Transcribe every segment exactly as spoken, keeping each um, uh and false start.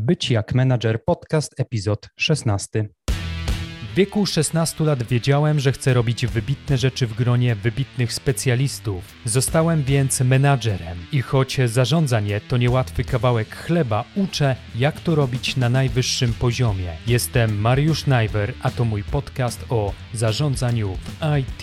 Być jak menadżer podcast, epizod szesnasty. W wieku szesnastu lat wiedziałem, że chcę robić wybitne rzeczy w gronie wybitnych specjalistów. Zostałem więc menadżerem i choć zarządzanie to niełatwy kawałek chleba, uczę, jak to robić na najwyższym poziomie. Jestem Mariusz Najwer, a to mój podcast o zarządzaniu w I T.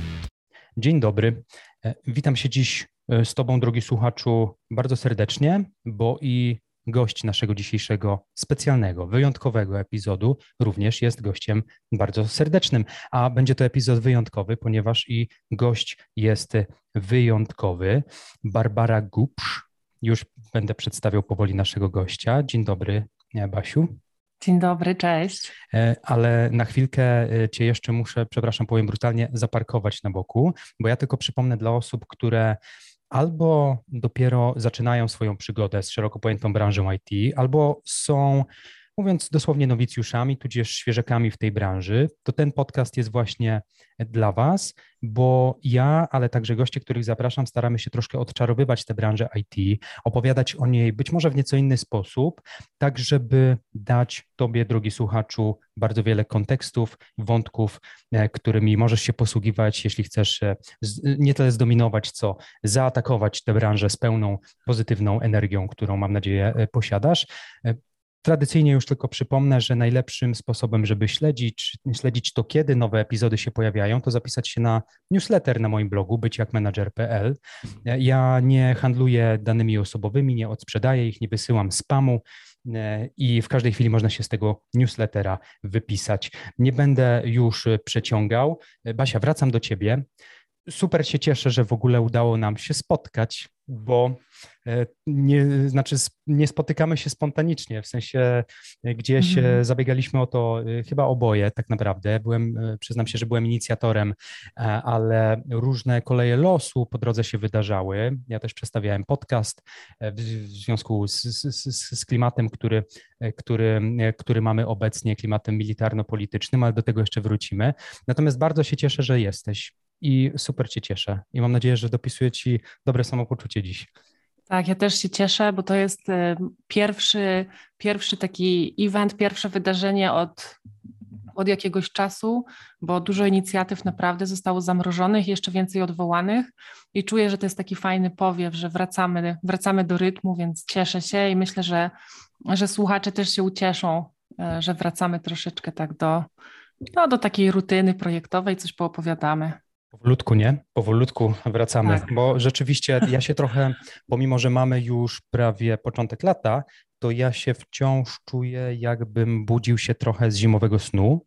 Dzień dobry. Witam się dziś z Tobą, drogi słuchaczu, bardzo serdecznie, bo i gość naszego dzisiejszego specjalnego, wyjątkowego epizodu również jest gościem bardzo serdecznym, a będzie to epizod wyjątkowy, ponieważ i gość jest wyjątkowy. Barbara Gubsz. Już będę przedstawiał powoli naszego gościa. Dzień dobry, Basiu. Dzień dobry, cześć. Ale na chwilkę Cię jeszcze muszę, przepraszam, powiem brutalnie, zaparkować na boku, bo ja tylko przypomnę dla osób, które albo dopiero zaczynają swoją przygodę z szeroko pojętą branżą I T, albo są, mówiąc dosłownie, nowicjuszami, tudzież świeżakami w tej branży, to ten podcast jest właśnie dla Was, bo ja, ale także goście, których zapraszam, staramy się troszkę odczarowywać tę branżę I T, opowiadać o niej być może w nieco inny sposób, tak żeby dać Tobie, drogi słuchaczu, bardzo wiele kontekstów, wątków, którymi możesz się posługiwać, jeśli chcesz nie tyle zdominować, co zaatakować tę branżę z pełną pozytywną energią, którą mam nadzieję posiadasz. Tradycyjnie już tylko przypomnę, że najlepszym sposobem, żeby śledzić, śledzić to, kiedy nowe epizody się pojawiają, to zapisać się na newsletter na moim blogu być jak menadżer kropka p l. Ja nie handluję danymi osobowymi, nie odsprzedaję ich, nie wysyłam spamu i w każdej chwili można się z tego newslettera wypisać. Nie będę już przeciągał. Basia, wracam do Ciebie. Super się cieszę, że w ogóle udało nam się spotkać, bo nie, znaczy nie spotykamy się spontanicznie, w sensie gdzieś mhm. zabiegaliśmy o to chyba oboje tak naprawdę. Byłem, przyznam się, że byłem inicjatorem, ale różne koleje losu po drodze się wydarzały. Ja też przedstawiałem podcast w związku z, z, z klimatem, który, który, który mamy obecnie, klimatem militarno-politycznym, ale do tego jeszcze wrócimy. Natomiast bardzo się cieszę, że jesteś. I super Cię cieszę i mam nadzieję, że dopisuje Ci dobre samopoczucie dziś. Tak, ja też się cieszę, bo to jest pierwszy, pierwszy taki event, pierwsze wydarzenie od, od jakiegoś czasu, bo dużo inicjatyw naprawdę zostało zamrożonych, jeszcze więcej odwołanych i czuję, że to jest taki fajny powiew, że wracamy, wracamy do rytmu, więc cieszę się i myślę, że, że słuchacze też się ucieszą, że wracamy troszeczkę tak do, no, do takiej rutyny projektowej, coś poopowiadamy. Powolutku, nie? Powolutku wracamy, tak. Bo rzeczywiście ja się trochę, pomimo że mamy już prawie początek lata, to ja się wciąż czuję, jakbym budził się trochę z zimowego snu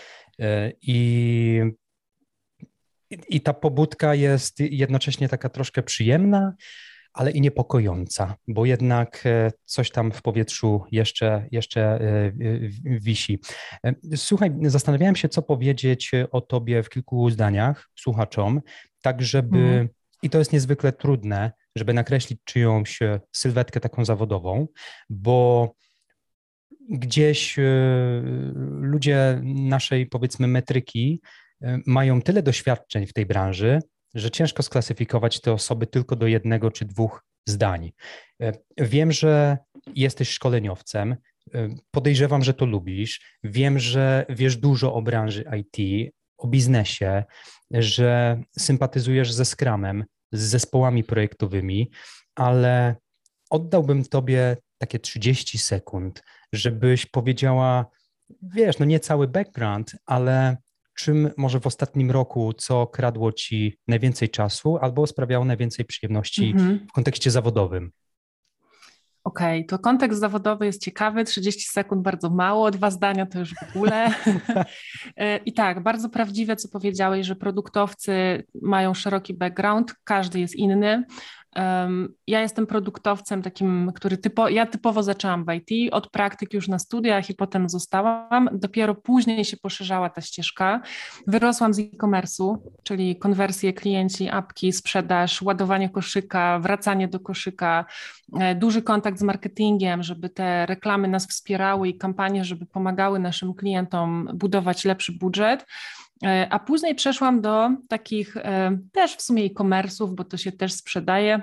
i, i ta pobudka jest jednocześnie taka troszkę przyjemna, ale i niepokojąca, bo jednak coś tam w powietrzu jeszcze, jeszcze wisi. Słuchaj, zastanawiałem się, co powiedzieć o Tobie w kilku zdaniach słuchaczom, tak żeby, mm. i to jest niezwykle trudne, żeby nakreślić czyjąś sylwetkę taką zawodową, bo gdzieś ludzie naszej, powiedzmy, metryki mają tyle doświadczeń w tej branży, że ciężko sklasyfikować te osoby tylko do jednego czy dwóch zdań. Wiem, że jesteś szkoleniowcem, podejrzewam, że to lubisz, wiem, że wiesz dużo o branży I T, o biznesie, że sympatyzujesz ze Scrumem, z zespołami projektowymi, ale oddałbym Tobie takie trzydzieści sekund, żebyś powiedziała, wiesz, no nie cały background, ale czym może w ostatnim roku, co kradło Ci najwięcej czasu albo sprawiało najwięcej przyjemności mm-hmm. w kontekście zawodowym? Okej, okay, to kontekst zawodowy jest ciekawy, trzydzieści sekund bardzo mało, dwa zdania to już w ogóle. I tak, bardzo prawdziwe, co powiedziałeś, że produktowcy mają szeroki background, każdy jest inny. Um, ja jestem produktowcem takim, który typo, ja typowo zaczęłam w I T, od praktyk już na studiach i potem zostałam. Dopiero później się poszerzała ta ścieżka. Wyrosłam z e-commerce'u, czyli konwersje, klienci, apki, sprzedaż, ładowanie koszyka, wracanie do koszyka, e, duży kontakt z marketingiem, żeby te reklamy nas wspierały i kampanie, żeby pomagały naszym klientom budować lepszy budżet. A później przeszłam do takich e, też w sumie e-commerce'ów, bo to się też sprzedaje,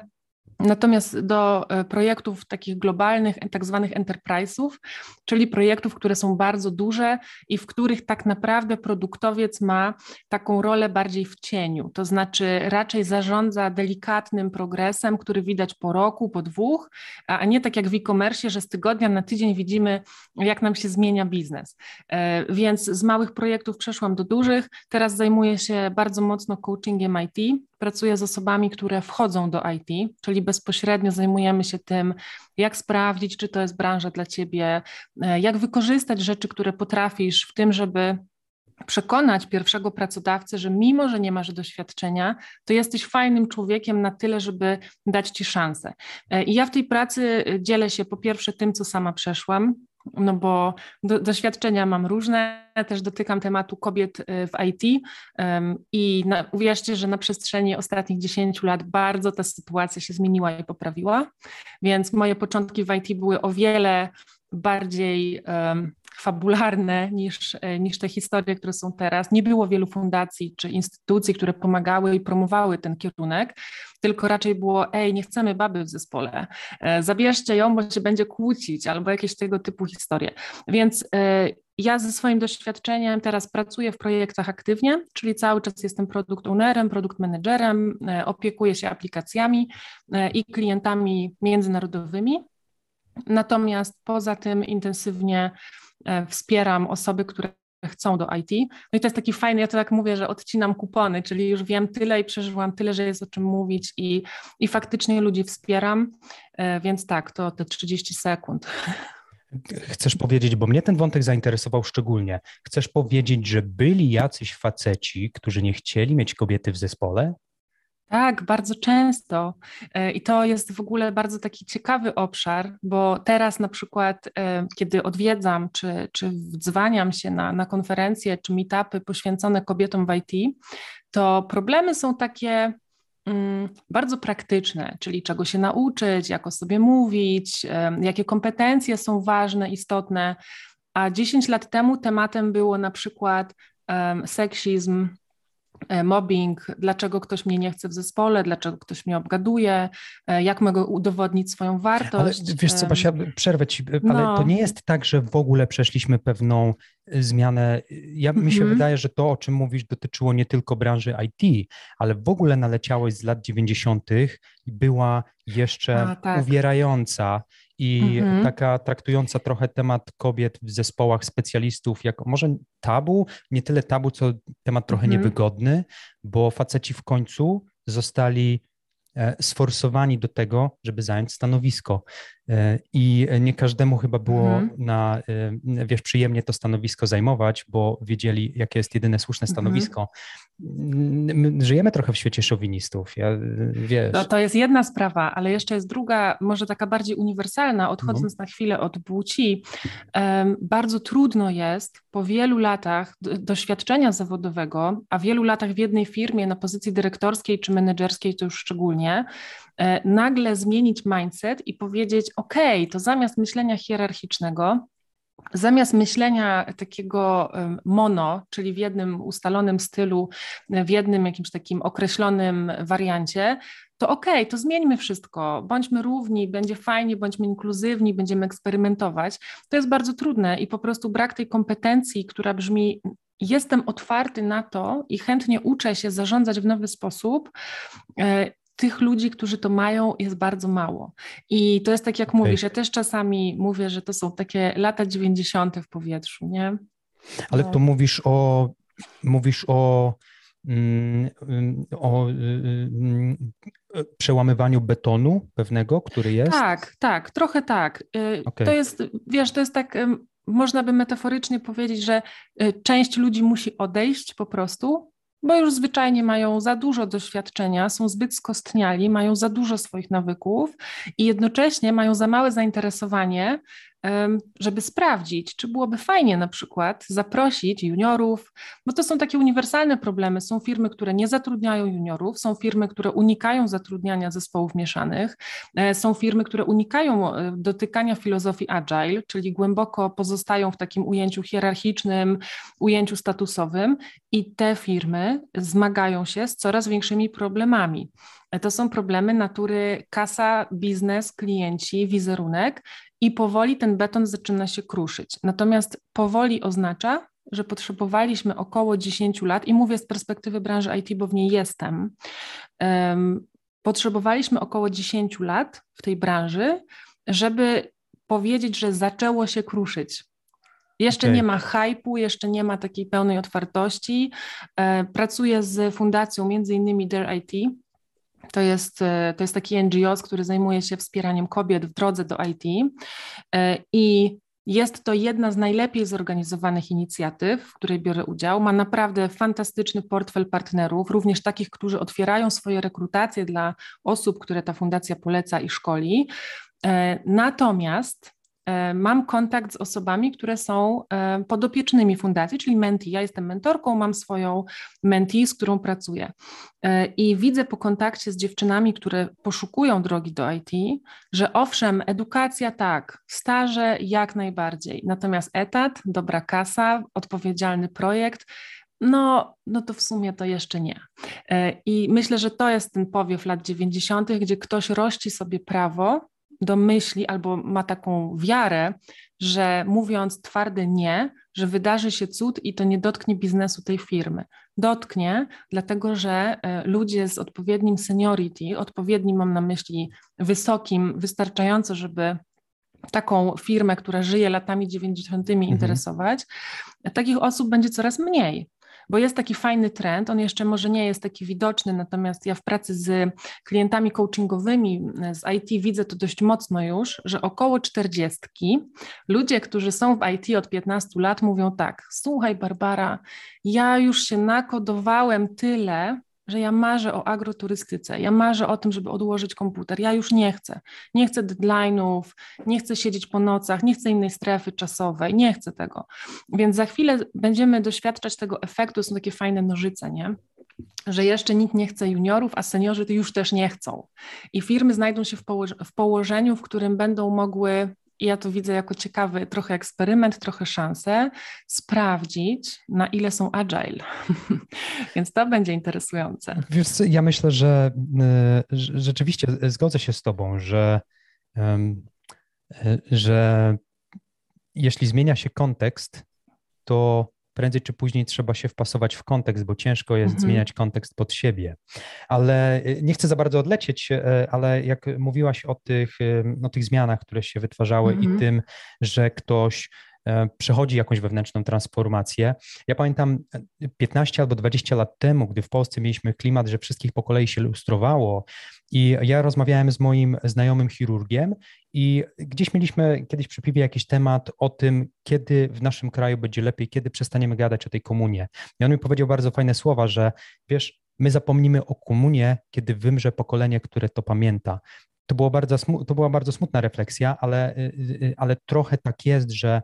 Natomiast do projektów takich globalnych, tak zwanych enterprise'ów, czyli projektów, które są bardzo duże i w których tak naprawdę produktowiec ma taką rolę bardziej w cieniu, to znaczy raczej zarządza delikatnym progresem, który widać po roku, po dwóch, a nie tak jak w e-commerce, że z tygodnia na tydzień widzimy, jak nam się zmienia biznes. Więc z małych projektów przeszłam do dużych, teraz zajmuję się bardzo mocno coachingiem I T, pracuję z osobami, które wchodzą do I T, czyli bezpośrednio zajmujemy się tym, jak sprawdzić, czy to jest branża dla ciebie, jak wykorzystać rzeczy, które potrafisz w tym, żeby przekonać pierwszego pracodawcę, że mimo, że nie masz doświadczenia, to jesteś fajnym człowiekiem na tyle, żeby dać ci szansę. I ja w tej pracy dzielę się po pierwsze tym, co sama przeszłam, no bo do, doświadczenia mam różne, też dotykam tematu kobiet w I T um, i na, uwierzcie, że na przestrzeni ostatnich dziesięciu lat bardzo ta sytuacja się zmieniła i poprawiła, więc moje początki w I T były o wiele bardziej um, fabularne niż, niż te historie, które są teraz. Nie było wielu fundacji czy instytucji, które pomagały i promowały ten kierunek, tylko raczej było, ej, nie chcemy baby w zespole, zabierzcie ją, bo się będzie kłócić, albo jakieś tego typu historie. Więc y, ja ze swoim doświadczeniem teraz pracuję w projektach aktywnie, czyli cały czas jestem product ownerem, product managerem, y, opiekuję się aplikacjami y, i klientami międzynarodowymi. Natomiast poza tym intensywnie wspieram osoby, które chcą do I T. No i to jest taki fajny, ja to tak mówię, że odcinam kupony, czyli już wiem tyle i przeżyłam tyle, że jest o czym mówić i, i faktycznie ludzi wspieram, więc tak, to te trzydzieści sekund. Chcesz powiedzieć, bo mnie ten wątek zainteresował szczególnie, chcesz powiedzieć, że byli jacyś faceci, którzy nie chcieli mieć kobiety w zespole? Tak, bardzo często i to jest w ogóle bardzo taki ciekawy obszar, bo teraz na przykład, kiedy odwiedzam czy, czy wdzwaniam się na, na konferencje czy meetupy poświęcone kobietom w I T, to problemy są takie mm, bardzo praktyczne, czyli czego się nauczyć, jak o sobie mówić, jakie kompetencje są ważne, istotne, a dziesięć lat temu tematem było na przykład um, seksizm, mobbing, dlaczego ktoś mnie nie chce w zespole, dlaczego ktoś mnie obgaduje, jak mogę udowodnić swoją wartość. Ale wiesz co, Basia, przerwę ci, no. ale to nie jest tak, że w ogóle przeszliśmy pewną zmianę. Ja, mi się mm-hmm. wydaje, że to, o czym mówisz, dotyczyło nie tylko branży I T, ale w ogóle naleciałość z lat dziewięćdziesiątych była jeszcze A, tak. uwierająca i mm-hmm. taka traktująca trochę temat kobiet w zespołach specjalistów jako może tabu, nie tyle tabu, co temat trochę mm-hmm. niewygodny, bo faceci w końcu zostali sforsowani do tego, żeby zająć stanowisko. I nie każdemu chyba było mm-hmm. na, wiesz, przyjemnie to stanowisko zajmować, bo wiedzieli, jakie jest jedyne słuszne stanowisko. Mm-hmm. Żyjemy trochę w świecie szowinistów, ja, wiesz. To, to jest jedna sprawa, ale jeszcze jest druga, może taka bardziej uniwersalna, odchodząc no. na chwilę od płci. Um, bardzo trudno jest po wielu latach doświadczenia zawodowego, a wielu latach w jednej firmie na pozycji dyrektorskiej czy menedżerskiej to już szczególnie, nagle zmienić mindset i powiedzieć, ok, to zamiast myślenia hierarchicznego, zamiast myślenia takiego mono, czyli w jednym ustalonym stylu, w jednym jakimś takim określonym wariancie, to okej, okay, to zmieńmy wszystko, bądźmy równi, będzie fajnie, bądźmy inkluzywni, będziemy eksperymentować. To jest bardzo trudne i po prostu brak tej kompetencji, która brzmi, jestem otwarty na to i chętnie uczę się zarządzać w nowy sposób, tych ludzi, którzy to mają, jest bardzo mało. I to jest tak, jak okay. mówisz, ja też czasami mówię, że to są takie lata dziewięćdziesiąte w powietrzu, nie? Ale no. to mówisz o, mówisz o, o przełamywaniu betonu pewnego, który jest? Tak, tak, trochę tak. Okay. To jest, wiesz, to jest tak, można by metaforycznie powiedzieć, że część ludzi musi odejść po prostu, bo już zwyczajnie mają za dużo doświadczenia, są zbyt skostniali, mają za dużo swoich nawyków i jednocześnie mają za małe zainteresowanie żeby sprawdzić, czy byłoby fajnie na przykład zaprosić juniorów, bo to są takie uniwersalne problemy. Są firmy, które nie zatrudniają juniorów, są firmy, które unikają zatrudniania zespołów mieszanych, są firmy, które unikają dotykania filozofii agile, czyli głęboko pozostają w takim ujęciu hierarchicznym, ujęciu statusowym i te firmy zmagają się z coraz większymi problemami. To są problemy natury kasa, biznes, klienci, wizerunek i powoli ten beton zaczyna się kruszyć. Natomiast powoli oznacza, że potrzebowaliśmy około dziesięć lat i mówię z perspektywy branży I T, bo w niej jestem, um, potrzebowaliśmy około dziesięć lat w tej branży, żeby powiedzieć, że zaczęło się kruszyć. Jeszcze okay. nie ma hype'u, jeszcze nie ma takiej pełnej otwartości. E, pracuję z fundacją między innymi Dare I T. To jest, to jest taki N G O, który zajmuje się wspieraniem kobiet w drodze do I T i jest to jedna z najlepiej zorganizowanych inicjatyw, w której biorę udział. Ma naprawdę fantastyczny portfel partnerów, również takich, którzy otwierają swoje rekrutacje dla osób, które ta fundacja poleca i szkoli. Natomiast mam kontakt z osobami, które są podopiecznymi fundacji, czyli mentee. Ja jestem mentorką, mam swoją mentee, z którą pracuję. I widzę po kontakcie z dziewczynami, które poszukują drogi do I T, że owszem, edukacja tak, staże jak najbardziej, natomiast etat, dobra kasa, odpowiedzialny projekt, no, no to w sumie to jeszcze nie. I myślę, że to jest ten powiew lat dziewięćdziesiątych, gdzie ktoś rości sobie prawo do myśli albo ma taką wiarę, że mówiąc twarde nie, że wydarzy się cud i to nie dotknie biznesu tej firmy. Dotknie, dlatego że ludzie z odpowiednim seniority, odpowiednim mam na myśli wysokim, wystarczająco, żeby taką firmę, która żyje latami dziewięćdziesiątymi mhm. interesować, takich osób będzie coraz mniej. Bo jest taki fajny trend, on jeszcze może nie jest taki widoczny, natomiast ja w pracy z klientami coachingowymi z I T widzę to dość mocno już, że około czterdziestki ludzie, którzy są w I T od piętnastu lat mówią tak, słuchaj Barbara, ja już się nakodowałem tyle, że ja marzę o agroturystyce, ja marzę o tym, żeby odłożyć komputer, ja już nie chcę, nie chcę deadline'ów, nie chcę siedzieć po nocach, nie chcę innej strefy czasowej, nie chcę tego, więc za chwilę będziemy doświadczać tego efektu, są takie fajne nożyce, nie? Że jeszcze nikt nie chce juniorów, a seniorzy już też nie chcą i firmy znajdą się w, poło- w położeniu, w którym będą mogły, i ja to widzę jako ciekawy trochę eksperyment, trochę szansę, sprawdzić, na ile są agile. Więc to będzie interesujące. Wiesz co, ja myślę, że, że rzeczywiście zgodzę się z tobą, że, że jeśli zmienia się kontekst, to prędzej czy później trzeba się wpasować w kontekst, bo ciężko jest mhm. zmieniać kontekst pod siebie. Ale nie chcę za bardzo odlecieć, ale jak mówiłaś o tych, o tych zmianach, które się wytwarzały mhm. i tym, że ktoś przechodzi jakąś wewnętrzną transformację. Ja pamiętam piętnaście albo dwadzieścia lat temu, gdy w Polsce mieliśmy klimat, że wszystkich po kolei się lustrowało i ja rozmawiałem z moim znajomym chirurgiem i gdzieś mieliśmy kiedyś przy piwie jakiś temat o tym, kiedy w naszym kraju będzie lepiej, kiedy przestaniemy gadać o tej komunie. I on mi powiedział bardzo fajne słowa, że wiesz, my zapomnimy o komunie, kiedy wymrze pokolenie, które to pamięta. To, było bardzo, to była bardzo smutna refleksja, ale, ale trochę tak jest, że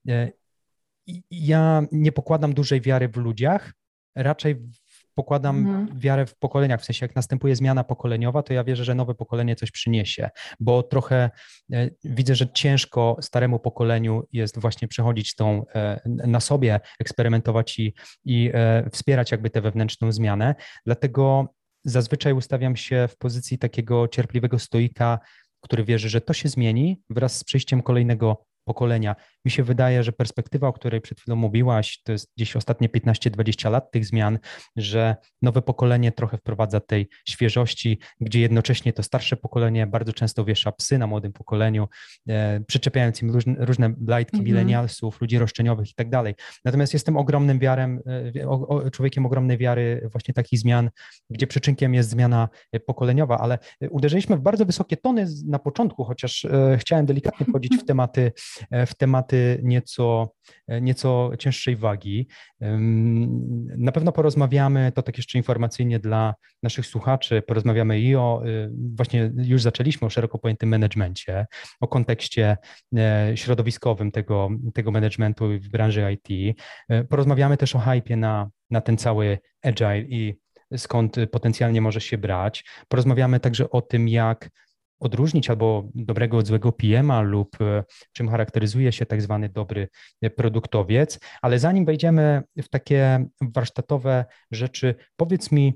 ja nie pokładam dużej wiary w ludziach, raczej pokładam mhm. wiarę w pokoleniach, w sensie jak następuje zmiana pokoleniowa, to ja wierzę, że nowe pokolenie coś przyniesie, bo trochę widzę, że ciężko staremu pokoleniu jest właśnie przechodzić tą, na sobie, eksperymentować i, i wspierać jakby tę wewnętrzną zmianę, dlatego zazwyczaj ustawiam się w pozycji takiego cierpliwego stoika, który wierzy, że to się zmieni wraz z przyjściem kolejnego pokolenia. Mi się wydaje, że perspektywa, o której przed chwilą mówiłaś, to jest gdzieś ostatnie piętnaście dwadzieścia lat tych zmian, że nowe pokolenie trochę wprowadza tej świeżości, gdzie jednocześnie to starsze pokolenie bardzo często wiesza psy na młodym pokoleniu, e, przyczepiając im różne, różne blajtki mm-hmm. milenialsów, ludzi roszczeniowych i tak dalej. Natomiast jestem ogromnym wiarem, e, o, o, człowiekiem ogromnej wiary właśnie takich zmian, gdzie przyczynkiem jest zmiana pokoleniowa, ale uderzyliśmy w bardzo wysokie tony na początku, chociaż e, chciałem delikatnie wchodzić w tematy w tematy tematy nieco, nieco cięższej wagi. Na pewno porozmawiamy, to tak jeszcze informacyjnie dla naszych słuchaczy, porozmawiamy i o, właśnie już zaczęliśmy o szeroko pojętym managemencie, o kontekście środowiskowym tego, tego managementu w branży I T. Porozmawiamy też o hypie na, na ten cały agile i skąd potencjalnie może się brać. Porozmawiamy także o tym, jak odróżnić albo dobrego od złego P M a lub czym charakteryzuje się tak zwany dobry produktowiec. Ale zanim wejdziemy w takie warsztatowe rzeczy, powiedz mi,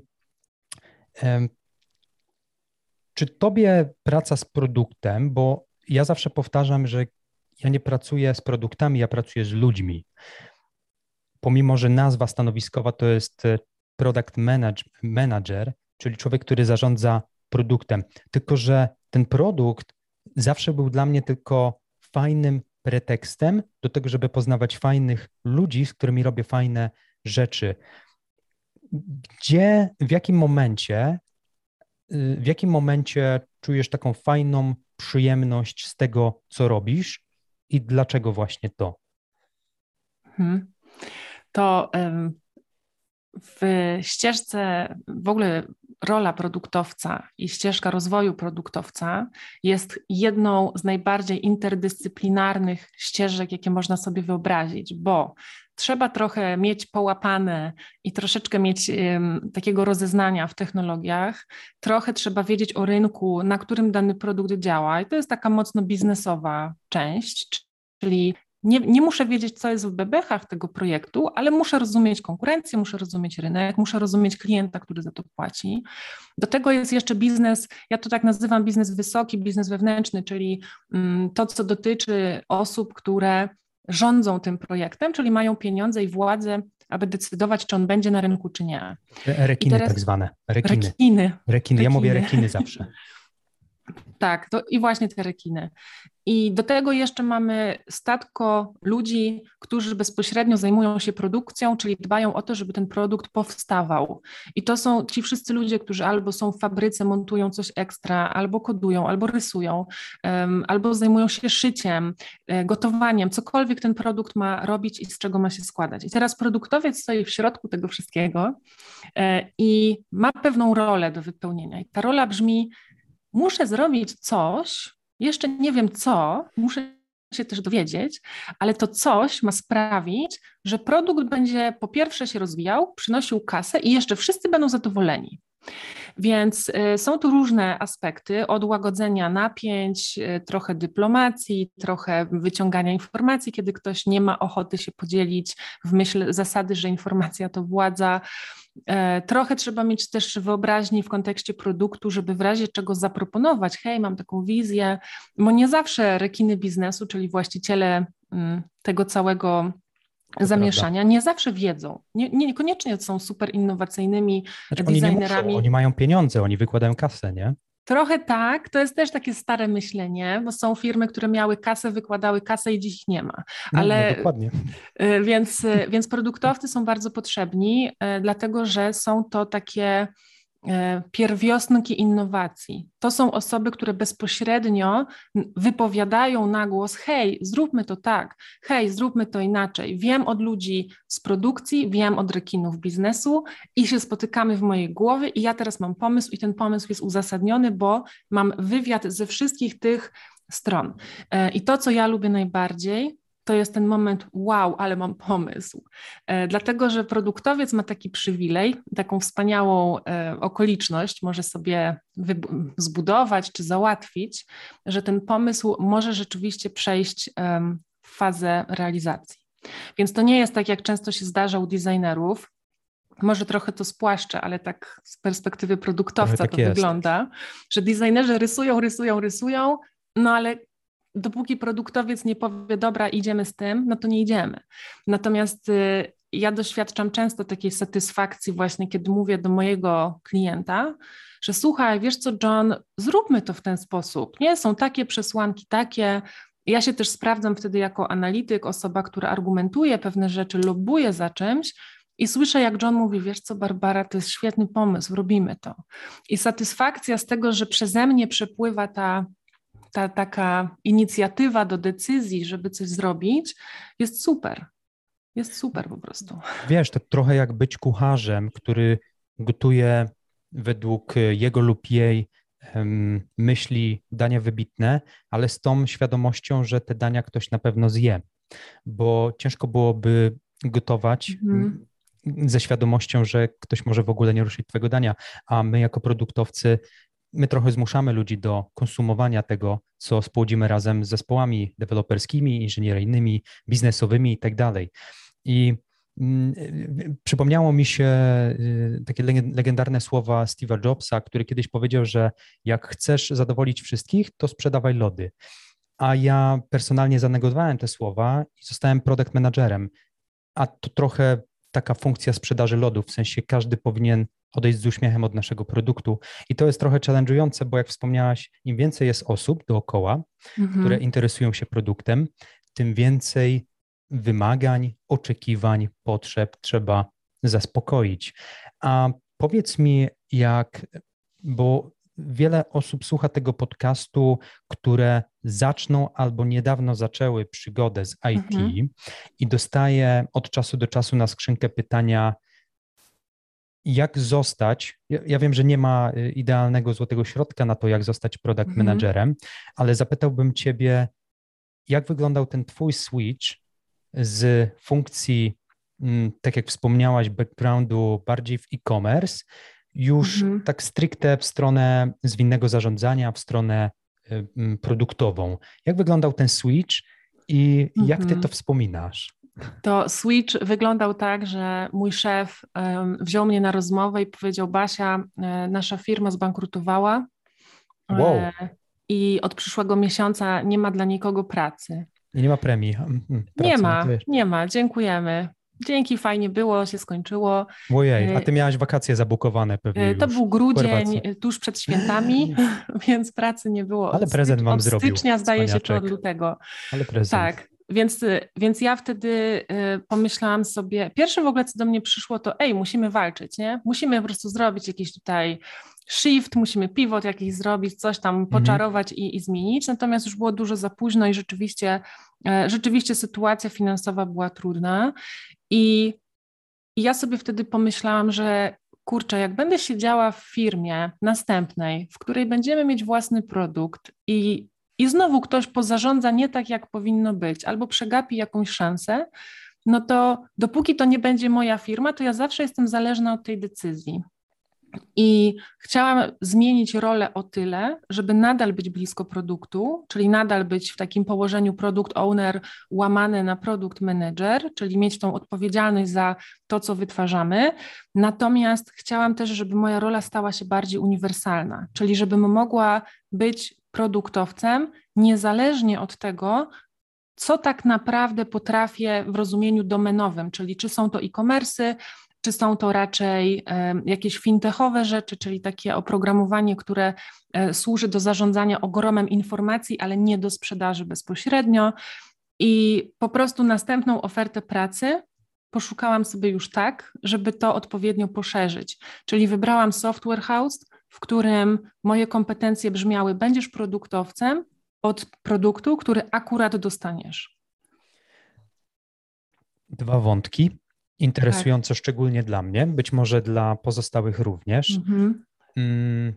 czy tobie praca z produktem, bo ja zawsze powtarzam, że ja nie pracuję z produktami, ja pracuję z ludźmi. Pomimo że nazwa stanowiskowa to jest product manager, czyli człowiek, który zarządza produktem, tylko że ten produkt zawsze był dla mnie tylko fajnym pretekstem do tego, żeby poznawać fajnych ludzi, z którymi robię fajne rzeczy. Gdzie, w jakim momencie, w jakim momencie czujesz taką fajną przyjemność z tego, co robisz i dlaczego właśnie to? Hmm. To um, w ścieżce w ogóle rola produktowca i ścieżka rozwoju produktowca jest jedną z najbardziej interdyscyplinarnych ścieżek, jakie można sobie wyobrazić, bo trzeba trochę mieć połapane i troszeczkę mieć um, takiego rozeznania w technologiach, trochę trzeba wiedzieć o rynku, na którym dany produkt działa i to jest taka mocno biznesowa część, czyli Nie, nie muszę wiedzieć, co jest w bebechach tego projektu, ale muszę rozumieć konkurencję, muszę rozumieć rynek, muszę rozumieć klienta, który za to płaci. Do tego jest jeszcze biznes, ja to tak nazywam biznes wysoki, biznes wewnętrzny, czyli um, to, co dotyczy osób, które rządzą tym projektem, czyli mają pieniądze i władzę, aby decydować, czy on będzie na rynku, czy nie. Rekiny teraz, tak zwane. Rekiny. Rekiny. Rekiny. rekiny. Ja mówię rekiny zawsze. Tak, to i właśnie te rekiny. I do tego jeszcze mamy statko ludzi, którzy bezpośrednio zajmują się produkcją, czyli dbają o to, żeby ten produkt powstawał. I to są ci wszyscy ludzie, którzy albo są w fabryce, montują coś ekstra, albo kodują, albo rysują, um, albo zajmują się szyciem, gotowaniem, cokolwiek ten produkt ma robić i z czego ma się składać. I teraz produktowiec stoi w środku tego wszystkiego e, i ma pewną rolę do wypełnienia. I ta rola brzmi: muszę zrobić coś, jeszcze nie wiem co, muszę się też dowiedzieć, ale to coś ma sprawić, że produkt będzie po pierwsze się rozwijał, przynosił kasę i jeszcze wszyscy będą zadowoleni. Więc y, są tu różne aspekty, od łagodzenia napięć, y, trochę dyplomacji, trochę wyciągania informacji, kiedy ktoś nie ma ochoty się podzielić w myśl zasady, że informacja to władza. E, trochę trzeba mieć też wyobraźni w kontekście produktu, żeby w razie czego zaproponować: hej, mam taką wizję, bo nie zawsze rekiny biznesu, czyli właściciele m, tego całego To zamieszania, prawda. Nie zawsze wiedzą, nie, nie, niekoniecznie są super innowacyjnymi znaczy, designerami. Oni nie muszą, oni mają pieniądze, oni wykładają kasę, nie? Trochę tak, to jest też takie stare myślenie, bo są firmy, które miały kasę, wykładały kasę i dziś ich nie ma. Ale, no, no dokładnie. Więc, więc produktowcy są bardzo potrzebni, dlatego że są to takie pierwiosnki innowacji. To są osoby, które bezpośrednio wypowiadają na głos: hej, zróbmy to tak, hej, zróbmy to inaczej. Wiem od ludzi z produkcji, wiem od rekinów biznesu i się spotykamy w mojej głowie i ja teraz mam pomysł i ten pomysł jest uzasadniony, bo mam wywiad ze wszystkich tych stron. I to, co ja lubię najbardziej, to jest ten moment: wow, ale mam pomysł. E, dlatego, że produktowiec ma taki przywilej, taką wspaniałą e, okoliczność może sobie wyb- zbudować czy załatwić, że ten pomysł może rzeczywiście przejść e, w fazę realizacji. Więc to nie jest tak, jak często się zdarza u designerów. Może trochę to spłaszczę, ale tak z perspektywy produktowca tak to jest. Wygląda, że designerzy rysują, rysują, rysują, no ale dopóki produktowiec nie powie: dobra, idziemy z tym, no to nie idziemy. Natomiast y, ja doświadczam często takiej satysfakcji właśnie, kiedy mówię do mojego klienta, że słuchaj, wiesz co, John, zróbmy to w ten sposób. Nie, są takie przesłanki, takie. Ja się też sprawdzam wtedy jako analityk, osoba, która argumentuje pewne rzeczy, lobbuje za czymś i słyszę, jak John mówi: wiesz co, Barbara, to jest świetny pomysł, robimy to. I satysfakcja z tego, że przeze mnie przepływa ta ta taka inicjatywa do decyzji, żeby coś zrobić, jest super. Jest super po prostu. Wiesz, to trochę jak być kucharzem, który gotuje według jego lub jej um, myśli dania wybitne, ale z tą świadomością, że te dania ktoś na pewno zje, bo ciężko byłoby gotować Mhm. ze świadomością, że ktoś może w ogóle nie ruszyć twojego dania, a my jako produktowcy, my trochę zmuszamy ludzi do konsumowania tego, co spłodzimy razem z zespołami deweloperskimi, inżynieryjnymi, biznesowymi i tak dalej. I mm, przypomniało mi się y, takie legendarne słowa Steve'a Jobsa, który kiedyś powiedział, że jak chcesz zadowolić wszystkich, to sprzedawaj lody. A ja personalnie zanegowałem te słowa i zostałem product managerem, a to trochę taka funkcja sprzedaży lodów, w sensie każdy powinien odejść z uśmiechem od naszego produktu i to jest trochę challenge'ujące, bo jak wspomniałaś, im więcej jest osób dookoła, Mhm. które interesują się produktem, tym więcej wymagań, oczekiwań, potrzeb trzeba zaspokoić. A powiedz mi, jak, bo wiele osób słucha tego podcastu, które zaczną albo niedawno zaczęły przygodę z I T Mhm. i dostaje od czasu do czasu na skrzynkę pytania, jak zostać, ja, ja wiem, że nie ma idealnego złotego środka na to, jak zostać product Mhm. managerem, ale zapytałbym Ciebie, jak wyglądał ten Twój switch z funkcji, tak jak wspomniałaś, backgroundu bardziej w e-commerce, już Mhm. tak stricte w stronę zwinnego zarządzania, w stronę produktową. Jak wyglądał ten switch i jak Ty to wspominasz? To switch wyglądał tak, że mój szef um, wziął mnie na rozmowę i powiedział: Basia, e, nasza firma zbankrutowała e, Wow. i od przyszłego miesiąca nie ma dla nikogo pracy. I nie ma premii. Hmm, nie pracy, ma, no nie ma, dziękujemy. Dzięki, fajnie było, się skończyło. Ojej, a ty miałaś wakacje zabukowane pewnie To już. był grudzień, Kurwa, tuż przed świętami, więc pracy nie było. Ale Od, prezent styk- wam od zrobił, stycznia, zdaje się, czy od cwaniaczek. lutego. Ale prezent. Tak, więc, więc ja wtedy y, pomyślałam sobie, pierwsze w ogóle co do mnie przyszło to, ej, musimy walczyć, nie? Musimy po prostu zrobić jakiś tutaj shift, musimy pivot jakiś zrobić, coś tam poczarować i, i zmienić, natomiast już było dużo za późno i rzeczywiście, y, rzeczywiście sytuacja finansowa była trudna i, i ja sobie wtedy pomyślałam, że kurczę, jak będę siedziała w firmie następnej, w której będziemy mieć własny produkt i, i znowu ktoś pozarządza nie tak, jak powinno być, albo przegapi jakąś szansę, no to dopóki to nie będzie moja firma, to ja zawsze jestem zależna od tej decyzji. I chciałam zmienić rolę o tyle, żeby nadal być blisko produktu, czyli nadal być w takim położeniu product owner łamany na product manager, czyli mieć tą odpowiedzialność za to, co wytwarzamy. Natomiast chciałam też, żeby moja rola stała się bardziej uniwersalna, czyli żebym mogła być produktowcem niezależnie od tego, co tak naprawdę potrafię w rozumieniu domenowym, czyli czy są to e-commerce'y, czy są to raczej e, jakieś fintechowe rzeczy, czyli takie oprogramowanie, które e, służy do zarządzania ogromem informacji, ale nie do sprzedaży bezpośrednio. I po prostu następną ofertę pracy poszukałam sobie już tak, żeby to odpowiednio poszerzyć. Czyli wybrałam software house, w którym moje kompetencje brzmiały: będziesz produktowcem od produktu, który akurat dostaniesz. Dwa wątki. Interesujące tak. Szczególnie dla mnie, być może dla pozostałych również. Mhm. Hmm.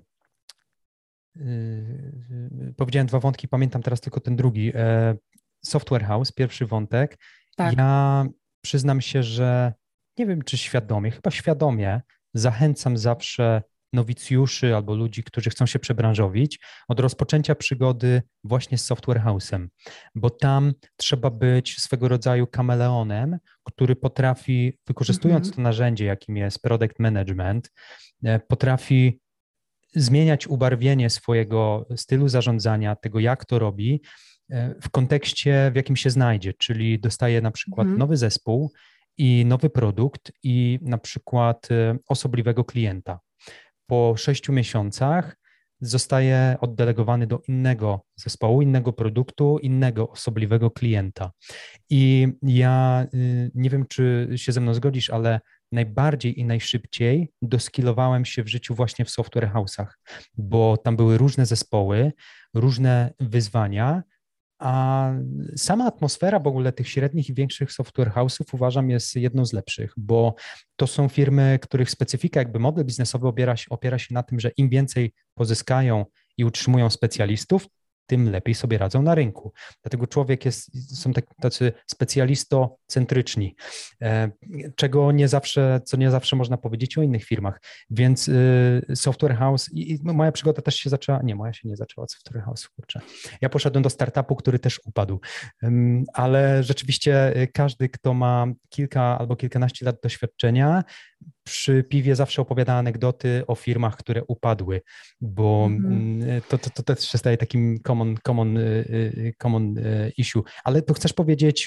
Yy, powiedziałem dwa wątki, pamiętam teraz tylko ten drugi. E, software house, pierwszy wątek. Tak. Ja przyznam się, że nie wiem, czy świadomie, chyba świadomie zachęcam zawsze nowicjuszy albo ludzi, którzy chcą się przebranżowić, od rozpoczęcia przygody właśnie z software house'em, bo tam trzeba być swego rodzaju kameleonem, który potrafi, wykorzystując mm-hmm. to narzędzie, jakim jest product management, potrafi zmieniać ubarwienie swojego stylu zarządzania, tego jak to robi, w kontekście, w jakim się znajdzie, czyli dostaje na przykład mm-hmm. nowy zespół i nowy produkt i na przykład osobliwego klienta. Po sześciu miesiącach zostaje oddelegowany do innego zespołu, innego produktu, innego osobliwego klienta. I ja nie wiem, czy się ze mną zgodzisz, ale najbardziej i najszybciej doskilowałem się w życiu właśnie w software house'ach, bo tam były różne zespoły, różne wyzwania, a sama atmosfera w ogóle tych średnich i większych software house'ów uważam jest jedną z lepszych, bo to są firmy, których specyfika, jakby model biznesowy opiera się, opiera się na tym, że im więcej pozyskają i utrzymują specjalistów, tym lepiej sobie radzą na rynku. Dlatego człowiek jest, są tak, tacy specjalistocentryczni, czego nie zawsze, co nie zawsze można powiedzieć o innych firmach. Więc software house, i moja przygoda też się zaczęła, nie, moja się nie zaczęła od software house, kurczę. Ja poszedłem do startupu, który też upadł, ale rzeczywiście każdy, kto ma kilka albo kilkanaście lat doświadczenia, przy piwie zawsze opowiada anegdoty o firmach, które upadły, bo mm-hmm. to, to, to też się staje takim common, common, common issue. Ale to chcesz powiedzieć,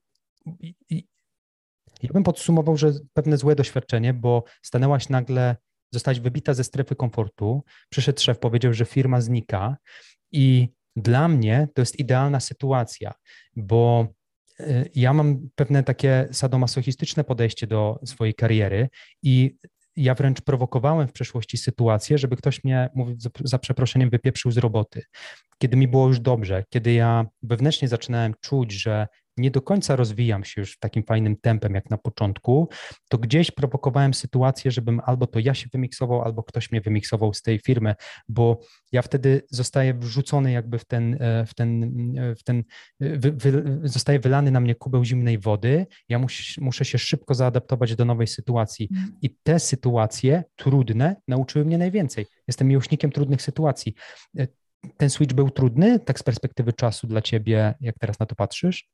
ja bym podsumował, że pewne złe doświadczenie, bo stanęłaś nagle, zostałaś wybita ze strefy komfortu, przyszedł szef, powiedział, że firma znika i dla mnie to jest idealna sytuacja, bo ja mam pewne takie sadomasochistyczne podejście do swojej kariery i ja wręcz prowokowałem w przeszłości sytuację, żeby ktoś mnie, mówiąc za przeproszeniem, wypieprzył z roboty. Kiedy mi było już dobrze, kiedy ja wewnętrznie zaczynałem czuć, że nie do końca rozwijam się już takim fajnym tempem jak na początku, to gdzieś prowokowałem sytuację, żebym albo to ja się wymiksował, albo ktoś mnie wymiksował z tej firmy, bo ja wtedy zostaję wrzucony jakby w ten, w ten, w ten wy, wy, zostaje wylany na mnie kubeł zimnej wody, ja mus, muszę się szybko zaadaptować do nowej sytuacji i te sytuacje trudne nauczyły mnie najwięcej. Jestem miłośnikiem trudnych sytuacji. Ten switch był trudny, tak z perspektywy czasu dla ciebie, jak teraz na to patrzysz?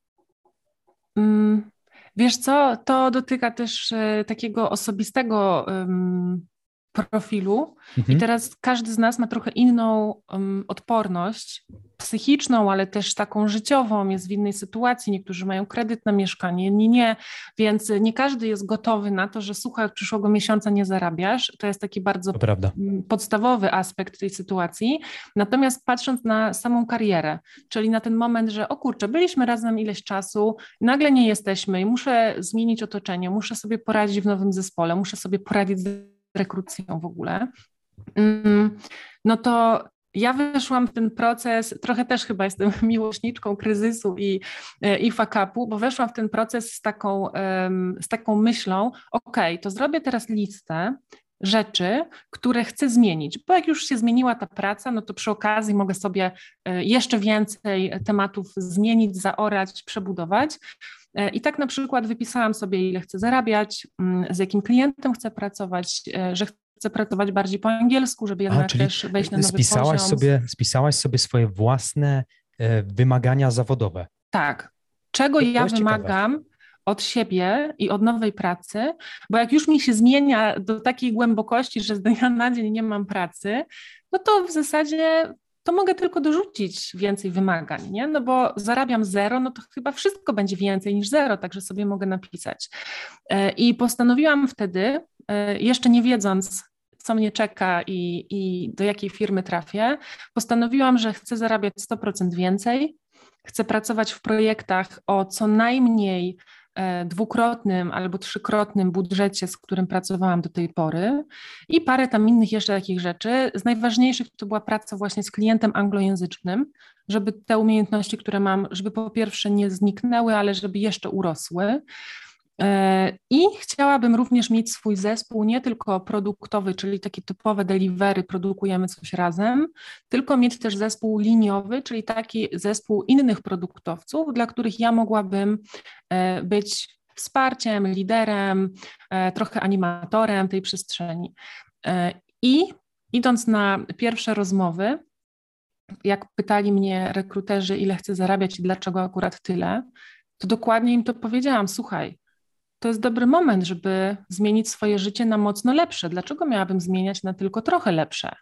Wiesz co, to dotyka też takiego osobistego um, profilu mhm. i teraz każdy z nas ma trochę inną um, odporność psychiczną, ale też taką życiową, jest w innej sytuacji, niektórzy mają kredyt na mieszkanie, inni nie, więc nie każdy jest gotowy na to, że słuchaj, od przyszłego miesiąca nie zarabiasz, to jest taki bardzo podstawowy aspekt tej sytuacji, natomiast patrząc na samą karierę, czyli na ten moment, że o kurczę, byliśmy razem ileś czasu, nagle nie jesteśmy i muszę zmienić otoczenie, muszę sobie poradzić w nowym zespole, muszę sobie poradzić z rekrucją w ogóle, no to ja weszłam w ten proces, trochę też chyba jestem miłośniczką kryzysu i, i fuck-upu, bo weszłam w ten proces z taką, z taką myślą, okej, okay, to zrobię teraz listę rzeczy, które chcę zmienić, bo jak już się zmieniła ta praca, no to przy okazji mogę sobie jeszcze więcej tematów zmienić, zaorać, przebudować. I tak na przykład wypisałam sobie, ile chcę zarabiać, z jakim klientem chcę pracować, że chcę pracować bardziej po angielsku, żeby jednak A, też wejść na nowy spisałaś poziom. Sobie, spisałaś sobie swoje własne e, wymagania zawodowe. Tak. Czego to, ja to wymagam ciekawe. Od siebie i od nowej pracy, bo jak już mi się zmienia do takiej głębokości, że z dnia na dzień nie mam pracy, no to w zasadzie to mogę tylko dorzucić więcej wymagań, nie? No bo zarabiam zero, no to chyba wszystko będzie więcej niż zero, także sobie mogę napisać. I postanowiłam wtedy, jeszcze nie wiedząc, co mnie czeka i, i do jakiej firmy trafię, postanowiłam, że chcę zarabiać sto procent więcej, chcę pracować w projektach o co najmniej dwukrotnym albo trzykrotnym budżecie, z którym pracowałam do tej pory i parę tam innych jeszcze takich rzeczy. Z najważniejszych to była praca właśnie z klientem anglojęzycznym, żeby te umiejętności, które mam, żeby po pierwsze nie zniknęły, ale żeby jeszcze urosły. I chciałabym również mieć swój zespół, nie tylko produktowy, czyli takie typowe delivery, produkujemy coś razem, tylko mieć też zespół liniowy, czyli taki zespół innych produktowców, dla których ja mogłabym być wsparciem, liderem, trochę animatorem tej przestrzeni. I idąc na pierwsze rozmowy, jak pytali mnie rekruterzy, ile chcę zarabiać i dlaczego akurat tyle, to dokładnie im to powiedziałam, słuchaj, to jest dobry moment, żeby zmienić swoje życie na mocno lepsze. Dlaczego miałabym zmieniać na tylko trochę lepsze?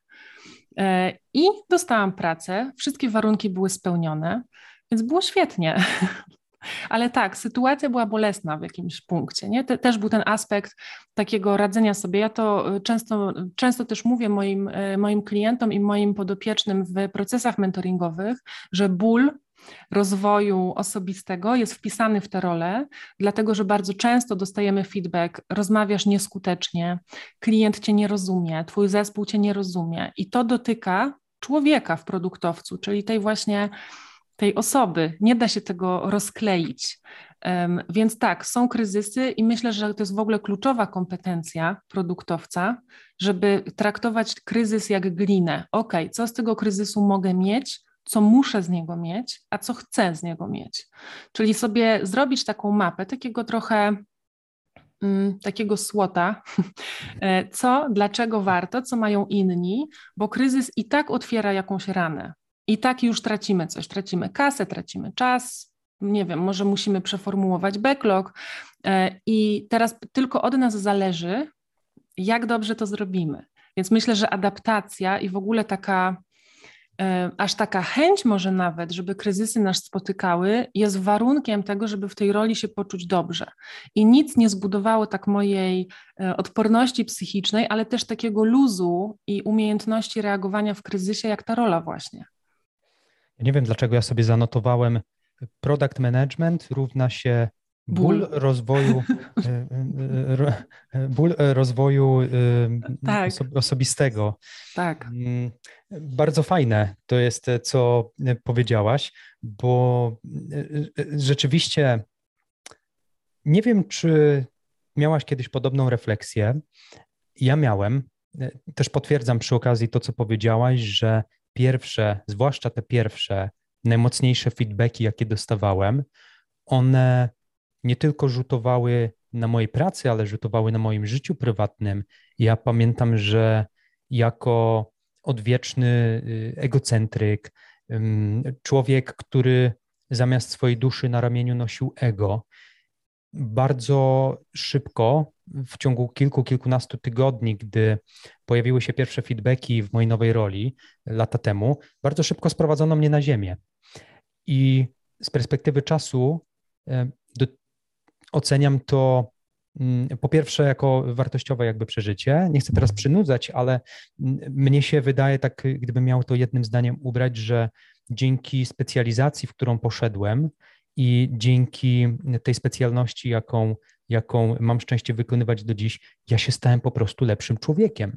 I dostałam pracę, wszystkie warunki były spełnione, więc było świetnie. Ale tak, sytuacja była bolesna w jakimś punkcie, nie? Te, też był ten aspekt takiego radzenia sobie. Ja to często, często też mówię moim, moim klientom i moim podopiecznym w procesach mentoringowych, że ból rozwoju osobistego jest wpisany w tę rolę, dlatego że bardzo często dostajemy feedback, rozmawiasz nieskutecznie, klient cię nie rozumie, twój zespół cię nie rozumie i to dotyka człowieka w produktowcu, czyli tej właśnie tej osoby. Nie da się tego rozkleić. Um, więc tak, są kryzysy i myślę, że to jest w ogóle kluczowa kompetencja produktowca, żeby traktować kryzys jak glinę. Ok, co z tego kryzysu mogę mieć, co muszę z niego mieć, a co chcę z niego mieć. Czyli sobie zrobić taką mapę, takiego trochę um, takiego słota, co, dlaczego warto, co mają inni, bo kryzys i tak otwiera jakąś ranę. I tak już tracimy coś, tracimy kasę, tracimy czas, nie wiem, może musimy przeformułować backlog i teraz tylko od nas zależy, jak dobrze to zrobimy. Więc myślę, że adaptacja i w ogóle taka, aż taka chęć może nawet, żeby kryzysy nas spotykały, jest warunkiem tego, żeby w tej roli się poczuć dobrze. I nic nie zbudowało tak mojej odporności psychicznej, ale też takiego luzu i umiejętności reagowania w kryzysie, jak ta rola właśnie. Ja nie wiem, dlaczego ja sobie zanotowałem product management równa się ból, ból. rozwoju ból rozwoju tak. osobistego. Tak. Bardzo fajne to jest, co powiedziałaś, bo rzeczywiście nie wiem, czy miałaś kiedyś podobną refleksję. Ja miałem. Też potwierdzam przy okazji to, co powiedziałaś, że pierwsze, zwłaszcza te pierwsze, najmocniejsze feedbacki, jakie dostawałem, one nie tylko rzutowały na mojej pracy, ale rzutowały na moim życiu prywatnym. Ja pamiętam, że jako odwieczny egocentryk, człowiek, który zamiast swojej duszy na ramieniu nosił ego, bardzo szybko, w ciągu kilku, kilkunastu tygodni, gdy pojawiły się pierwsze feedbacki w mojej nowej roli lata temu, bardzo szybko sprowadzono mnie na ziemię. I z perspektywy czasu do, oceniam to po pierwsze jako wartościowe jakby przeżycie. Nie chcę teraz przynudzać, ale mnie się wydaje, tak gdybym miał to jednym zdaniem ubrać, że dzięki specjalizacji, w którą poszedłem i dzięki tej specjalności, jaką, jaką mam szczęście wykonywać do dziś, ja się stałem po prostu lepszym człowiekiem.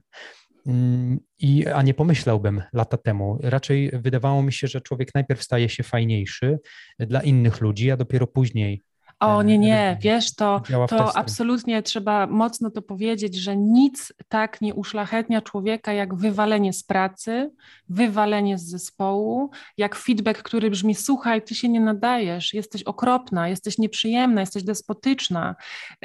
I, a nie pomyślałbym lata temu. Raczej wydawało mi się, że człowiek najpierw staje się fajniejszy dla innych ludzi, a dopiero później. O nie, nie, wiesz, to, to absolutnie trzeba mocno to powiedzieć, że nic tak nie uszlachetnia człowieka jak wywalenie z pracy, wywalenie z zespołu, jak feedback, który brzmi: słuchaj, ty się nie nadajesz, jesteś okropna, jesteś nieprzyjemna, jesteś despotyczna.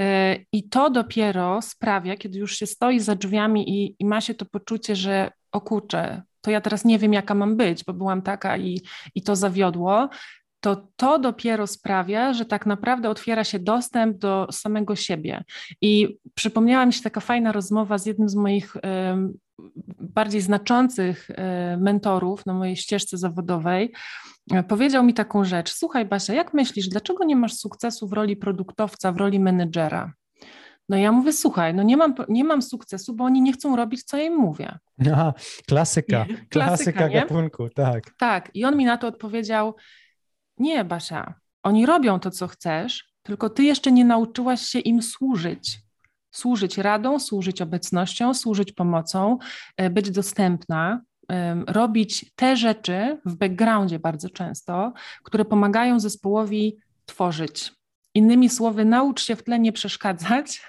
I to dopiero sprawia, kiedy już się stoi za drzwiami i, i ma się to poczucie, że o kurczę, to ja teraz nie wiem, jaka mam być, bo byłam taka i, i to zawiodło, to to dopiero sprawia, że tak naprawdę otwiera się dostęp do samego siebie. I przypomniała mi się taka fajna rozmowa z jednym z moich y, bardziej znaczących y, mentorów na mojej ścieżce zawodowej. Y, powiedział mi taką rzecz: słuchaj Basia, jak myślisz, dlaczego nie masz sukcesu w roli produktowca, w roli menedżera? No ja mówię: słuchaj, no nie mam, nie mam sukcesu, bo oni nie chcą robić, co ja im mówię. Aha, klasyka, klasyka, klasyka gatunku, tak. Tak, i on mi na to odpowiedział: nie, Basia, oni robią to, co chcesz, tylko ty jeszcze nie nauczyłaś się im służyć. Służyć radą, służyć obecnością, służyć pomocą, być dostępna, robić te rzeczy w backgroundzie bardzo często, które pomagają zespołowi tworzyć. Innymi słowy, naucz się w tle nie przeszkadzać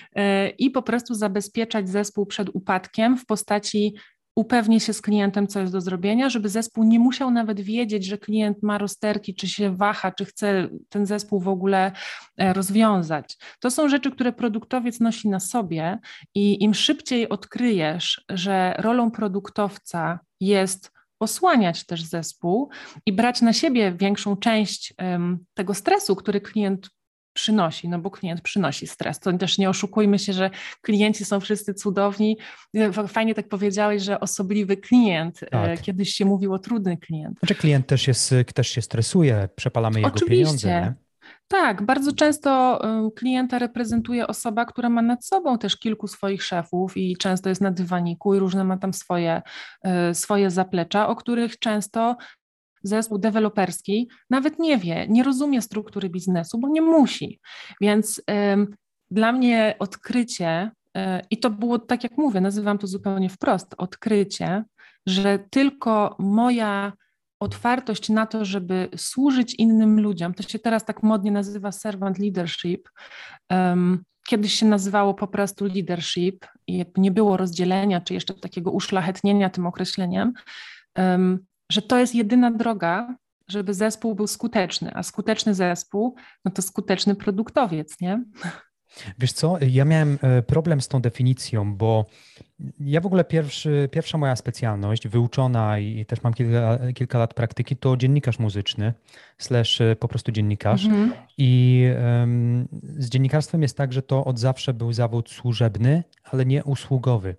i po prostu zabezpieczać zespół przed upadkiem w postaci: upewnij się z klientem, co jest do zrobienia, żeby zespół nie musiał nawet wiedzieć, że klient ma rozterki, czy się waha, czy chce ten zespół w ogóle rozwiązać. To są rzeczy, które produktowiec nosi na sobie i im szybciej odkryjesz, że rolą produktowca jest osłaniać też zespół i brać na siebie większą część um, tego stresu, który klient przynosi, no bo klient przynosi stres. To też nie oszukujmy się, że klienci są wszyscy cudowni. Fajnie tak powiedziałeś, że osobliwy klient. Tak. Kiedyś się mówiło trudny klient. Znaczy klient też, jest, też się stresuje, przepalamy jego Oczywiście. pieniądze. Nie? Tak, bardzo często klienta reprezentuje osoba, która ma nad sobą też kilku swoich szefów i często jest na dywaniku i różne ma tam swoje, swoje zaplecza, o których często zespół deweloperski nawet nie wie, nie rozumie struktury biznesu, bo nie musi. Więc ym, dla mnie odkrycie, y, i to było, tak jak mówię, nazywam to zupełnie wprost, odkrycie, że tylko moja otwartość na to, żeby służyć innym ludziom, to się teraz tak modnie nazywa servant leadership, um, kiedyś się nazywało po prostu leadership i nie było rozdzielenia, czy jeszcze takiego uszlachetnienia tym określeniem, um, że to jest jedyna droga, żeby zespół był skuteczny, a skuteczny zespół, no to skuteczny produktowiec, nie? Wiesz co, ja miałem problem z tą definicją, bo ja w ogóle pierwszy, pierwsza moja specjalność, wyuczona i też mam kilka, kilka lat praktyki, to dziennikarz muzyczny, slash po prostu dziennikarz. Mhm. I um, z dziennikarstwem jest tak, że to od zawsze był zawód służebny, ale nie usługowy.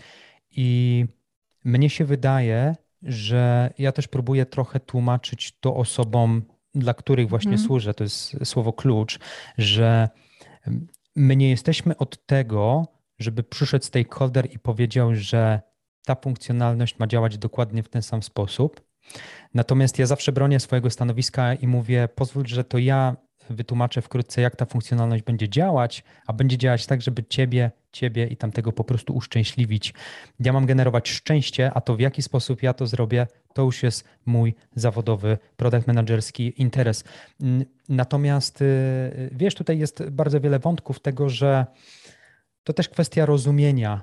I mnie się wydaje, że ja też próbuję trochę tłumaczyć to osobom, dla których właśnie mhm. służę, to jest słowo klucz, że my nie jesteśmy od tego, żeby przyszedł stakeholder i powiedział, że ta funkcjonalność ma działać dokładnie w ten sam sposób. Natomiast ja zawsze bronię swojego stanowiska i mówię, pozwól, że to ja wytłumaczę wkrótce, jak ta funkcjonalność będzie działać, a będzie działać tak, żeby ciebie, ciebie i tamtego po prostu uszczęśliwić. Ja mam generować szczęście, a to w jaki sposób ja to zrobię, to już jest mój zawodowy, product managerski interes. Natomiast wiesz, tutaj jest bardzo wiele wątków tego, że to też kwestia rozumienia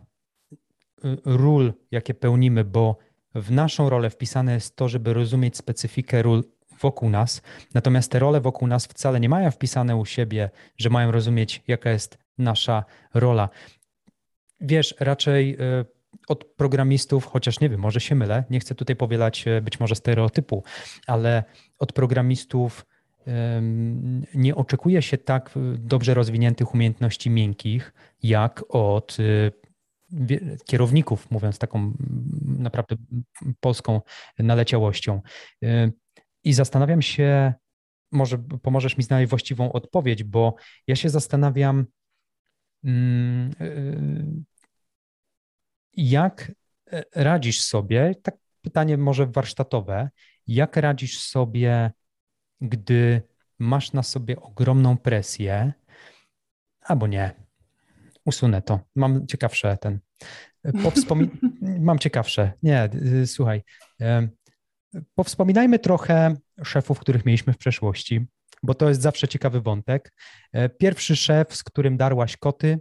ról, jakie pełnimy, bo w naszą rolę wpisane jest to, żeby rozumieć specyfikę ról wokół nas, natomiast te role wokół nas wcale nie mają wpisane u siebie, że mają rozumieć, jaka jest nasza rola. Wiesz, raczej od programistów, chociaż nie wiem, może się mylę, nie chcę tutaj powielać być może stereotypu, ale od programistów nie oczekuje się tak dobrze rozwiniętych umiejętności miękkich, jak od kierowników, mówiąc taką naprawdę polską naleciałością. I zastanawiam się, może pomożesz mi znaleźć właściwą odpowiedź, bo ja się zastanawiam, jak radzisz sobie, tak pytanie może warsztatowe, jak radzisz sobie, gdy masz na sobie ogromną presję, albo nie, usunę to, mam ciekawsze ten, powspomin- mam ciekawsze, nie, słuchaj, powspominajmy trochę szefów, których mieliśmy w przeszłości, bo to jest zawsze ciekawy wątek. Pierwszy szef, z którym darłaś koty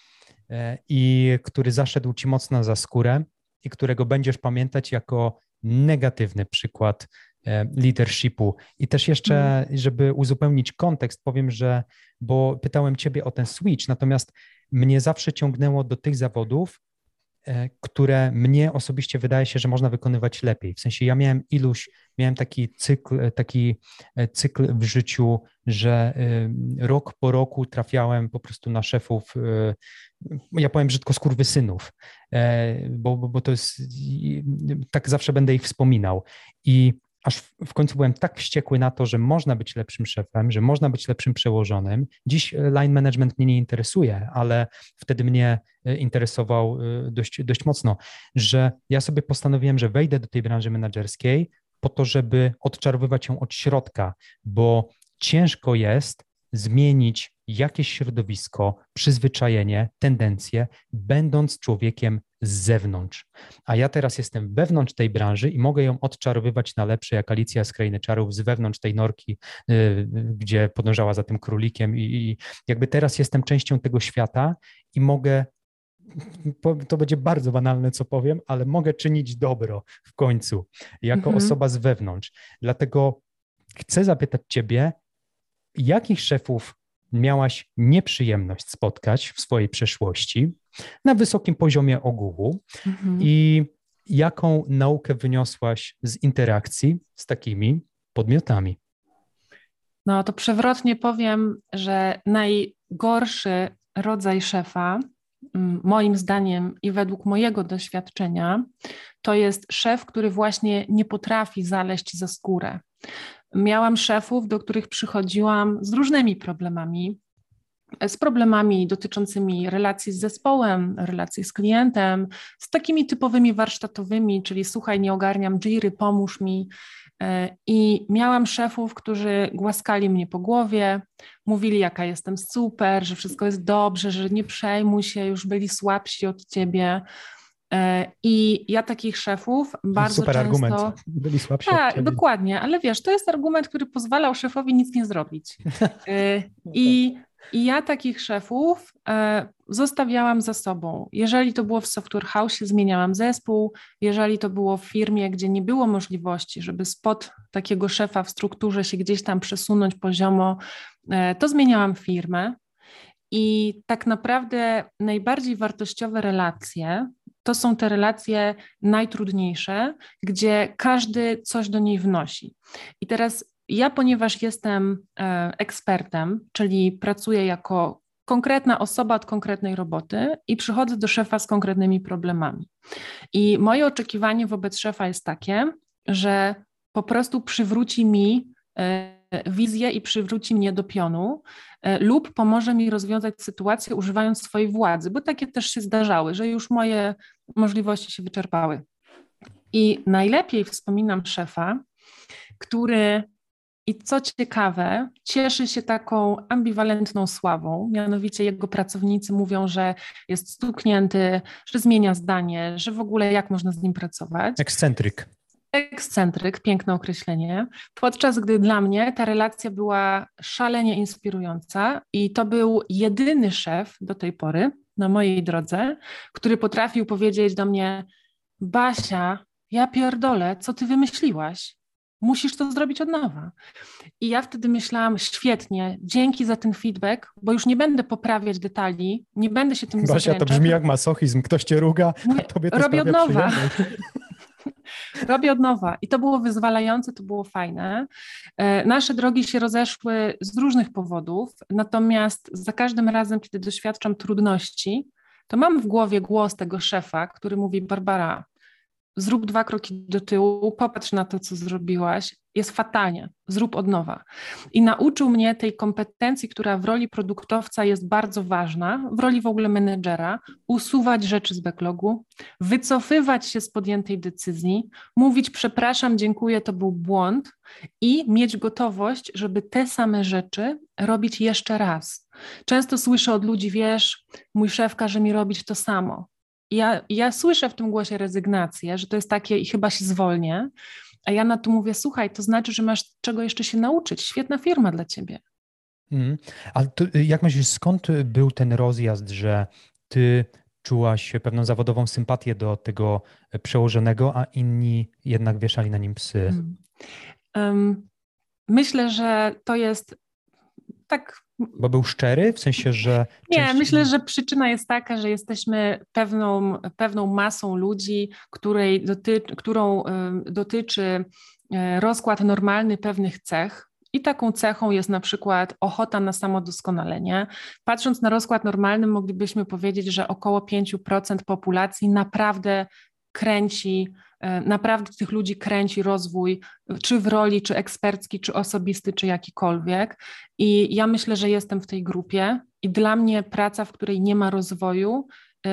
i który zaszedł ci mocno za skórę i którego będziesz pamiętać jako negatywny przykład leadershipu. I też jeszcze, żeby uzupełnić kontekst, powiem, że, bo pytałem ciebie o ten switch, natomiast mnie zawsze ciągnęło do tych zawodów, które mnie osobiście wydaje się, że można wykonywać lepiej. W sensie ja miałem iluś, miałem taki cykl, taki cykl w życiu, że rok po roku trafiałem po prostu na szefów, ja powiem brzydko, skurwysynów, bo, bo, bo to jest, tak zawsze będę ich wspominał. I aż w końcu byłem tak wściekły na to, że można być lepszym szefem, że można być lepszym przełożonym. Dziś line management mnie nie interesuje, ale wtedy mnie interesował dość, dość mocno, że ja sobie postanowiłem, że wejdę do tej branży menedżerskiej po to, żeby odczarowywać ją od środka, bo ciężko jest zmienić jakieś środowisko, przyzwyczajenie, tendencje, będąc człowiekiem z zewnątrz. A ja teraz jestem wewnątrz tej branży i mogę ją odczarowywać na lepsze, jak Alicja z Krainy Czarów, z wewnątrz tej norki, yy, gdzie podążała za tym królikiem i, i jakby teraz jestem częścią tego świata i mogę, to będzie bardzo banalne, co powiem, ale mogę czynić dobro w końcu, jako mhm. osoba z wewnątrz. Dlatego chcę zapytać ciebie, jakich szefów miałaś nieprzyjemność spotkać w swojej przeszłości na wysokim poziomie ogółu mhm. i jaką naukę wyniosłaś z interakcji z takimi podmiotami? No to przewrotnie powiem, że najgorszy rodzaj szefa, moim zdaniem i według mojego doświadczenia, to jest szef, który właśnie nie potrafi zaleźć za skórę. Miałam szefów, do których przychodziłam z różnymi problemami, z problemami dotyczącymi relacji z zespołem, relacji z klientem, z takimi typowymi warsztatowymi, czyli słuchaj, nie ogarniam Jiry, pomóż mi. I miałam szefów, którzy głaskali mnie po głowie, mówili, jaka jestem super, że wszystko jest dobrze, że nie przejmuj się, już byli słabsi od ciebie. I ja takich szefów bardzo super często... argument, byli słabsi od Tak, ciebie. dokładnie, ale wiesz, to jest argument, który pozwalał szefowi nic nie zrobić. I, i ja takich szefów zostawiałam za sobą. Jeżeli to było w Software House, zmieniałam zespół. Jeżeli to było w firmie, gdzie nie było możliwości, żeby spod takiego szefa w strukturze się gdzieś tam przesunąć poziomo, to zmieniałam firmę. I tak naprawdę najbardziej wartościowe relacje to są te relacje najtrudniejsze, gdzie każdy coś do niej wnosi. I teraz ja, ponieważ jestem ekspertem, czyli pracuję jako konkretna osoba od konkretnej roboty i przychodzę do szefa z konkretnymi problemami. I moje oczekiwanie wobec szefa jest takie, że po prostu przywróci mi wizję i przywróci mnie do pionu lub pomoże mi rozwiązać sytuację używając swojej władzy, bo takie też się zdarzały, że już moje możliwości się wyczerpały. I najlepiej wspominam szefa, który, i co ciekawe, cieszy się taką ambiwalentną sławą, mianowicie jego pracownicy mówią, że jest stuknięty, że zmienia zdanie, że w ogóle jak można z nim pracować. Ekscentryk. Ekscentryk, piękne określenie, podczas gdy dla mnie ta relacja była szalenie inspirująca i to był jedyny szef do tej pory na mojej drodze, który potrafił powiedzieć do mnie: Basia, ja pierdolę, co ty wymyśliłaś? Musisz to zrobić od nowa. I ja wtedy myślałam, świetnie, dzięki za ten feedback, bo już nie będę poprawiać detali, nie będę się tym Basia, zadręczać. to brzmi jak masochizm, ktoś cię ruga, a tobie to robię od nowa. przyjemność. Robię od nowa i to było wyzwalające, to było fajne. Nasze drogi się rozeszły z różnych powodów, natomiast za każdym razem, kiedy doświadczam trudności, to mam w głowie głos tego szefa, który mówi: Barbara, zrób dwa kroki do tyłu, popatrz na to, co zrobiłaś, jest fatalnie, zrób od nowa. I nauczył mnie tej kompetencji, która w roli produktowca jest bardzo ważna, w roli w ogóle menedżera, usuwać rzeczy z backlogu, wycofywać się z podjętej decyzji, mówić: przepraszam, dziękuję, to był błąd, i mieć gotowość, żeby te same rzeczy robić jeszcze raz. Często słyszę od ludzi: wiesz, mój szef każe mi robić to samo. Ja, ja słyszę w tym głosie rezygnację, że to jest takie i chyba się zwolnię, a ja na to mówię: słuchaj, to znaczy, że masz czego jeszcze się nauczyć. Świetna firma dla ciebie. Mm. Ale to, jak myślisz, skąd był ten rozjazd, że ty czułaś pewną zawodową sympatię do tego przełożonego, a inni jednak wieszali na nim psy? Hmm. Um, myślę, że to jest tak... Bo był szczery, w sensie, że... Nie, część... myślę, że przyczyna jest taka, że jesteśmy pewną, pewną masą ludzi, której doty, którą y, dotyczy y, rozkład normalny pewnych cech. I taką cechą jest na przykład ochota na samodoskonalenie. Patrząc na rozkład normalny, moglibyśmy powiedzieć, że około pięć procent populacji naprawdę kręci, naprawdę tych ludzi kręci rozwój, czy w roli, czy ekspercki, czy osobisty, czy jakikolwiek. I ja myślę, że jestem w tej grupie i dla mnie praca, w której nie ma rozwoju,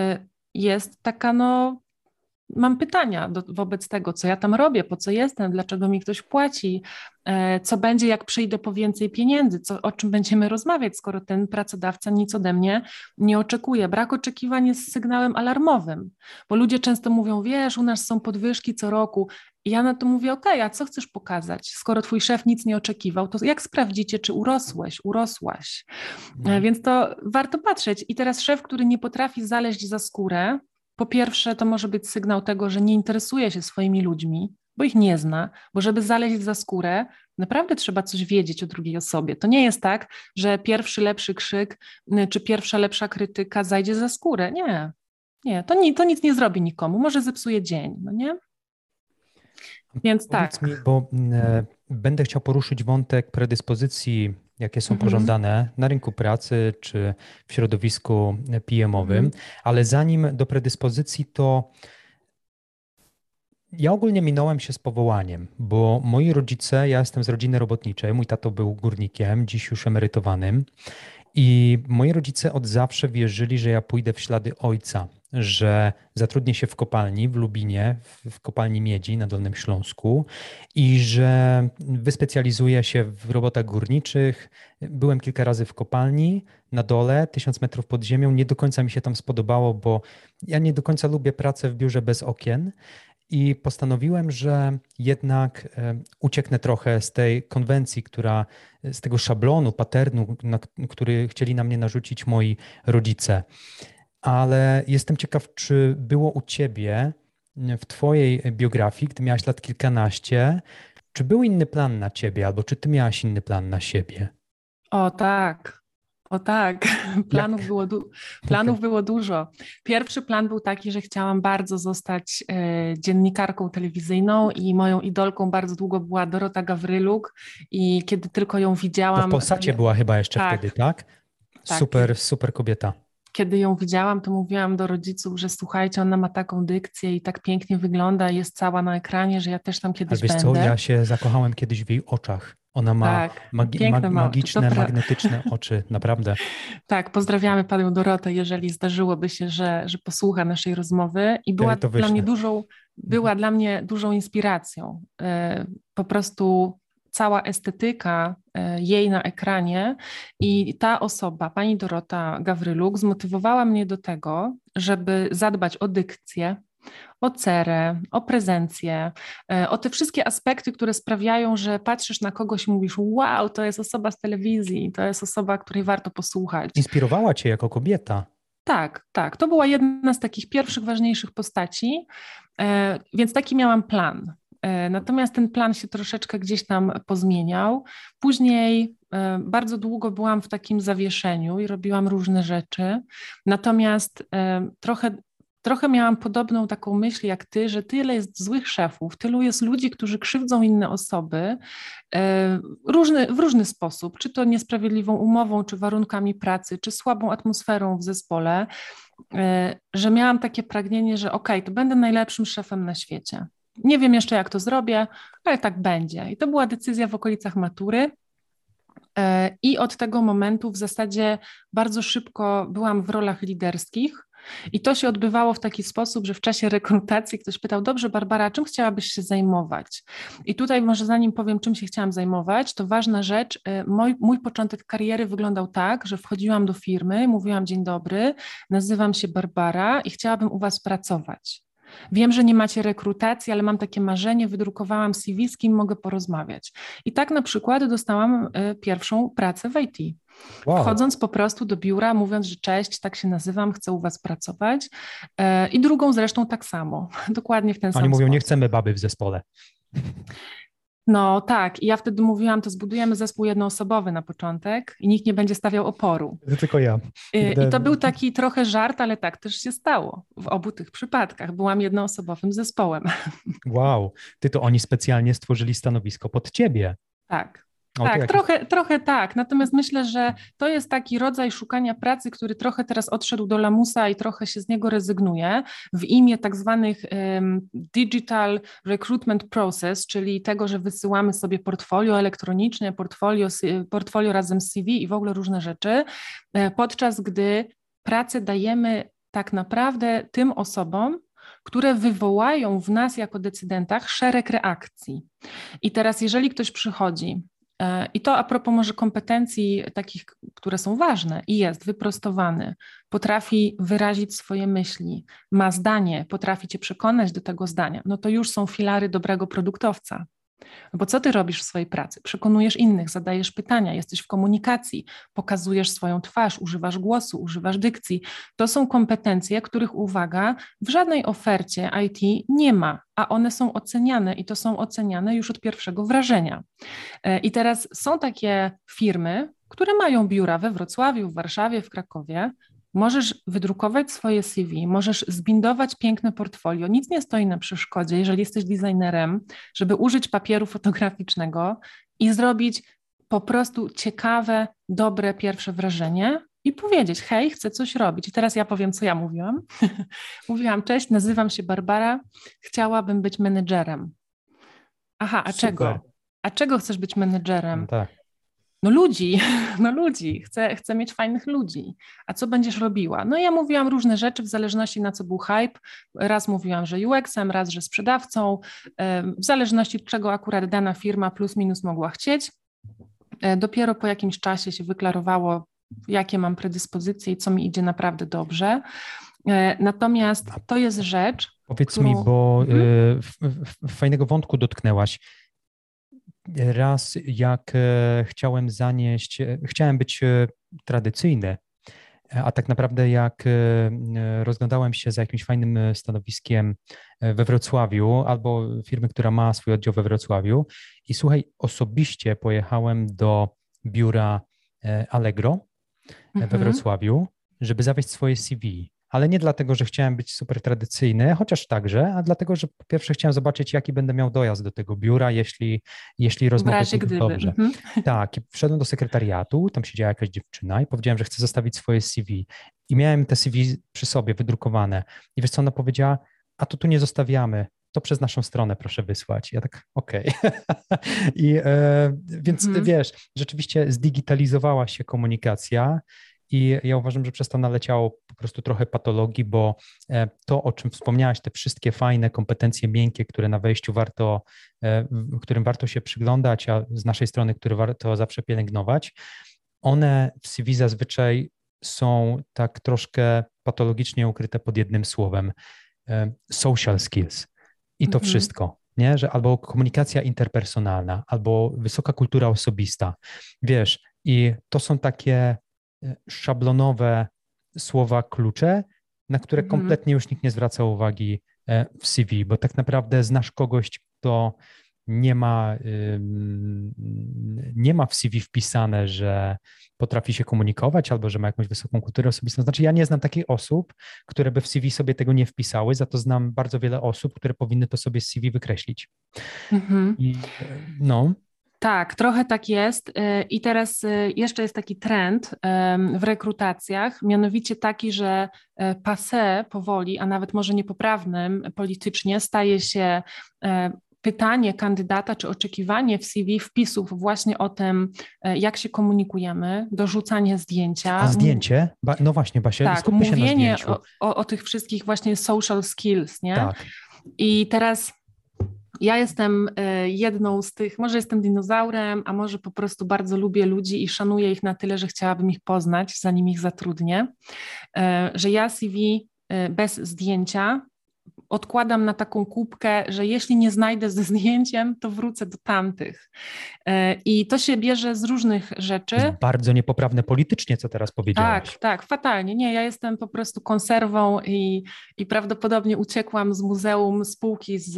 jest taka, no, mam pytania do, wobec tego, co ja tam robię, po co jestem, dlaczego mi ktoś płaci, co będzie, jak przyjdę po więcej pieniędzy, co, o czym będziemy rozmawiać, skoro ten pracodawca nic ode mnie nie oczekuje. Brak oczekiwań jest sygnałem alarmowym, bo ludzie często mówią: wiesz, u nas są podwyżki co roku. I ja na to mówię: okej, okay, a co chcesz pokazać? Skoro twój szef nic nie oczekiwał, to jak sprawdzicie, czy urosłeś, urosłaś? Hmm. Więc to warto patrzeć. I teraz szef, który nie potrafi zaleźć za skórę, po pierwsze, to może być sygnał tego, że nie interesuje się swoimi ludźmi, bo ich nie zna, bo żeby zaleźć za skórę, naprawdę trzeba coś wiedzieć o drugiej osobie. To nie jest tak, że pierwszy lepszy krzyk czy pierwsza lepsza krytyka zajdzie za skórę. Nie, nie, to, ni- to nic nie zrobi nikomu, może zepsuje dzień, no nie? Więc Powiedz tak. mi, bo e, będę chciał poruszyć wątek predyspozycji, jakie są Mhm. pożądane na rynku pracy czy w środowisku P M-owym, Mhm. ale zanim do predyspozycji, to ja ogólnie minąłem się z powołaniem, bo moi rodzice, ja jestem z rodziny robotniczej, mój tato był górnikiem, dziś już emerytowanym, I moi rodzice od zawsze wierzyli, że ja pójdę w ślady ojca, że zatrudnię się w kopalni w Lubinie, w kopalni miedzi na Dolnym Śląsku i że wyspecjalizuję się w robotach górniczych. Byłem kilka razy w kopalni na dole, tysiąc metrów pod ziemią. Nie do końca mi się tam spodobało, bo ja nie do końca lubię pracę w biurze bez okien. I postanowiłem, że jednak e, ucieknę trochę z tej konwencji, która, z tego szablonu, paternu, na, który chcieli na mnie narzucić moi rodzice. Ale jestem ciekaw, czy było u ciebie w twojej biografii, gdy miałaś lat kilkanaście, czy był inny plan na ciebie, albo czy ty miałaś inny plan na siebie? O tak, o tak. Jak? Planów było, du- planów Okay. było dużo. Pierwszy plan był taki, że chciałam bardzo zostać e, dziennikarką telewizyjną i moją idolką bardzo długo była Dorota Gawryluk i kiedy tylko ją To w widziałam, Polsacie ja- była chyba jeszcze tak, wtedy, tak? tak, Super, super kobieta. kiedy ją widziałam, to mówiłam do rodziców, że słuchajcie, ona ma taką dykcję i tak pięknie wygląda, jest cała na ekranie, że ja też tam Ale kiedyś wiesz co, będę. ja się zakochałem kiedyś w jej oczach. Ona ma Tak, magi piękne mag ma oczy, to magiczne, pra- magnetyczne oczy, naprawdę. Tak, pozdrawiamy panią Dorotę, jeżeli zdarzyłoby się, że, że posłucha naszej rozmowy i Ja była jej to dla mnie wyślę. dużą, była dla mnie dużą inspiracją. E, Po prostu cała estetyka e, jej na ekranie i ta osoba, pani Dorota Gawryluk, zmotywowała mnie do tego, żeby zadbać o dykcję, o cerę, o prezencję, e, o te wszystkie aspekty, które sprawiają, że patrzysz na kogoś i mówisz: wow, to jest osoba z telewizji, to jest osoba, której warto posłuchać. Inspirowała cię jako kobieta. Tak, tak. To była jedna z takich pierwszych, ważniejszych postaci, e, więc taki miałam plan. E, Natomiast ten plan się troszeczkę gdzieś tam pozmieniał. Później e, bardzo długo byłam w takim zawieszeniu i robiłam różne rzeczy. Natomiast e, trochę Trochę miałam podobną taką myśl jak ty, że tyle jest złych szefów, tylu jest ludzi, którzy krzywdzą inne osoby e, różny, w różny sposób, czy to niesprawiedliwą umową, czy warunkami pracy, czy słabą atmosferą w zespole, e, że miałam takie pragnienie, że okej, okay, to będę najlepszym szefem na świecie. Nie wiem jeszcze, jak to zrobię, ale tak będzie. I to była decyzja w okolicach matury. E, I od tego momentu w zasadzie bardzo szybko byłam w rolach liderskich. I to się odbywało w taki sposób, że w czasie rekrutacji ktoś pytał: dobrze, Barbara, czym chciałabyś się zajmować? I tutaj może zanim powiem, czym się chciałam zajmować, to ważna rzecz, mój, mój początek kariery wyglądał tak, że wchodziłam do firmy, mówiłam: dzień dobry, nazywam się Barbara i chciałabym u was pracować. Wiem, że nie macie rekrutacji, ale mam takie marzenie, wydrukowałam C V, z kim mogę porozmawiać. I tak na przykład dostałam pierwszą pracę w I T. Wow. Wchodząc po prostu do biura, mówiąc, że cześć, tak się nazywam, chcę u was pracować. I drugą zresztą tak samo, dokładnie w ten Oni sam mówią: sposób. Nie chcemy baby w zespole. No tak, i ja wtedy mówiłam, to zbudujemy zespół jednoosobowy na początek i nikt nie będzie stawiał oporu. To tylko ja. I to był taki trochę żart, ale tak też się stało w obu tych przypadkach. Byłam jednoosobowym zespołem. Wow, ty to oni specjalnie stworzyli stanowisko pod ciebie. Tak. O, tak, jakiś... trochę, trochę tak. Natomiast myślę, że to jest taki rodzaj szukania pracy, który trochę teraz odszedł do lamusa i trochę się z niego rezygnuje w imię tak zwanych um, digital recruitment process, czyli tego, że wysyłamy sobie portfolio elektroniczne, portfolio, portfolio razem z C V i w ogóle różne rzeczy, podczas gdy pracę dajemy tak naprawdę tym osobom, które wywołają w nas jako decydentach szereg reakcji. I teraz jeżeli ktoś przychodzi, i to a propos może kompetencji takich, które są ważne i jest wyprostowany, potrafi wyrazić swoje myśli, ma zdanie, potrafi cię przekonać do tego zdania, no to już są filary dobrego produktowca. Bo co ty robisz w swojej pracy? Przekonujesz innych, zadajesz pytania, jesteś w komunikacji, pokazujesz swoją twarz, używasz głosu, używasz dykcji. To są kompetencje, których, uwaga, w żadnej ofercie I T nie ma, a one są oceniane i to są oceniane już od pierwszego wrażenia. I teraz są takie firmy, które mają biura we Wrocławiu, w Warszawie, w Krakowie. Możesz wydrukować swoje C V, możesz zbindować piękne portfolio, nic nie stoi na przeszkodzie, jeżeli jesteś designerem, żeby użyć papieru fotograficznego i zrobić po prostu ciekawe, dobre pierwsze wrażenie i powiedzieć: hej, chcę coś robić. I teraz ja powiem, co ja mówiłam. Mówiłam: cześć, nazywam się Barbara, chciałabym być menedżerem. Aha, a Super. czego? A czego chcesz być menedżerem? No tak. No ludzi, no ludzi, chcę, chcę mieć fajnych ludzi. A co będziesz robiła? No ja mówiłam różne rzeczy w zależności na co był hype. Raz mówiłam, że U X-em, raz, że sprzedawcą, w zależności od czego akurat dana firma plus minus mogła chcieć. Dopiero po jakimś czasie się wyklarowało, jakie mam predyspozycje i co mi idzie naprawdę dobrze. Natomiast to jest rzecz, Powiedz którą... mi, bo mhm. y, fajnego wątku dotknęłaś. Raz jak e, chciałem zanieść, e, chciałem być e, tradycyjny, a tak naprawdę jak e, rozglądałem się za jakimś fajnym e, stanowiskiem e, we Wrocławiu albo firmy, która ma swój oddział we Wrocławiu i słuchaj, osobiście pojechałem do biura e, Allegro e, we Mhm. Wrocławiu, żeby zawieźć swoje C V. Ale nie dlatego, że chciałem być super tradycyjny, chociaż także, a dlatego, że po pierwsze chciałem zobaczyć, jaki będę miał dojazd do tego biura, jeśli, jeśli W rozmowy razie pójdą gdyby. dobrze. Mhm. Tak, i wszedłem do sekretariatu, tam siedziała jakaś dziewczyna i powiedziałem, że chcę zostawić swoje C V. I miałem te C V przy sobie wydrukowane. I wiesz co ona powiedziała? A to tu nie zostawiamy, to przez naszą stronę proszę wysłać. Ja tak, okej. Okay. I e, więc Mhm. wiesz, rzeczywiście zdigitalizowała się komunikacja. I ja uważam, że przez to naleciało po prostu trochę patologii, bo to, o czym wspomniałaś, te wszystkie fajne kompetencje miękkie, które na wejściu warto, którym warto się przyglądać, a z naszej strony, które warto zawsze pielęgnować, one w C V zazwyczaj są tak troszkę patologicznie ukryte pod jednym słowem. Social skills. I to Mhm. wszystko. Nie? Że albo komunikacja interpersonalna, albo wysoka kultura osobista. Wiesz, i to są takie szablonowe słowa klucze, na które Mhm. kompletnie już nikt nie zwraca uwagi w C V, bo tak naprawdę znasz kogoś, kto nie ma, nie ma w C V wpisane, że potrafi się komunikować albo że ma jakąś wysoką kulturę osobistą. Znaczy ja nie znam takich osób, które by w C V sobie tego nie wpisały, za to znam bardzo wiele osób, które powinny to sobie z C V wykreślić. Mhm. I no... Tak, trochę tak jest i teraz jeszcze jest taki trend w rekrutacjach, mianowicie taki, że passé powoli, a nawet może niepoprawnym politycznie staje się pytanie kandydata czy oczekiwanie w C V wpisów właśnie o tym, jak się komunikujemy, dorzucanie zdjęcia. A zdjęcie? Ba, no właśnie, Basia, tak, skupmy się na mówienie zdjęciu. o, o, o tych wszystkich właśnie social skills, nie? Tak. I teraz... Ja jestem jedną z tych, może jestem dinozaurem, a może po prostu bardzo lubię ludzi i szanuję ich na tyle, że chciałabym ich poznać, zanim ich zatrudnię, że ja C V bez zdjęcia odkładam na taką kubkę, że jeśli nie znajdę ze zdjęciem, to wrócę do tamtych. I to się bierze z różnych rzeczy. To jest bardzo niepoprawne politycznie, co teraz powiedziałaś. Tak, tak, fatalnie. Nie, ja jestem po prostu konserwą i, i prawdopodobnie uciekłam z muzeum spółki z,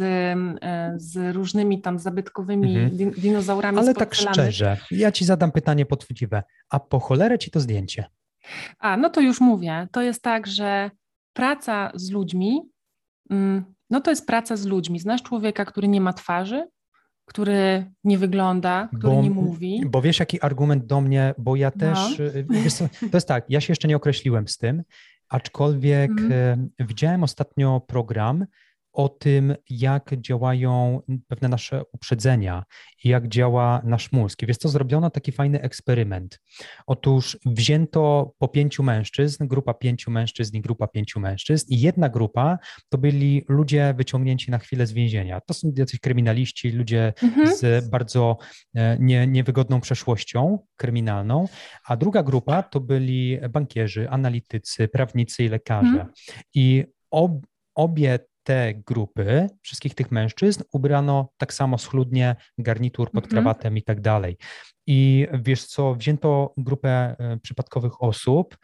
z różnymi tam zabytkowymi mhm. din, dinozaurami. Ale tak szczerze, ja ci zadam pytanie podchwytliwe. A po cholerę ci to zdjęcie? A, no to już mówię. To jest tak, że praca z ludźmi, no to jest praca z ludźmi. Znasz człowieka, który nie ma twarzy, który nie wygląda, który bo, nie mówi. Bo wiesz, jaki argument do mnie, bo ja też, no. wiesz, to jest tak, ja się jeszcze nie określiłem z tym, aczkolwiek mm. widziałem ostatnio program o tym, jak działają pewne nasze uprzedzenia i jak działa nasz mózg. I wiesz co, zrobiono taki fajny eksperyment. Otóż wzięto po pięciu mężczyzn, grupa pięciu mężczyzn i grupa pięciu mężczyzn i jedna grupa to byli ludzie wyciągnięci na chwilę z więzienia. To są jacyś kryminaliści, ludzie mhm. z bardzo nie, niewygodną przeszłością kryminalną, a druga grupa to byli bankierzy, analitycy, prawnicy i lekarze. Mhm. I ob, obie te grupy, wszystkich tych mężczyzn ubrano tak samo schludnie, garnitur pod krawatem mm-hmm. i tak dalej. I wiesz co, wzięto grupę przypadkowych osób,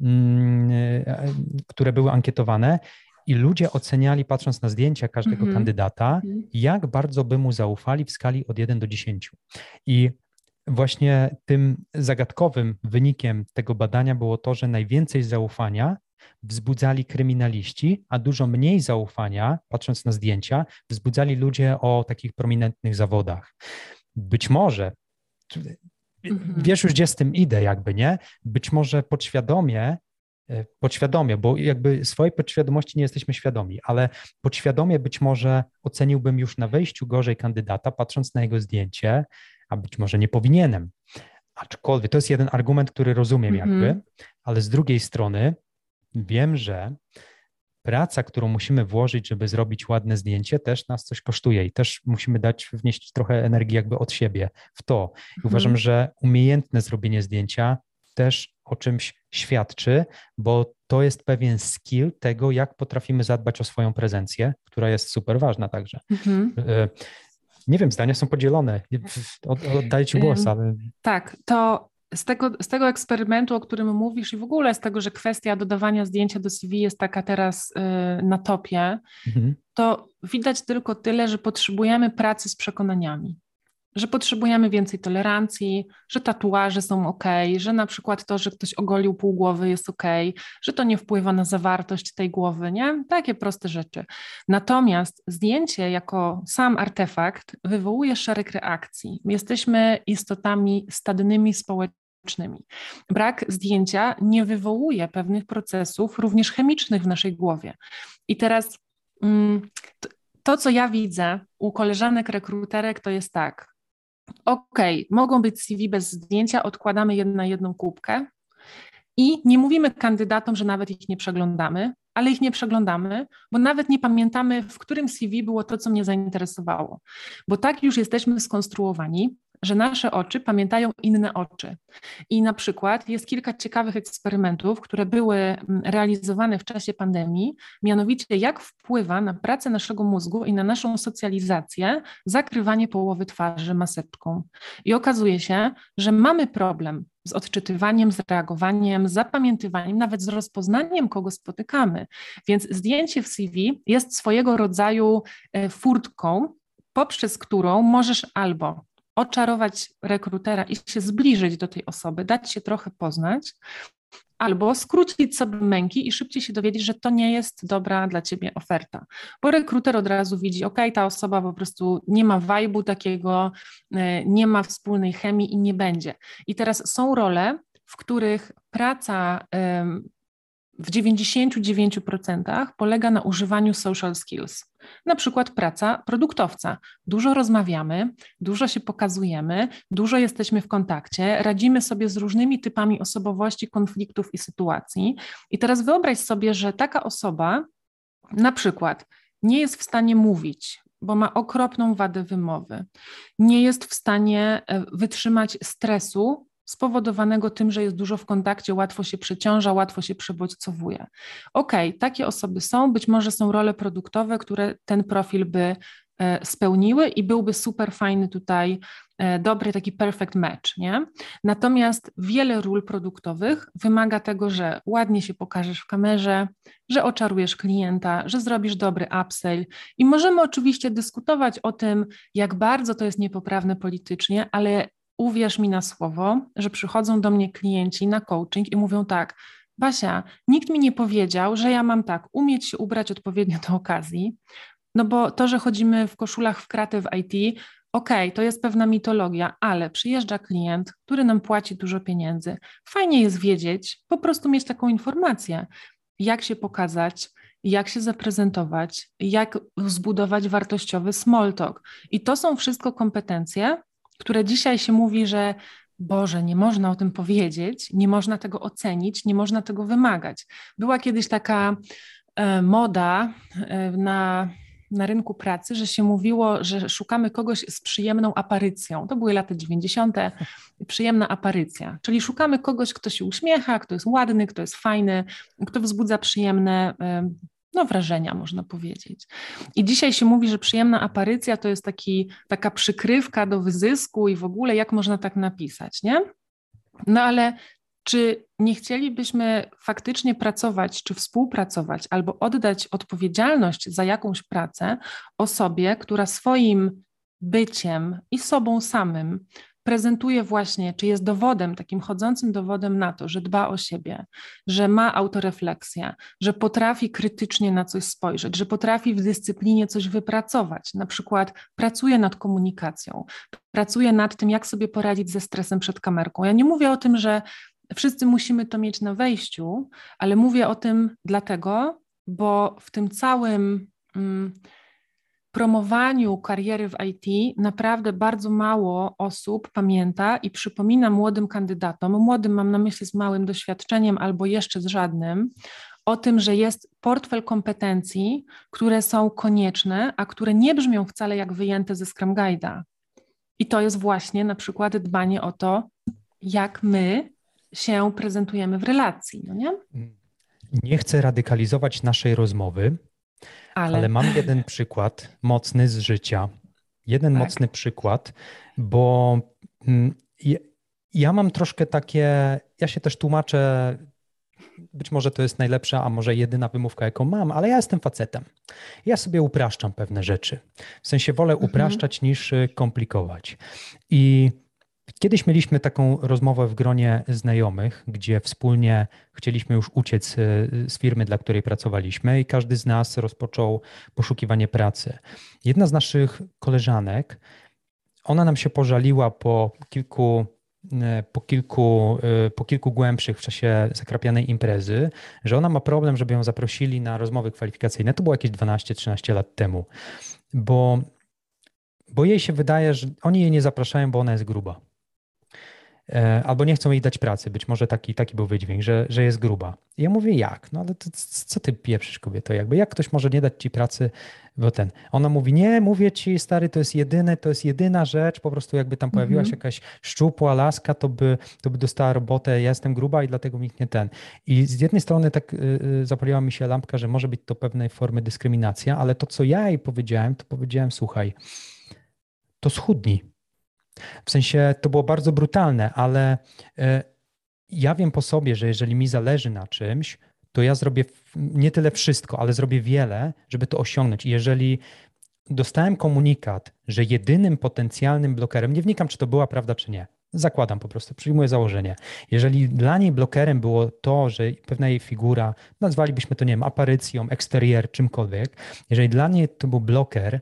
które były ankietowane i ludzie oceniali, patrząc na zdjęcia każdego mm-hmm. kandydata, jak bardzo by mu zaufali w skali od jeden do dziesięciu. I właśnie tym zagadkowym wynikiem tego badania było to, że najwięcej zaufania wzbudzali kryminaliści, a dużo mniej zaufania, patrząc na zdjęcia, wzbudzali ludzie o takich prominentnych zawodach. Być może, mhm. wiesz już, gdzie z tym idę jakby, nie? Być może podświadomie, podświadomie, bo jakby swojej podświadomości nie jesteśmy świadomi, ale podświadomie być może oceniłbym już na wejściu gorzej kandydata, patrząc na jego zdjęcie, a być może nie powinienem. Aczkolwiek to jest jeden argument, który rozumiem Mhm. jakby, ale z drugiej strony wiem, że praca, którą musimy włożyć, żeby zrobić ładne zdjęcie, też nas coś kosztuje i też musimy dać, wnieść trochę energii jakby od siebie w to. I uważam, Mhm. że umiejętne zrobienie zdjęcia też o czymś świadczy, bo to jest pewien skill tego, jak potrafimy zadbać o swoją prezencję, która jest super ważna także. Mhm. E, Nie wiem, zdania są podzielone. Od- Oddaję ci głos, Ym, ale... Tak, to z tego, z tego eksperymentu, o którym mówisz i w ogóle z tego, że kwestia dodawania zdjęcia do C V jest taka teraz y, na topie, Mhm. to widać tylko tyle, że potrzebujemy pracy z przekonaniami. Że potrzebujemy więcej tolerancji, że tatuaże są ok, że na przykład to, że ktoś ogolił pół głowy jest ok, że to nie wpływa na zawartość tej głowy, nie? Takie proste rzeczy. Natomiast zdjęcie jako sam artefakt wywołuje szereg reakcji. Jesteśmy istotami stadnymi, społecznymi. Brak zdjęcia nie wywołuje pewnych procesów, również chemicznych w naszej głowie. I teraz mm, to, to, co ja widzę u koleżanek rekruterek, to jest tak. Okej, okay, mogą być C V bez zdjęcia, odkładamy je na jedną kubkę i nie mówimy kandydatom, że nawet ich nie przeglądamy, ale ich nie przeglądamy, bo nawet nie pamiętamy, w którym C V było to, co mnie zainteresowało. Bo tak już jesteśmy skonstruowani, że nasze oczy pamiętają inne oczy. I na przykład jest kilka ciekawych eksperymentów, które były realizowane w czasie pandemii, mianowicie jak wpływa na pracę naszego mózgu i na naszą socjalizację zakrywanie połowy twarzy maseczką. I okazuje się, że mamy problem z odczytywaniem, z reagowaniem, z zapamiętywaniem, nawet z rozpoznaniem, kogo spotykamy. Więc zdjęcie w C V jest swojego rodzaju furtką, poprzez którą możesz albo oczarować rekrutera i się zbliżyć do tej osoby, dać się trochę poznać, albo skrócić sobie męki i szybciej się dowiedzieć, że to nie jest dobra dla ciebie oferta. Bo rekruter od razu widzi, ok, ta osoba po prostu nie ma vibe'u takiego, nie ma wspólnej chemii i nie będzie. I teraz są role, w których praca w dziewięćdziesięciu dziewięciu procentach polega na używaniu social skills. Na przykład praca produktowca. Dużo rozmawiamy, dużo się pokazujemy, dużo jesteśmy w kontakcie, radzimy sobie z różnymi typami osobowości, konfliktów i sytuacji. I teraz wyobraź sobie, że taka osoba na przykład nie jest w stanie mówić, bo ma okropną wadę wymowy, nie jest w stanie wytrzymać stresu spowodowanego tym, że jest dużo w kontakcie, łatwo się przeciąża, łatwo się przebodźcowuje. Okej, okay, takie osoby są, być może są role produktowe, które ten profil by spełniły i byłby super fajny tutaj, dobry taki perfect match, nie? Natomiast wiele ról produktowych wymaga tego, że ładnie się pokażesz w kamerze, że oczarujesz klienta, że zrobisz dobry upsell i możemy oczywiście dyskutować o tym, jak bardzo to jest niepoprawne politycznie, ale uwierz mi na słowo, że przychodzą do mnie klienci na coaching i mówią tak: Basia, nikt mi nie powiedział, że ja mam tak umieć się ubrać odpowiednio do okazji, no bo to, że chodzimy w koszulach w kraty w I T, okej, okay, to jest pewna mitologia, ale przyjeżdża klient, który nam płaci dużo pieniędzy. Fajnie jest wiedzieć, po prostu mieć taką informację, jak się pokazać, jak się zaprezentować, jak zbudować wartościowy small talk. I to są wszystko kompetencje, które dzisiaj się mówi, że Boże, nie można o tym powiedzieć, nie można tego ocenić, nie można tego wymagać. Była kiedyś taka e, moda e, na, na rynku pracy, że się mówiło, że szukamy kogoś z przyjemną aparycją. To były lata dziewięćdziesiąte. Przyjemna aparycja, czyli szukamy kogoś, kto się uśmiecha, kto jest ładny, kto jest fajny, kto wzbudza przyjemne e, no, wrażenia, można powiedzieć. I dzisiaj się mówi, że przyjemna aparycja to jest taki, taka przykrywka do wyzysku i w ogóle jak można tak napisać, nie? No ale czy nie chcielibyśmy faktycznie pracować, czy współpracować, albo oddać odpowiedzialność za jakąś pracę osobie, która swoim byciem i sobą samym prezentuje właśnie, czy jest dowodem, takim chodzącym dowodem na to, że dba o siebie, że ma autorefleksję, że potrafi krytycznie na coś spojrzeć, że potrafi w dyscyplinie coś wypracować, na przykład pracuje nad komunikacją, pracuje nad tym, jak sobie poradzić ze stresem przed kamerką. Ja nie mówię o tym, że wszyscy musimy to mieć na wejściu, ale mówię o tym dlatego, bo w tym całym... Mm, promowaniu kariery w I T naprawdę bardzo mało osób pamięta i przypomina młodym kandydatom, młodym mam na myśli z małym doświadczeniem albo jeszcze z żadnym, o tym, że jest portfel kompetencji, które są konieczne, a które nie brzmią wcale jak wyjęte ze Scrum Guide'a. I to jest właśnie na przykład dbanie o to, jak my się prezentujemy w relacji, no nie? Nie chcę radykalizować naszej rozmowy, ale, ale mam jeden przykład mocny z życia. Jeden tak. mocny przykład, bo ja, ja mam troszkę takie, ja się też tłumaczę, być może to jest najlepsza, a może jedyna wymówka, jaką mam, ale ja jestem facetem. Ja sobie upraszczam pewne rzeczy. W sensie wolę mhm. upraszczać niż komplikować. I kiedyś mieliśmy taką rozmowę w gronie znajomych, gdzie wspólnie chcieliśmy już uciec z firmy, dla której pracowaliśmy i każdy z nas rozpoczął poszukiwanie pracy. Jedna z naszych koleżanek, ona nam się pożaliła po kilku, po kilku, po kilku głębszych w czasie zakrapianej imprezy, że ona ma problem, żeby ją zaprosili na rozmowy kwalifikacyjne. To było jakieś dwanaście trzynaście lat temu, bo, bo jej się wydaje, że oni jej nie zapraszają, bo ona jest gruba. Albo nie chcą jej dać pracy, być może taki, taki był wydźwięk, że, że jest gruba. I ja mówię, jak? No ale to, co ty pieprzysz, kobieto? Jakby jak ktoś może nie dać ci pracy, bo ten. Ona mówi, nie, mówię ci, stary, to jest jedyne, to jest jedyna rzecz, po prostu jakby tam pojawiła się jakaś szczupła laska, to by, to by dostała robotę, ja jestem gruba i dlatego nikt nie ten. I z jednej strony tak yy, zapaliła mi się lampka, że może być to pewnej formy dyskryminacja, ale to, co ja jej powiedziałem, to powiedziałem, słuchaj, to schudnij. W sensie to było bardzo brutalne, ale ja wiem po sobie, że jeżeli mi zależy na czymś, to ja zrobię nie tyle wszystko, ale zrobię wiele, żeby to osiągnąć. I jeżeli dostałem komunikat, że jedynym potencjalnym blokerem, nie wnikam, czy to była prawda, czy nie, zakładam po prostu, przyjmuję założenie. Jeżeli dla niej blokerem było to, że pewna jej figura, nazwalibyśmy to, nie wiem, aparycją, eksterier, czymkolwiek, jeżeli dla niej to był bloker,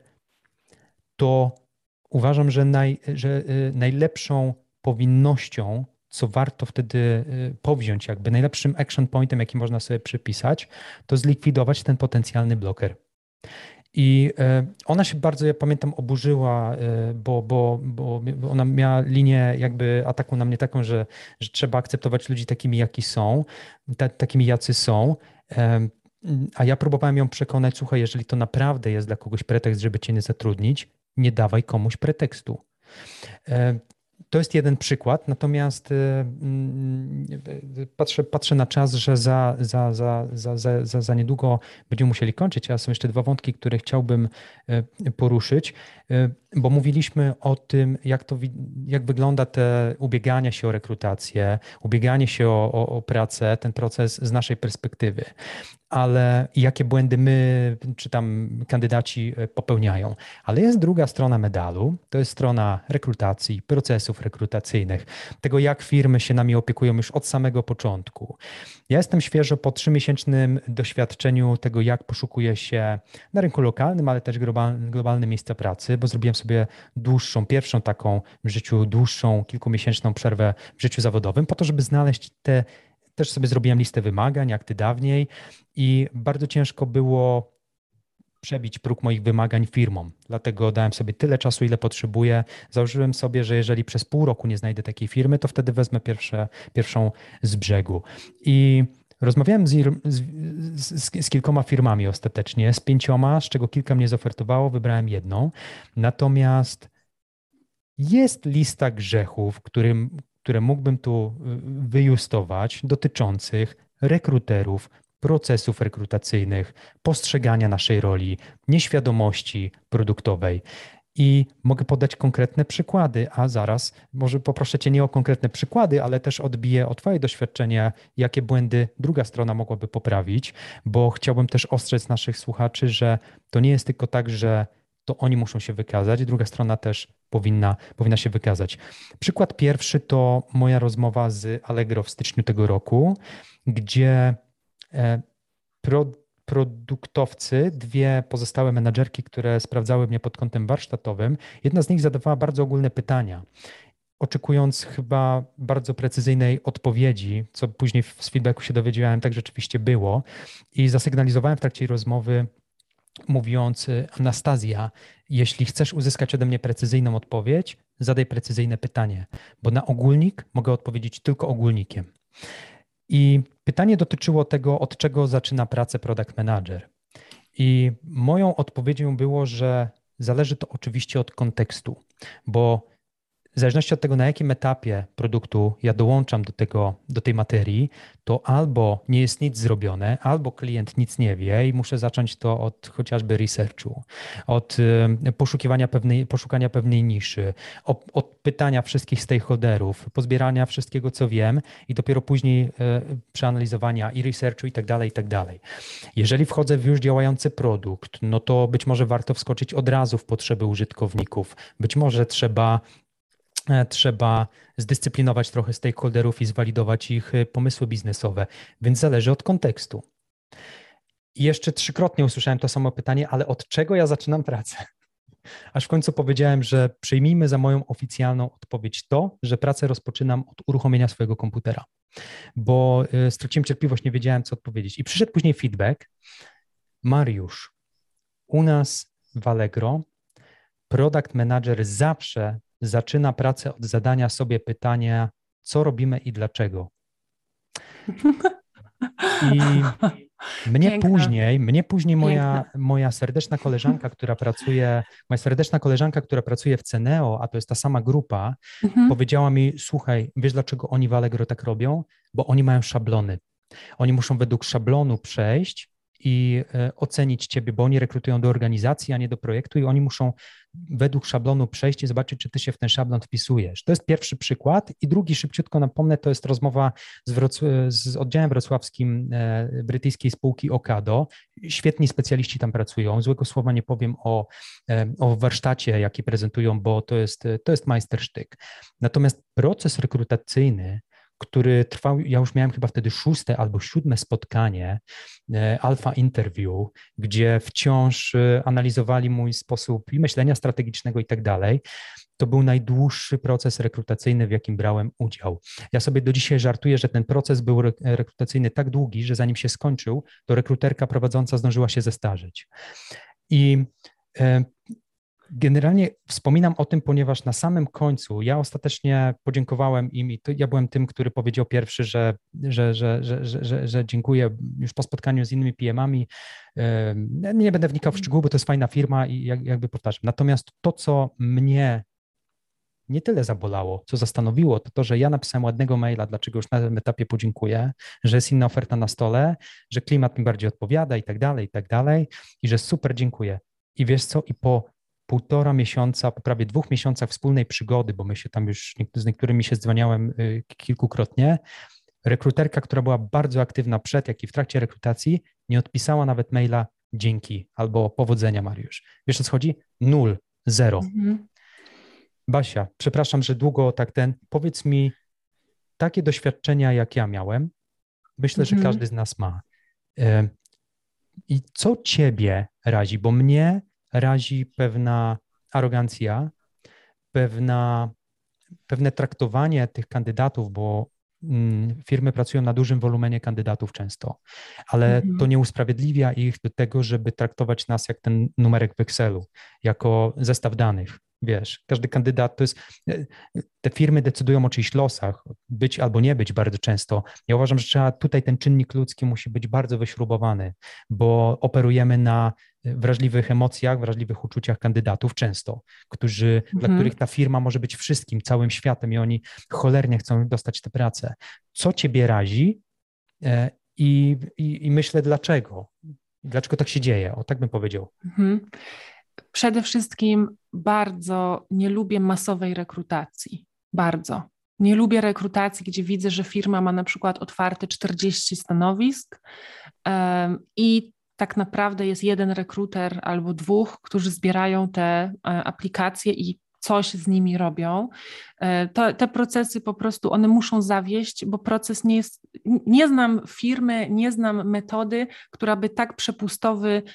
to uważam, że, naj, że najlepszą powinnością, co warto wtedy powziąć, jakby najlepszym action pointem, jaki można sobie przypisać, to zlikwidować ten potencjalny bloker. I ona się bardzo, ja pamiętam, oburzyła, bo, bo, bo ona miała linię jakby ataku na mnie taką, że, że trzeba akceptować ludzi takimi, jaki są, ta, takimi, jacy są. A ja próbowałem ją przekonać, słuchaj, jeżeli to naprawdę jest dla kogoś pretekst, żeby cię nie zatrudnić, nie dawaj komuś pretekstu. To jest jeden przykład, natomiast patrzę, patrzę na czas, że za, za, za, za, za, za niedługo będziemy musieli kończyć, a są jeszcze dwa wątki, które chciałbym poruszyć, bo mówiliśmy o tym, jak, to, jak wygląda te ubieganie się o rekrutację, ubieganie się o, o, o pracę, ten proces z naszej perspektywy, ale jakie błędy my, czy tam kandydaci popełniają. Ale jest druga strona medalu, to jest strona rekrutacji, procesów rekrutacyjnych, tego jak firmy się nami opiekują już od samego początku. Ja jestem świeżo po trzymiesięcznym doświadczeniu tego, jak poszukuje się na rynku lokalnym, ale też globalne miejsca pracy, bo zrobiłem sobie dłuższą, pierwszą taką w życiu, dłuższą, kilkumiesięczną przerwę w życiu zawodowym, po to, żeby znaleźć te. Też sobie zrobiłem listę wymagań, jak ty dawniej, i bardzo ciężko było przebić próg moich wymagań firmom. Dlatego dałem sobie tyle czasu, ile potrzebuję. Założyłem sobie, że jeżeli przez pół roku nie znajdę takiej firmy, to wtedy wezmę pierwsze, pierwszą z brzegu. I rozmawiałem z, z, z, z kilkoma firmami ostatecznie, z pięcioma, z czego kilka mnie zaofertowało, wybrałem jedną. Natomiast jest lista grzechów, którym które mógłbym tu wyjustować, dotyczących rekruterów, procesów rekrutacyjnych, postrzegania naszej roli, nieświadomości produktowej. I mogę podać konkretne przykłady, a zaraz może poproszę cię nie o konkretne przykłady, ale też odbiję o twoje doświadczenie, jakie błędy druga strona mogłaby poprawić, bo chciałbym też ostrzec naszych słuchaczy, że to nie jest tylko tak, że to oni muszą się wykazać, druga strona też powinna, powinna się wykazać. Przykład pierwszy to moja rozmowa z Allegro w styczniu tego roku, gdzie pro, produktowcy, dwie pozostałe menadżerki, które sprawdzały mnie pod kątem warsztatowym, jedna z nich zadawała bardzo ogólne pytania, oczekując chyba bardzo precyzyjnej odpowiedzi, co później z feedbacku się dowiedziałem, tak rzeczywiście było, i zasygnalizowałem w trakcie rozmowy, mówiąc: Anastazja, jeśli chcesz uzyskać ode mnie precyzyjną odpowiedź, zadaj precyzyjne pytanie, bo na ogólnik mogę odpowiedzieć tylko ogólnikiem. I pytanie dotyczyło tego, od czego zaczyna pracę product manager. I moją odpowiedzią było, że zależy to oczywiście od kontekstu, bo w zależności od tego, na jakim etapie produktu ja dołączam do tego, do tej materii, to albo nie jest nic zrobione, albo klient nic nie wie i muszę zacząć to od chociażby researchu, od poszukiwania pewnej, poszukania pewnej niszy, od pytania wszystkich stakeholderów, pozbierania wszystkiego, co wiem i dopiero później przeanalizowania i researchu i tak dalej, i tak dalej. Jeżeli wchodzę w już działający produkt, no to być może warto wskoczyć od razu w potrzeby użytkowników, być może trzeba Trzeba zdyscyplinować trochę stakeholderów i zwalidować ich pomysły biznesowe, więc zależy od kontekstu. I jeszcze trzykrotnie usłyszałem to samo pytanie, ale od czego ja zaczynam pracę? Aż w końcu powiedziałem, że przyjmijmy za moją oficjalną odpowiedź to, że pracę rozpoczynam od uruchomienia swojego komputera, bo straciłem cierpliwość, nie wiedziałem, co odpowiedzieć. I przyszedł później feedback: Mariusz, u nas w Allegro product manager zawsze zaczyna pracę od zadania sobie pytania, co robimy i dlaczego. I mnie Piękna. później, mnie później moja, moja serdeczna koleżanka, która pracuje, moja serdeczna koleżanka, która pracuje w Ceneo, a to jest ta sama grupa, mhm. powiedziała mi: słuchaj, wiesz, dlaczego oni w Allegro tak robią? Bo oni mają szablony. Oni muszą według szablonu przejść i ocenić ciebie, bo oni rekrutują do organizacji, a nie do projektu i oni muszą według szablonu przejść i zobaczyć, czy ty się w ten szablon wpisujesz. To jest pierwszy przykład. I drugi, szybciutko napomnę, to jest rozmowa z, Wrocł- z oddziałem wrocławskim e, brytyjskiej spółki Ocado. Świetni specjaliści tam pracują. Złego słowa nie powiem o, e, o warsztacie, jaki prezentują, bo to jest, to jest majstersztyk. Natomiast proces rekrutacyjny, który trwał, ja już miałem chyba wtedy szóste albo siódme spotkanie, alpha interview, gdzie wciąż analizowali mój sposób i myślenia strategicznego i tak dalej. To był najdłuższy proces rekrutacyjny, w jakim brałem udział. Ja sobie do dzisiaj żartuję, że ten proces był rekrutacyjny tak długi, że zanim się skończył, to rekruterka prowadząca zdążyła się zestarzeć. I e, Generalnie wspominam o tym, ponieważ na samym końcu ja ostatecznie podziękowałem im i to ja byłem tym, który powiedział pierwszy, że, że, że, że, że, że, że dziękuję już po spotkaniu z innymi P M-ami. Nie będę wnikał w szczegóły, bo to jest fajna firma i jakby powtarzam. Natomiast to, co mnie nie tyle zabolało, co zastanowiło, to to, że ja napisałem ładnego maila, dlaczego już na tym etapie podziękuję, że jest inna oferta na stole, że klimat mi bardziej odpowiada i tak dalej, i tak dalej i że super dziękuję. I wiesz co, i po półtora miesiąca, po prawie dwóch miesiącach wspólnej przygody, bo my się tam już z niektórymi się dzwaniałem kilkukrotnie, rekruterka, która była bardzo aktywna przed, jak i w trakcie rekrutacji, nie odpisała nawet maila dzięki albo powodzenia, Mariusz. Wiesz, o co chodzi? Nul, zero. Mhm. Basia, przepraszam, że długo tak ten, powiedz mi, takie doświadczenia, jak ja miałem, myślę, mhm. że każdy z nas ma. I co ciebie razi? Bo mnie razi pewna arogancja, pewna, pewne traktowanie tych kandydatów, bo mm, firmy pracują na dużym wolumenie kandydatów często, ale mhm. to nie usprawiedliwia ich do tego, żeby traktować nas jak ten numerek w Excelu, jako zestaw danych. Wiesz, każdy kandydat to jest, te firmy decydują o czyichś losach, być albo nie być bardzo często. Ja uważam, że trzeba tutaj ten czynnik ludzki musi być bardzo wyśrubowany, bo operujemy na wrażliwych emocjach, wrażliwych uczuciach kandydatów często, którzy, mhm. dla których ta firma może być wszystkim, całym światem i oni cholernie chcą dostać tę pracę. Co ciebie razi i, i, i myślę dlaczego? Dlaczego tak się dzieje? O, tak bym powiedział. Mhm. Przede wszystkim bardzo nie lubię masowej rekrutacji. Bardzo. Nie lubię rekrutacji, gdzie widzę, że firma ma na przykład otwarte czterdzieści stanowisk um, i tak naprawdę jest jeden rekruter albo dwóch, którzy zbierają te um, aplikacje i coś z nimi robią. To, te procesy po prostu, one muszą zawieść, bo proces nie jest, nie znam firmy, nie znam metody, która by tak przepustowy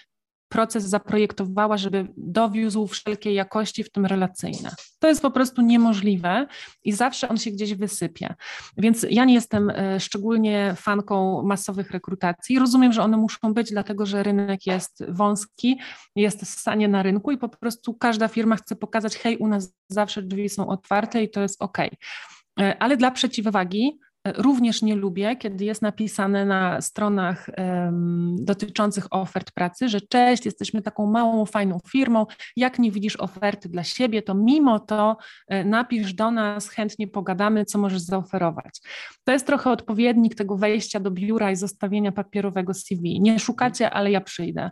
proces zaprojektowała, żeby dowiózł wszelkiej jakości, w tym relacyjne. To jest po prostu niemożliwe i zawsze on się gdzieś wysypie. Więc ja nie jestem szczególnie fanką masowych rekrutacji. Rozumiem, że one muszą być, dlatego że rynek jest wąski, jest ssanie na rynku i po prostu każda firma chce pokazać, hej, u nas zawsze drzwi są otwarte i to jest okej. Ale dla przeciwwagi również nie lubię, kiedy jest napisane na stronach um, dotyczących ofert pracy, że cześć, jesteśmy taką małą, fajną firmą, jak nie widzisz oferty dla siebie, to mimo to napisz do nas, chętnie pogadamy, co możesz zaoferować. To jest trochę odpowiednik tego wejścia do biura i zostawienia papierowego C V. Nie szukacie, ale ja przyjdę.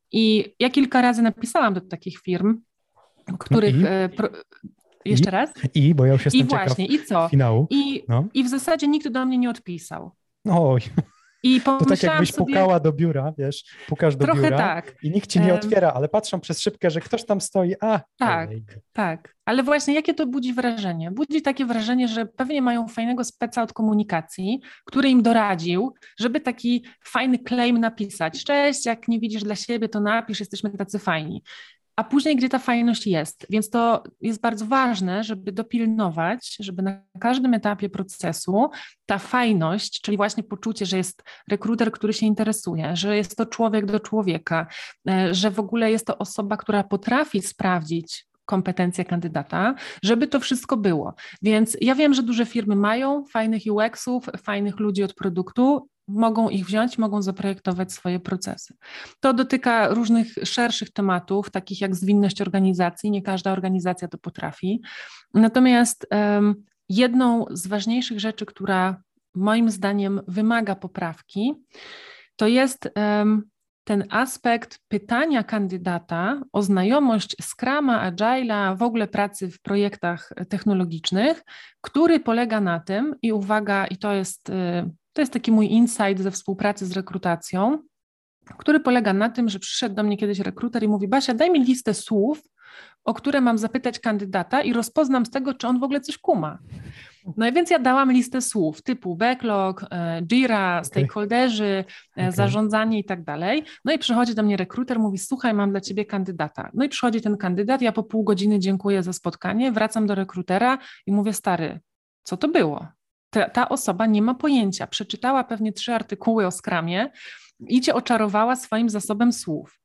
I ja kilka razy napisałam do takich firm, których... No i? Pro, Jeszcze I? raz? I, bo ja już jestem I właśnie, i co? Finału. I, no. I w zasadzie nikt do mnie nie odpisał. Oj, I to tak jakbyś sobie, pukała do biura, wiesz, pukasz do trochę biura tak. i nikt ci nie otwiera, ale patrzą przez szybkę, że ktoś tam stoi, a... Tak, tak. Ale właśnie jakie to budzi wrażenie? Budzi takie wrażenie, że pewnie mają fajnego speca od komunikacji, który im doradził, żeby taki fajny claim napisać. Cześć, jak nie widzisz dla siebie, to napisz, jesteśmy tacy fajni. A później, gdzie ta fajność jest. Więc to jest bardzo ważne, żeby dopilnować, żeby na każdym etapie procesu ta fajność, czyli właśnie poczucie, że jest rekruter, który się interesuje, że jest to człowiek do człowieka, że w ogóle jest to osoba, która potrafi sprawdzić kompetencje kandydata, żeby to wszystko było. Więc ja wiem, że duże firmy mają fajnych U X-ów, fajnych ludzi od produktu, mogą ich wziąć, mogą zaprojektować swoje procesy. To dotyka różnych szerszych tematów, takich jak zwinność organizacji. Nie każda organizacja to potrafi. Natomiast um, jedną z ważniejszych rzeczy, która moim zdaniem wymaga poprawki, to jest um, ten aspekt pytania kandydata o znajomość Scruma, Agile'a, w ogóle pracy w projektach technologicznych, który polega na tym, i uwaga, i to jest... To jest taki mój insight ze współpracy z rekrutacją, który polega na tym, że przyszedł do mnie kiedyś rekruter i mówi: Basia, daj mi listę słów, o które mam zapytać kandydata i rozpoznam z tego, czy on w ogóle coś kuma. No i więc ja dałam listę słów typu backlog, Jira, okay. stakeholderzy, okay. zarządzanie i tak dalej. No i przychodzi do mnie rekruter, mówi: słuchaj, mam dla ciebie kandydata. No i przychodzi ten kandydat, ja po pół godziny dziękuję za spotkanie, wracam do rekrutera i mówię: stary, co to było? Ta, ta osoba nie ma pojęcia, przeczytała pewnie trzy artykuły o Scrumie i cię oczarowała swoim zasobem słów.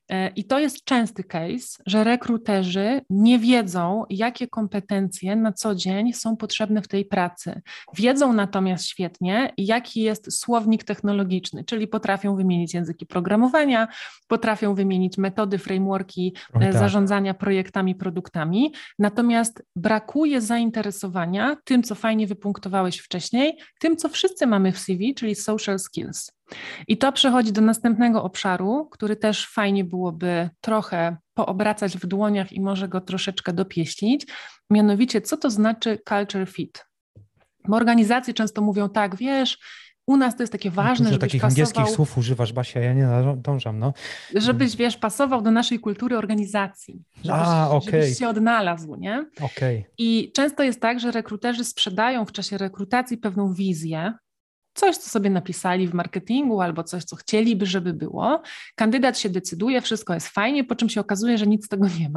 I to jest częsty case, że rekruterzy nie wiedzą, jakie kompetencje na co dzień są potrzebne w tej pracy. Wiedzą natomiast świetnie, jaki jest słownik technologiczny, czyli potrafią wymienić języki programowania, potrafią wymienić metody, frameworki o, tak. zarządzania projektami, produktami, natomiast brakuje zainteresowania tym, co fajnie wypunktowałeś wcześniej, tym, co wszyscy mamy w C V, czyli social skills. I to przechodzi do następnego obszaru, który też fajnie byłoby trochę poobracać w dłoniach i może go troszeczkę dopieścić, mianowicie co to znaczy culture fit. Bo organizacje często mówią tak, wiesz, u nas to jest takie ważne, Dużo żebyś takich pasował, angielskich słów używasz, Basia, ja nie dążam, no. Żebyś, wiesz, pasował do naszej kultury organizacji, żebyś, A, okay. żebyś się odnalazł, nie? Okay. I często jest tak, że rekruterzy sprzedają w czasie rekrutacji pewną wizję, coś, co sobie napisali w marketingu albo coś, co chcieliby, żeby było. Kandydat się decyduje, wszystko jest fajnie, po czym się okazuje, że nic z tego nie ma.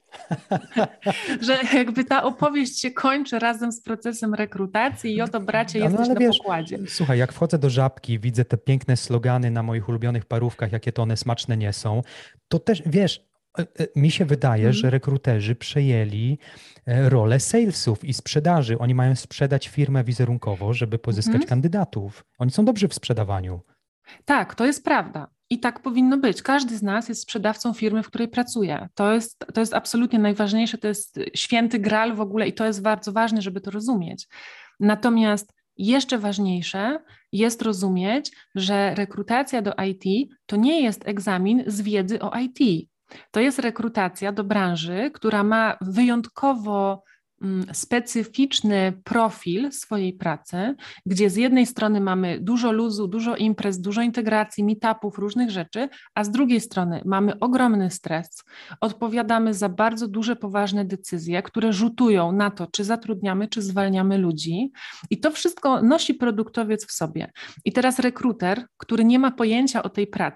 Że jakby ta opowieść się kończy razem z procesem rekrutacji i oto bracie jesteś no, ale na wiesz, pokładzie. Słuchaj, jak wchodzę do Żabki, widzę te piękne slogany na moich ulubionych parówkach, jakie to one smaczne nie są, to też, wiesz, mi się wydaje, mm. że rekruterzy przejęli rolę salesów i sprzedaży. Oni mają sprzedać firmę wizerunkowo, żeby pozyskać mm. kandydatów. Oni są dobrzy w sprzedawaniu. Tak, to jest prawda. I tak powinno być. Każdy z nas jest sprzedawcą firmy, w której pracuje. To jest, to jest absolutnie najważniejsze, to jest święty gral w ogóle i to jest bardzo ważne, żeby to rozumieć. Natomiast jeszcze ważniejsze jest rozumieć, że rekrutacja do I T to nie jest egzamin z wiedzy o I T. To jest rekrutacja do branży, która ma wyjątkowo specyficzny profil swojej pracy, gdzie z jednej strony mamy dużo luzu, dużo imprez, dużo integracji, meetupów, różnych rzeczy, a z drugiej strony mamy ogromny stres, odpowiadamy za bardzo duże, poważne decyzje, które rzutują na to, czy zatrudniamy, czy zwalniamy ludzi i to wszystko nosi produktowiec w sobie. I teraz rekruter, który nie ma pojęcia o tej pracy,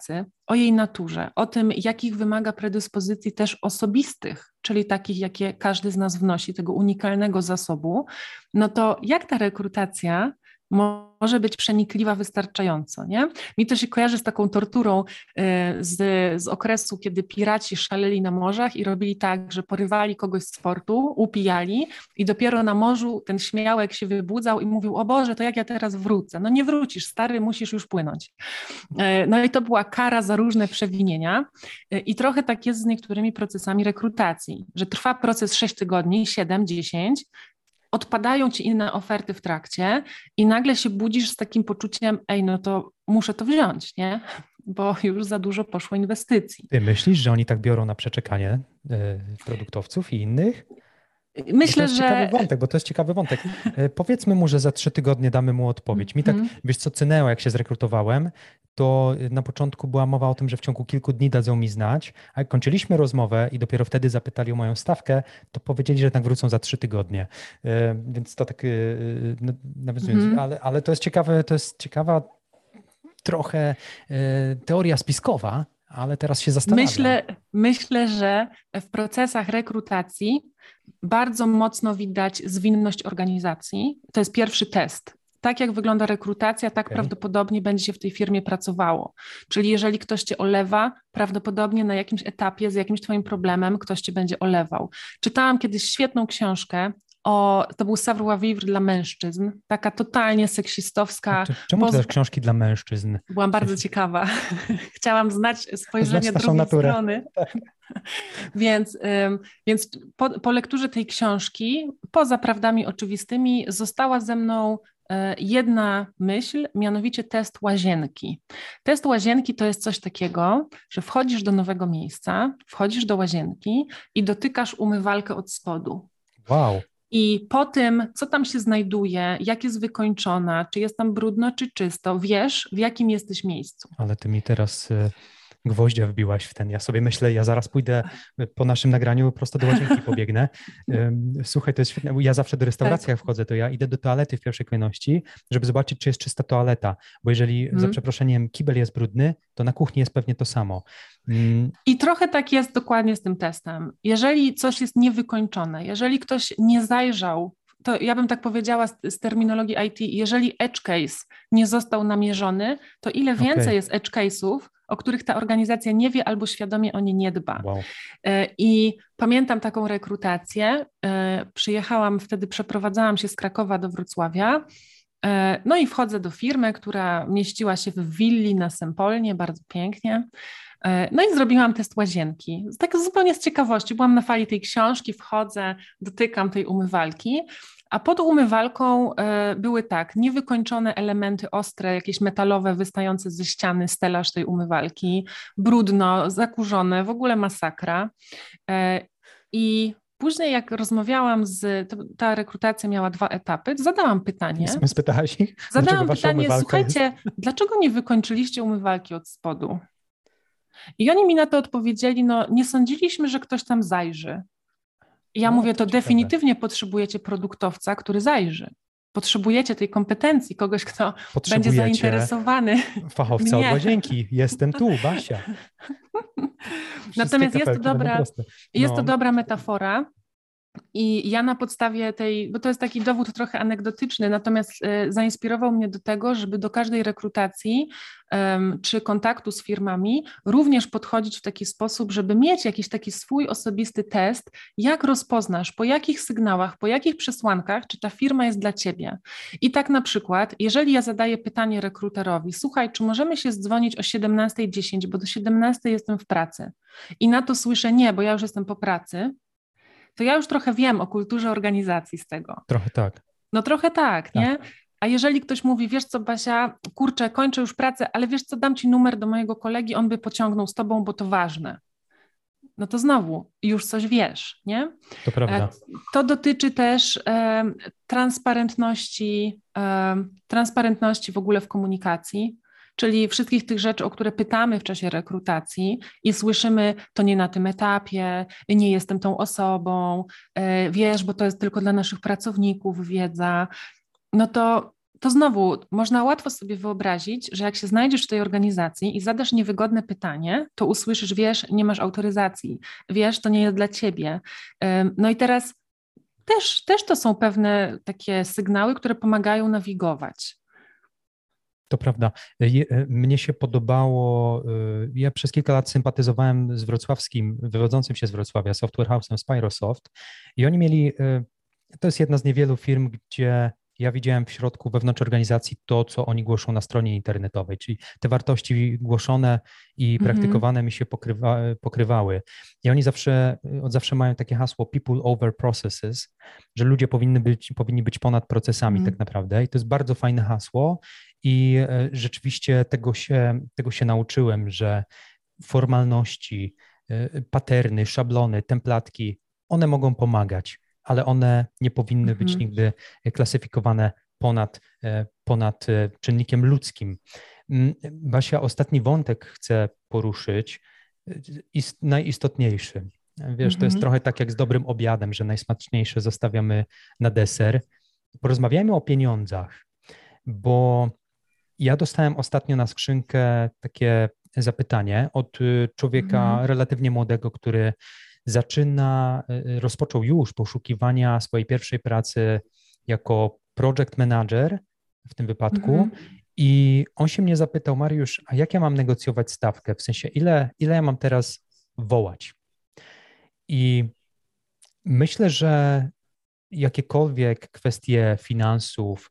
o jej naturze, o tym, jakich wymaga predyspozycji też osobistych, czyli takich, jakie każdy z nas wnosi, tego unikalnego zasobu, no to jak ta rekrutacja może być przenikliwa wystarczająco, nie? Mi to się kojarzy z taką torturą z, z okresu, kiedy piraci szaleli na morzach i robili tak, że porywali kogoś z portu, upijali i dopiero na morzu ten śmiałek się wybudzał i mówił: o Boże, to jak ja teraz wrócę? No nie wrócisz, stary, musisz już płynąć. No i to była kara za różne przewinienia i trochę tak jest z niektórymi procesami rekrutacji, że trwa proces sześć tygodni, siedem, dziesięć, odpadają ci inne oferty w trakcie i nagle się budzisz z takim poczuciem: ej, no to muszę to wziąć, nie? Bo już za dużo poszło inwestycji. Ty myślisz, że oni tak biorą na przeczekanie y, produktowców i innych? Myślę, bo to jest że... ciekawy wątek, bo to jest ciekawy wątek. Powiedzmy mu, że za trzy tygodnie damy mu odpowiedź. Mi tak, mm. wiesz co, cynęło, jak się zrekrutowałem, to na początku była mowa o tym, że w ciągu kilku dni dadzą mi znać, a jak kończyliśmy rozmowę i dopiero wtedy zapytali o moją stawkę, to powiedzieli, że jednak wrócą za trzy tygodnie. Więc to tak nawiązując, mm. ale, ale to jest ciekawe, to jest ciekawa trochę teoria spiskowa, ale teraz się zastanawiam. Myślę, myślę, że w procesach rekrutacji bardzo mocno widać zwinność organizacji. To jest pierwszy test. Tak jak wygląda rekrutacja, tak okay. prawdopodobnie będzie się w tej firmie pracowało. Czyli jeżeli ktoś cię olewa, prawdopodobnie na jakimś etapie z jakimś twoim problemem ktoś cię będzie olewał. Czytałam kiedyś świetną książkę, o, to był savoir-vivre dla mężczyzn, taka totalnie seksistowska. Czemu poz... książki dla mężczyzn? Byłam bardzo ciekawa. Chciałam znać spojrzenie Znać drugiej naturę. strony. Tak. Więc, ym, więc po, po lekturze tej książki, poza prawdami oczywistymi, została ze mną y, jedna myśl, mianowicie test łazienki. Test łazienki to jest coś takiego, że wchodzisz do nowego miejsca, wchodzisz do łazienki i dotykasz umywalkę od spodu. Wow. I po tym, co tam się znajduje, jak jest wykończona, czy jest tam brudno, czy czysto, wiesz, w jakim jesteś miejscu. Ale ty mi teraz y, gwoździa wbiłaś w ten. Ja sobie myślę, ja zaraz pójdę po naszym nagraniu, prosto do łazienki pobiegnę. Y, słuchaj, to jest świetne. Ja zawsze do restauracji jak wchodzę, to ja idę do toalety w pierwszej kolejności, żeby zobaczyć, czy jest czysta toaleta. Bo jeżeli, hmm. za przeproszeniem, kibel jest brudny, to na kuchni jest pewnie to samo. I trochę tak jest dokładnie z tym testem. Jeżeli coś jest niewykończone, jeżeli ktoś nie zajrzał, to ja bym tak powiedziała z, z terminologii I T, jeżeli edge case nie został namierzony, to ile więcej okay. jest edge case'ów, o których ta organizacja nie wie albo świadomie o nie nie dba. Wow. I pamiętam taką rekrutację. Przyjechałam wtedy, przeprowadzałam się z Krakowa do Wrocławia. No i wchodzę do firmy, która mieściła się w willi na Sempolnie, bardzo pięknie. No i zrobiłam test łazienki. Tak zupełnie z ciekawości. Byłam na fali tej książki, wchodzę, dotykam tej umywalki, a pod umywalką były tak, niewykończone elementy ostre, jakieś metalowe, wystające ze ściany, stelaż tej umywalki, brudno, zakurzone, w ogóle masakra. I później jak rozmawiałam z, ta rekrutacja miała dwa etapy, zadałam pytanie. Spytałaś ich? Zadałam pytanie, słuchajcie, jest? dlaczego nie wykończyliście umywalki od spodu? I oni mi na to odpowiedzieli, no nie sądziliśmy, że ktoś tam zajrzy. I ja no, mówię, to, to definitywnie potrzebujecie produktowca, który zajrzy. Potrzebujecie tej kompetencji, kogoś, kto będzie zainteresowany. Fachowca od łazienki. Jestem tu, Basia. Natomiast jest to dobra, no. jest to dobra metafora. I ja na podstawie tej, bo to jest taki dowód trochę anegdotyczny, natomiast y, zainspirował mnie do tego, żeby do każdej rekrutacji um, czy kontaktu z firmami również podchodzić w taki sposób, żeby mieć jakiś taki swój osobisty test, jak rozpoznasz, po jakich sygnałach, po jakich przesłankach, czy ta firma jest dla ciebie. I tak na przykład, jeżeli ja zadaję pytanie rekruterowi, słuchaj, czy możemy się zdzwonić o siedemnasta dziesięć, bo do siedemnastej jestem w pracy. I na to słyszę, nie, bo ja już jestem po pracy, to ja już trochę wiem o kulturze organizacji z tego. Trochę tak. No trochę tak, tak, nie? A jeżeli ktoś mówi, wiesz co, Basia, kurczę, kończę już pracę, ale wiesz co, dam ci numer do mojego kolegi, on by pociągnął z tobą, bo to ważne. No to znowu, już coś wiesz, nie? To prawda. To dotyczy też e, transparentności, e, transparentności w ogóle w komunikacji, czyli wszystkich tych rzeczy, o które pytamy w czasie rekrutacji i słyszymy, to nie na tym etapie, nie jestem tą osobą, wiesz, bo to jest tylko dla naszych pracowników wiedza, no to to znowu można łatwo sobie wyobrazić, że jak się znajdziesz w tej organizacji i zadasz niewygodne pytanie, to usłyszysz, wiesz, nie masz autoryzacji, wiesz, to nie jest dla ciebie. No i teraz też, też to są pewne takie sygnały, które pomagają nawigować. To prawda. Mnie się podobało, ja przez kilka lat sympatyzowałem z wrocławskim, wywodzącym się z Wrocławia, software house'em Spyrosoft i oni mieli, to jest jedna z niewielu firm, gdzie ja widziałem w środku wewnątrz organizacji to, co oni głoszą na stronie internetowej, czyli te wartości głoszone i Mhm. praktykowane mi się pokrywa, pokrywały. I oni zawsze, od zawsze mają takie hasło people over processes, że ludzie powinny być, powinni być ponad procesami Mhm. tak naprawdę. I to jest bardzo fajne hasło i rzeczywiście tego się, tego się nauczyłem, że formalności, paterny, szablony, templatki, one mogą pomagać, ale one nie powinny być Mhm. nigdy klasyfikowane ponad, ponad czynnikiem ludzkim. Basia, ostatni wątek chcę poruszyć, ist, najistotniejszy. Wiesz, to jest Mhm. trochę tak jak z dobrym obiadem, że najsmaczniejsze zostawiamy na deser. Porozmawiajmy o pieniądzach, bo ja dostałem ostatnio na skrzynkę takie zapytanie od człowieka Mhm. relatywnie młodego, który zaczyna, rozpoczął już poszukiwania swojej pierwszej pracy jako project manager w tym wypadku Mhm. i on się mnie zapytał, Mariusz, a jak ja mam negocjować stawkę? W sensie, ile, ile ja mam teraz wołać? I myślę, że jakiekolwiek kwestie finansów,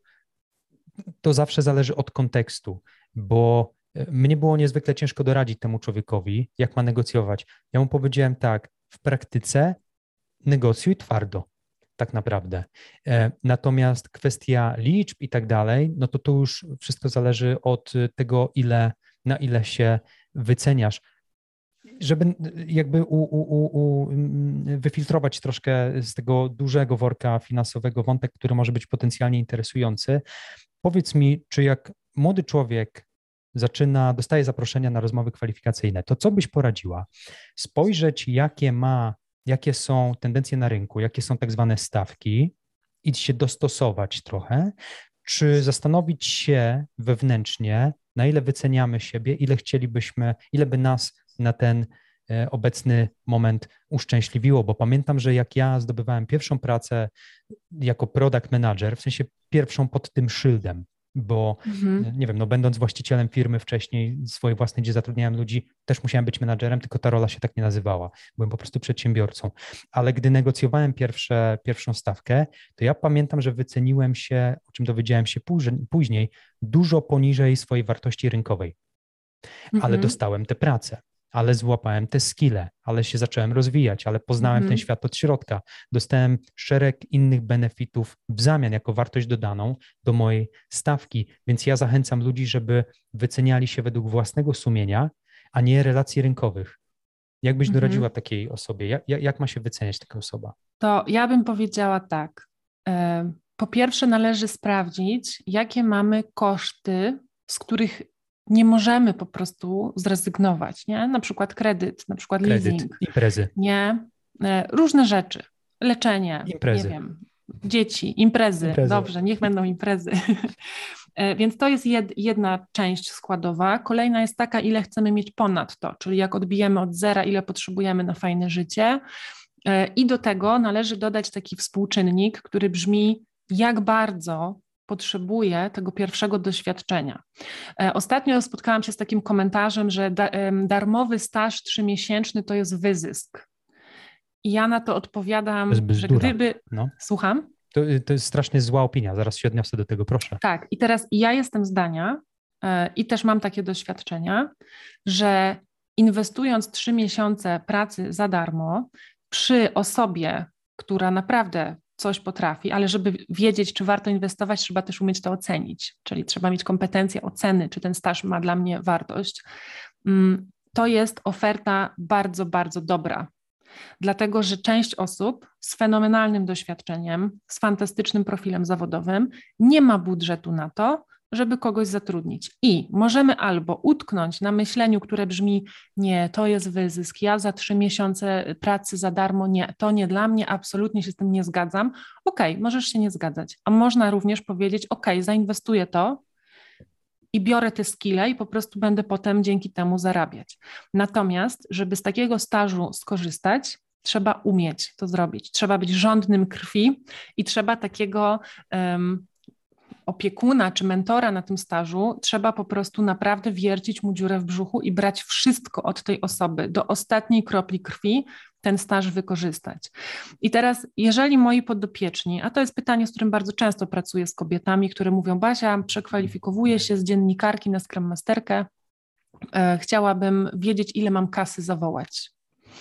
to zawsze zależy od kontekstu, bo mnie było niezwykle ciężko doradzić temu człowiekowi, jak ma negocjować. Ja mu powiedziałem tak, w praktyce negocjuj twardo, tak naprawdę. Natomiast kwestia liczb i tak dalej, no to to już wszystko zależy od tego, ile, na ile się wyceniasz. Żeby jakby u, u, u, u, wyfiltrować troszkę z tego dużego worka finansowego wątek, który może być potencjalnie interesujący, powiedz mi, czy jak młody człowiek zaczyna, dostaje zaproszenia na rozmowy kwalifikacyjne, to co byś poradziła? Spojrzeć, jakie ma, jakie są tendencje na rynku, jakie są tak zwane stawki i się dostosować trochę, czy zastanowić się wewnętrznie, na ile wyceniamy siebie, ile chcielibyśmy, ile by nas na ten obecny moment uszczęśliwiło, bo pamiętam, że jak ja zdobywałem pierwszą pracę jako product manager, w sensie pierwszą pod tym szyldem, bo Mhm. nie wiem, no będąc właścicielem firmy wcześniej swojej własnej, gdzie zatrudniałem ludzi, też musiałem być menadżerem, tylko ta rola się tak nie nazywała. Byłem po prostu przedsiębiorcą. Ale gdy negocjowałem pierwsze, pierwszą stawkę, to ja pamiętam, że wyceniłem się, o czym dowiedziałem się później, dużo poniżej swojej wartości rynkowej. Ale Mhm. dostałem tę pracę, ale złapałem te skille, ale się zacząłem rozwijać, ale poznałem Mhm. ten świat od środka. Dostałem szereg innych benefitów w zamian jako wartość dodaną do mojej stawki, więc ja zachęcam ludzi, żeby wyceniali się według własnego sumienia, a nie relacji rynkowych. Jak byś Mhm. doradziła takiej osobie? Jak, jak ma się wyceniać taka osoba? To ja bym powiedziała tak. Po pierwsze należy sprawdzić, jakie mamy koszty, z których nie możemy po prostu zrezygnować, nie? Na przykład kredyt, na przykład Kredyt, leasing. imprezy. Nie? Różne rzeczy. Leczenie, Imprezy. nie wiem, dzieci, imprezy. Imprezy. Dobrze, niech będą imprezy. Więc to jest jed, jedna część składowa. Kolejna jest taka, ile chcemy mieć ponad to, czyli jak odbijemy od zera, ile potrzebujemy na fajne życie. I do tego należy dodać taki współczynnik, który brzmi, jak bardzo potrzebuję tego pierwszego doświadczenia. Ostatnio spotkałam się z takim komentarzem, że da, darmowy staż trzymiesięczny to jest wyzysk. I ja na to odpowiadam, to jest bzdura. że gdyby... No. Słucham? To, to jest strasznie zła opinia, zaraz się odniosę do tego, proszę. Tak, i teraz ja jestem zdania yy, i też mam takie doświadczenia, że inwestując trzy miesiące pracy za darmo przy osobie, która naprawdę coś potrafi, ale żeby wiedzieć, czy warto inwestować, trzeba też umieć to ocenić, czyli trzeba mieć kompetencje oceny, czy ten staż ma dla mnie wartość. Yy, to jest oferta bardzo, bardzo dobra. Dlatego, że część osób z fenomenalnym doświadczeniem, z fantastycznym profilem zawodowym nie ma budżetu na to, żeby kogoś zatrudnić. I możemy albo utknąć na myśleniu, które brzmi, nie, to jest wyzysk, ja za trzy miesiące pracy za darmo, nie, to nie dla mnie, absolutnie się z tym nie zgadzam. Okej, okay, możesz się nie zgadzać, a można również powiedzieć, okej, okay, zainwestuję to i biorę te skille i po prostu będę potem dzięki temu zarabiać. Natomiast, żeby z takiego stażu skorzystać, trzeba umieć to zrobić, trzeba być żądnym krwi i trzeba takiego um, opiekuna czy mentora na tym stażu, trzeba po prostu naprawdę wiercić mu dziurę w brzuchu i brać wszystko od tej osoby, do ostatniej kropli krwi, ten staż wykorzystać. I teraz, jeżeli moi podopieczni, a to jest pytanie, z którym bardzo często pracuję z kobietami, które mówią, Basia, przekwalifikowuję się z dziennikarki na Scrum Masterkę, e, chciałabym wiedzieć, ile mam kasy zawołać.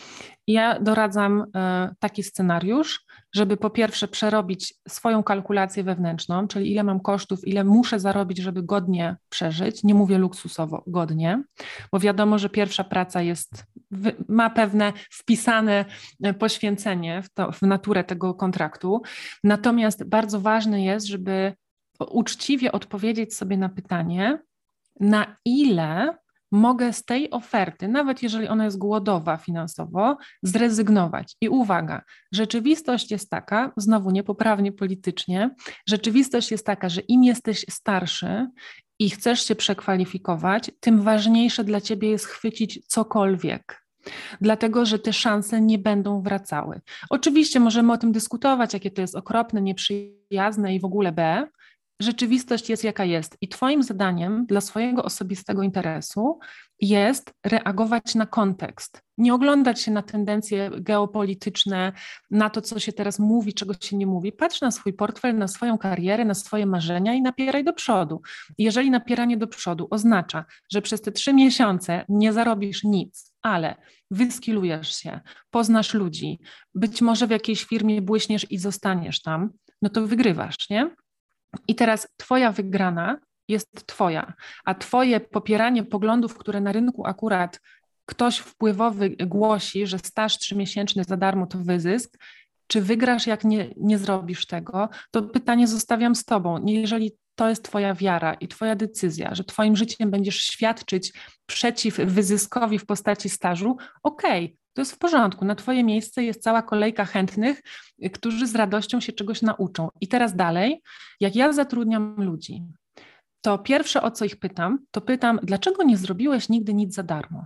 Ja doradzam e, taki scenariusz, żeby po pierwsze przerobić swoją kalkulację wewnętrzną, czyli ile mam kosztów, ile muszę zarobić, żeby godnie przeżyć, nie mówię luksusowo, godnie, bo wiadomo, że pierwsza praca jest, ma pewne wpisane poświęcenie w, to, w naturę tego kontraktu, natomiast bardzo ważne jest, żeby uczciwie odpowiedzieć sobie na pytanie, na ile mogę z tej oferty, nawet jeżeli ona jest głodowa finansowo, zrezygnować. I uwaga, rzeczywistość jest taka, znowu niepoprawnie politycznie, rzeczywistość jest taka, że im jesteś starszy i chcesz się przekwalifikować, tym ważniejsze dla ciebie jest chwycić cokolwiek. Dlatego, że te szanse nie będą wracały. Oczywiście możemy o tym dyskutować, jakie to jest okropne, nieprzyjazne i w ogóle B. Rzeczywistość jest jaka jest i twoim zadaniem dla swojego osobistego interesu jest reagować na kontekst, nie oglądać się na tendencje geopolityczne, na to, co się teraz mówi, czego się nie mówi. Patrz na swój portfel, na swoją karierę, na swoje marzenia i napieraj do przodu. Jeżeli napieranie do przodu oznacza, że przez te trzy miesiące nie zarobisz nic, ale wyskilujesz się, poznasz ludzi, być może w jakiejś firmie błyśniesz i zostaniesz tam, no to wygrywasz, nie? I teraz twoja wygrana jest twoja, a twoje popieranie poglądów, które na rynku akurat ktoś wpływowy głosi, że staż trzymiesięczny za darmo to wyzysk, czy wygrasz, jak nie, nie zrobisz tego, to pytanie zostawiam z tobą. Jeżeli to jest twoja wiara i twoja decyzja, że twoim życiem będziesz świadczyć przeciw wyzyskowi w postaci stażu, okej, okay, to jest w porządku, na twoje miejsce jest cała kolejka chętnych, którzy z radością się czegoś nauczą. I teraz dalej, jak ja zatrudniam ludzi, to pierwsze, o co ich pytam, to pytam, dlaczego nie zrobiłeś nigdy nic za darmo?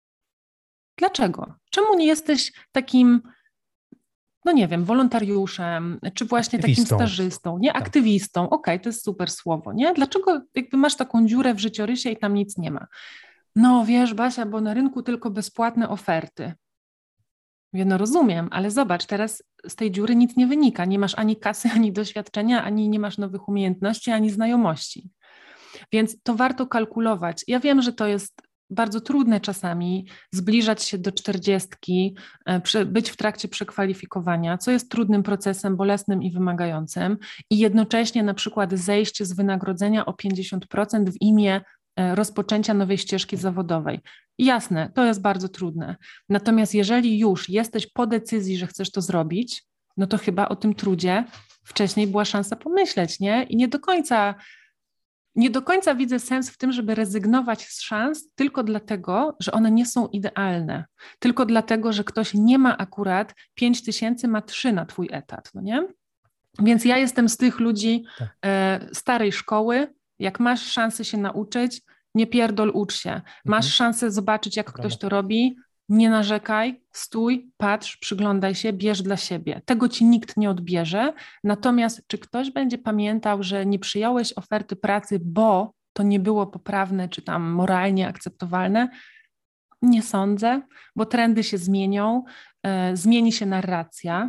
Dlaczego? Czemu nie jesteś takim, no nie wiem, wolontariuszem, czy właśnie aktywistą. Takim stażystą, nie, aktywistą, okej, okay, to jest super słowo, nie? Dlaczego jakby masz taką dziurę w życiorysie i tam nic nie ma? No wiesz, Basia, bo na rynku tylko bezpłatne oferty. Mówię, no rozumiem, ale zobacz, teraz z tej dziury nic nie wynika. Nie masz ani kasy, ani doświadczenia, ani nie masz nowych umiejętności, ani znajomości. Więc to warto kalkulować. Ja wiem, że to jest bardzo trudne czasami zbliżać się do czterdziestki, być w trakcie przekwalifikowania, co jest trudnym procesem, bolesnym i wymagającym i jednocześnie na przykład zejście z wynagrodzenia o pięćdziesiąt procent w imię rozpoczęcia nowej ścieżki zawodowej. Jasne, to jest bardzo trudne. Natomiast jeżeli już jesteś po decyzji, że chcesz to zrobić, no to chyba o tym trudzie wcześniej była szansa pomyśleć, nie? I nie do końca, nie do końca widzę sens w tym, żeby rezygnować z szans tylko dlatego, że one nie są idealne. Tylko dlatego, że ktoś nie ma akurat pięć tysięcy, ma trzy na twój etat, no nie? Więc ja jestem z tych ludzi e, starej szkoły. Jak masz szansę się nauczyć, nie pierdol, ucz się. Masz mhm. szansę zobaczyć, jak ktoś to robi, nie narzekaj, stój, patrz, przyglądaj się, bierz dla siebie. Tego ci nikt nie odbierze. Natomiast czy ktoś będzie pamiętał, że nie przyjąłeś oferty pracy, bo to nie było poprawne, czy tam moralnie akceptowalne? Nie sądzę, bo trendy się zmienią, e, zmieni się narracja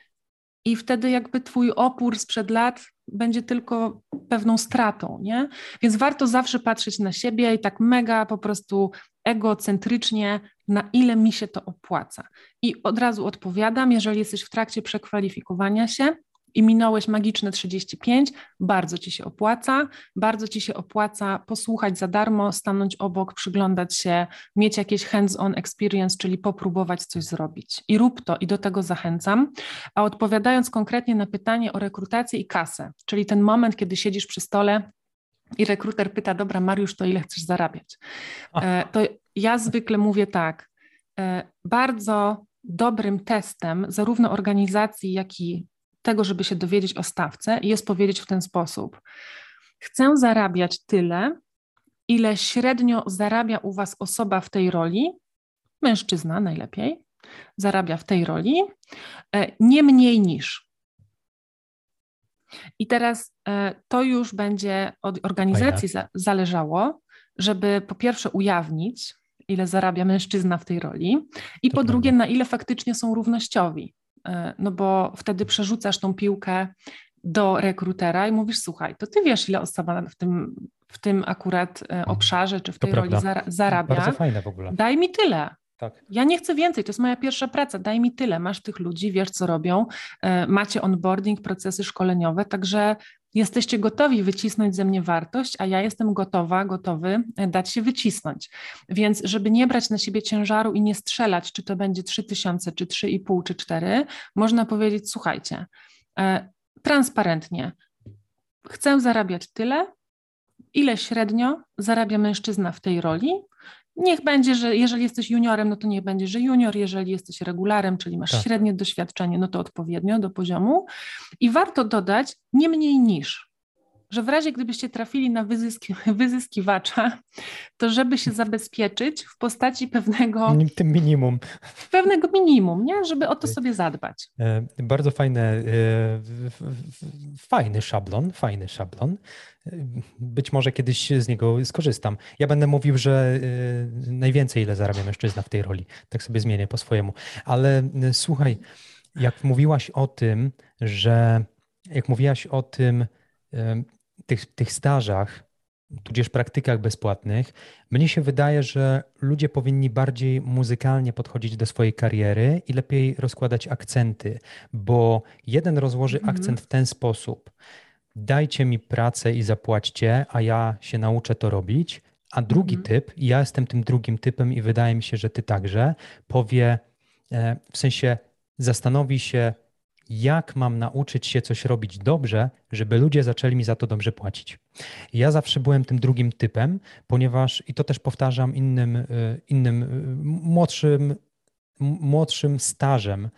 i wtedy jakby twój opór sprzed lat będzie tylko pewną stratą, nie? Więc warto zawsze patrzeć na siebie i tak mega po prostu egocentrycznie, na ile mi się to opłaca. I od razu odpowiadam, jeżeli jesteś w trakcie przekwalifikowania się i minąłeś magiczne trzydzieści pięć, bardzo ci się opłaca, bardzo ci się opłaca posłuchać za darmo, stanąć obok, przyglądać się, mieć jakieś hands-on experience, czyli popróbować coś zrobić. I rób to i do tego zachęcam. A odpowiadając konkretnie na pytanie o rekrutację i kasę, czyli ten moment, kiedy siedzisz przy stole i rekruter pyta, dobra Mariusz, to ile chcesz zarabiać? To ja zwykle mówię tak, bardzo dobrym testem zarówno organizacji, jak i tego, żeby się dowiedzieć o stawce, jest powiedzieć w ten sposób. Chcę zarabiać tyle, ile średnio zarabia u was osoba w tej roli, mężczyzna najlepiej, zarabia w tej roli, nie mniej niż. I teraz to już będzie od organizacji za, zależało, żeby po pierwsze ujawnić, ile zarabia mężczyzna w tej roli i to po drugie, prawda, na ile faktycznie są równościowi. No bo wtedy przerzucasz tą piłkę do rekrutera i mówisz, słuchaj, to ty wiesz, ile osoba w tym, w tym akurat obszarze czy w tej roli zarabia. Bardzo fajne w ogóle. Daj mi tyle. Tak. Ja nie chcę więcej, to jest moja pierwsza praca, daj mi tyle, masz tych ludzi, wiesz co robią, macie onboarding, procesy szkoleniowe, także jesteście gotowi wycisnąć ze mnie wartość, a ja jestem gotowa, gotowy dać się wycisnąć. Więc żeby nie brać na siebie ciężaru i nie strzelać, czy to będzie trzy tysiące, czy trzy i pół, czy cztery, można powiedzieć, słuchajcie, transparentnie, chcę zarabiać tyle, ile średnio zarabia mężczyzna w tej roli. Niech będzie, że jeżeli jesteś juniorem, no to niech będzie, że junior, jeżeli jesteś regularem, czyli masz tak. średnie doświadczenie, no to odpowiednio do poziomu. I warto dodać nie mniej niż, że w razie gdybyście trafili na wyzyski, wyzyskiwacza, to żeby się zabezpieczyć w postaci pewnego... Tym minimum. Pewnego minimum, nie? Żeby o to sobie zadbać. E, bardzo fajne, e, fajny szablon, fajny szablon. Być może kiedyś z niego skorzystam. Ja będę mówił, że e, najwięcej ile zarabia mężczyzna w tej roli. Tak sobie zmienię po swojemu. Ale e, słuchaj, jak mówiłaś o tym, że jak mówiłaś o tym, e, tych, tych stażach, tudzież praktykach bezpłatnych, mnie się wydaje, że ludzie powinni bardziej muzykalnie podchodzić do swojej kariery i lepiej rozkładać akcenty, bo jeden rozłoży mm. akcent w ten sposób: dajcie mi pracę i zapłaćcie, a ja się nauczę to robić, a drugi mm. typ, i ja jestem tym drugim typem i wydaje mi się, że ty także, powie, w sensie zastanowi się, jak mam nauczyć się coś robić dobrze, żeby ludzie zaczęli mi za to dobrze płacić. Ja zawsze byłem tym drugim typem, ponieważ, i to też powtarzam innym, innym młodszym, młodszym stażem,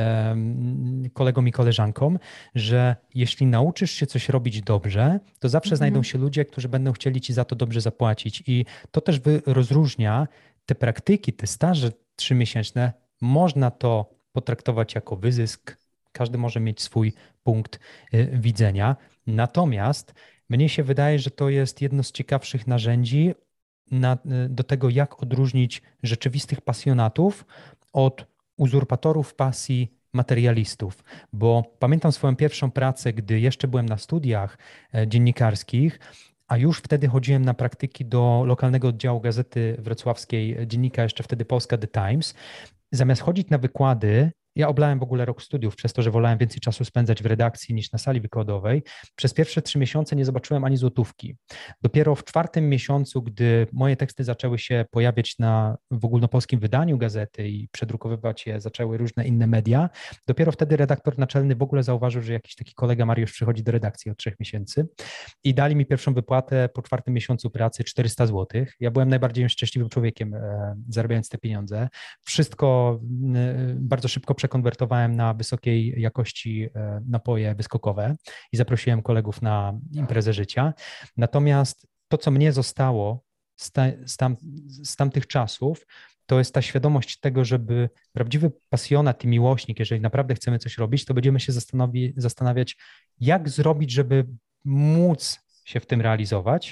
kolegom i koleżankom, że jeśli nauczysz się coś robić dobrze, to zawsze mhm. znajdą się ludzie, którzy będą chcieli ci za to dobrze zapłacić. I to też rozróżnia te praktyki, te staże trzymiesięczne. Można to potraktować jako wyzysk. Każdy może mieć swój punkt widzenia. Natomiast mnie się wydaje, że to jest jedno z ciekawszych narzędzi na, do tego, jak odróżnić rzeczywistych pasjonatów od uzurpatorów pasji, materialistów. Bo pamiętam swoją pierwszą pracę, gdy jeszcze byłem na studiach dziennikarskich, a już wtedy chodziłem na praktyki do lokalnego oddziału Gazety Wrocławskiej, dziennika jeszcze wtedy Polska The Times. Zamiast chodzić na wykłady, ja oblałem w ogóle rok studiów przez to, że wolałem więcej czasu spędzać w redakcji niż na sali wykładowej. Przez pierwsze trzy miesiące nie zobaczyłem ani złotówki. Dopiero w czwartym miesiącu, gdy moje teksty zaczęły się pojawiać na, w ogólnopolskim wydaniu gazety i przedrukowywać je zaczęły różne inne media, dopiero wtedy redaktor naczelny w ogóle zauważył, że jakiś taki kolega Mariusz przychodzi do redakcji od trzech miesięcy i dali mi pierwszą wypłatę po czwartym miesiącu pracy czterysta złotych. Ja byłem najbardziej szczęśliwym człowiekiem, e, zarabiając te pieniądze. Wszystko e, bardzo szybko przekonwertowałem na wysokiej jakości napoje wyskokowe i zaprosiłem kolegów na imprezę życia. Natomiast to, co mnie zostało z, te, z, tam, z tamtych czasów, to jest ta świadomość tego, żeby prawdziwy pasjonat i miłośnik, jeżeli naprawdę chcemy coś robić, to będziemy się zastanowi, zastanawiać, jak zrobić, żeby móc się w tym realizować.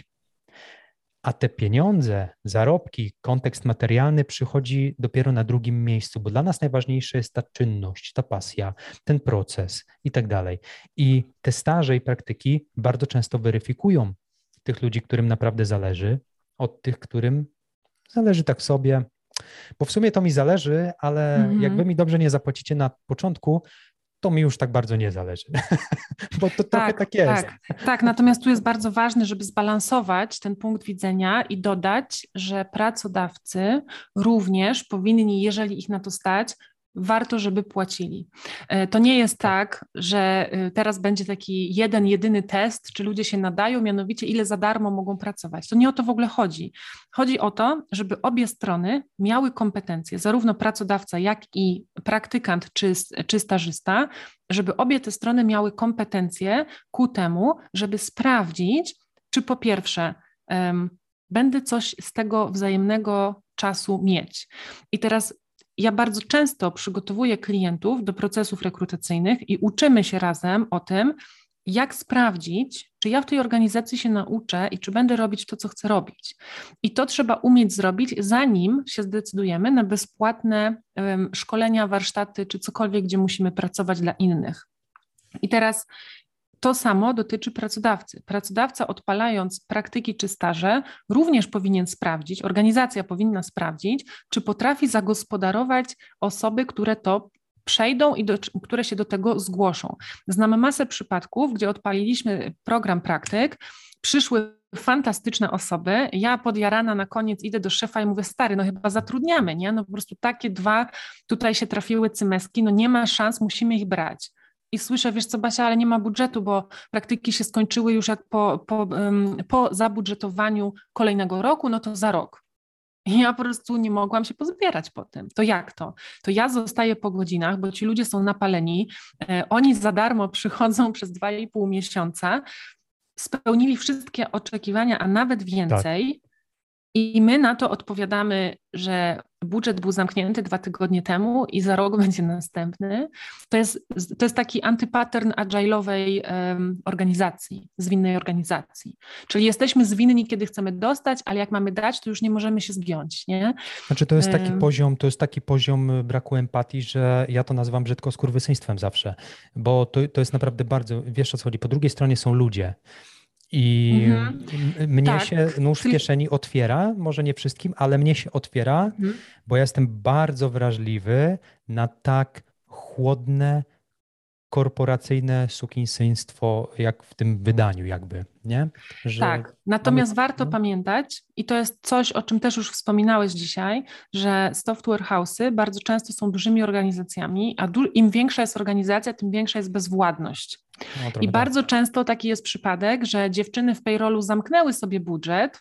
A te pieniądze, zarobki, kontekst materialny przychodzi dopiero na drugim miejscu, bo dla nas najważniejsza jest ta czynność, ta pasja, ten proces i tak dalej. I te staże i praktyki bardzo często weryfikują tych ludzi, którym naprawdę zależy, od tych, którym zależy tak sobie, bo w sumie to mi zależy, ale mm-hmm. jak wy mi dobrze nie zapłacicie na początku, to mi już tak bardzo nie zależy, bo to tak, trochę tak jest. Tak, tak, natomiast tu jest bardzo ważne, żeby zbalansować ten punkt widzenia i dodać, że pracodawcy również powinni, jeżeli ich na to stać, warto, żeby płacili. To nie jest tak, że teraz będzie taki jeden, jedyny test, czy ludzie się nadają, mianowicie ile za darmo mogą pracować. To nie o to w ogóle chodzi. Chodzi o to, żeby obie strony miały kompetencje, zarówno pracodawca, jak i praktykant czy, czy stażysta, żeby obie te strony miały kompetencje ku temu, żeby sprawdzić, czy po pierwsze um, będę coś z tego wzajemnego czasu mieć. I teraz ja bardzo często przygotowuję klientów do procesów rekrutacyjnych i uczymy się razem o tym, jak sprawdzić, czy ja w tej organizacji się nauczę i czy będę robić to, co chcę robić. I to trzeba umieć zrobić, zanim się zdecydujemy na bezpłatne um, szkolenia, warsztaty czy cokolwiek, gdzie musimy pracować dla innych. I teraz to samo dotyczy pracodawcy. Pracodawca, odpalając praktyki czy staże, również powinien sprawdzić, organizacja powinna sprawdzić, czy potrafi zagospodarować osoby, które to przejdą i do, które się do tego zgłoszą. Znamy masę przypadków, gdzie odpaliliśmy program praktyk, przyszły fantastyczne osoby, ja podjarana na koniec idę do szefa i mówię, stary, no chyba zatrudniamy, nie? No po prostu takie dwa tutaj się trafiły cymeski, no nie ma szans, musimy ich brać. I słyszę, wiesz co, Basia, ale nie ma budżetu, bo praktyki się skończyły już jak po, po, um, po zabudżetowaniu kolejnego roku, no to za rok. I ja po prostu nie mogłam się pozbierać po tym. To jak to? To ja zostaję po godzinach, bo ci ludzie są napaleni, e, oni za darmo przychodzą przez dwa i pół miesiąca, spełnili wszystkie oczekiwania, a nawet więcej. Tak. I my na to odpowiadamy, że budżet był zamknięty dwa tygodnie temu i za rok będzie następny. To jest, to jest taki antypattern agile'owej um, organizacji, zwinnej organizacji. Czyli jesteśmy zwinni, kiedy chcemy dostać, ale jak mamy dać, to już nie możemy się zgiąć, nie? Znaczy to jest taki um, poziom, to jest taki poziom braku empatii, że ja to nazywam brzydko skurwysyństwem zawsze, bo to, to jest naprawdę bardzo, wiesz o co chodzi, po drugiej stronie są ludzie. I mhm. mnie tak. się nóż w kieszeni otwiera, może nie wszystkim, ale mnie się otwiera, mhm. bo ja jestem bardzo wrażliwy na tak chłodne, korporacyjne sukinsystwo, jak w tym wydaniu jakby, nie? Że tak, natomiast mamy... warto no. pamiętać, i to jest coś, o czym też już wspominałeś dzisiaj, że software house'y bardzo często są dużymi organizacjami, a du- im większa jest organizacja, tym większa jest bezwładność. No, I bardzo tak. często taki jest przypadek, że dziewczyny w payrollu zamknęły sobie budżet,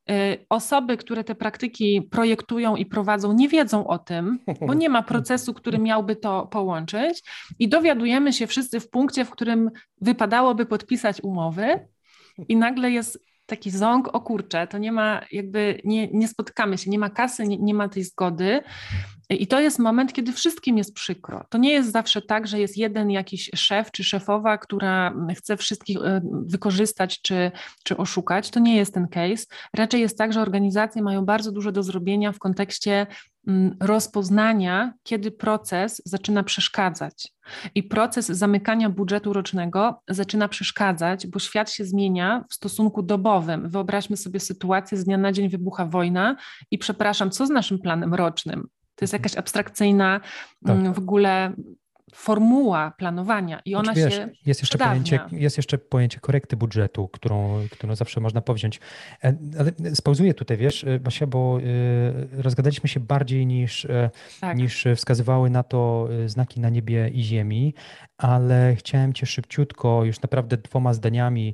osoby, które te praktyki projektują i prowadzą, nie wiedzą o tym, bo nie ma procesu, który miałby to połączyć i dowiadujemy się wszyscy w punkcie, w którym wypadałoby podpisać umowy i nagle jest taki ząg, o kurczę, to nie ma jakby, nie, nie spotykamy się, nie ma kasy, nie, nie ma tej zgody. I to jest moment, kiedy wszystkim jest przykro. To nie jest zawsze tak, że jest jeden jakiś szef czy szefowa, która chce wszystkich wykorzystać czy, czy oszukać. To nie jest ten case. Raczej jest tak, że organizacje mają bardzo dużo do zrobienia w kontekście rozpoznania, kiedy proces zaczyna przeszkadzać. I proces zamykania budżetu rocznego zaczyna przeszkadzać, bo świat się zmienia w stosunku dobowym. Wyobraźmy sobie sytuację, z dnia na dzień wybucha wojna i przepraszam, co z naszym planem rocznym? To jest jakaś abstrakcyjna tak. w ogóle formuła planowania i ona wiesz, się jest jeszcze, pojęcie, jest jeszcze pojęcie korekty budżetu, którą, którą zawsze można powziąć. Ale spauzuję tutaj, wiesz, Basia, bo rozgadaliśmy się bardziej niż, tak. niż wskazywały na to znaki na niebie i ziemi, ale chciałem cię szybciutko, już naprawdę dwoma zdaniami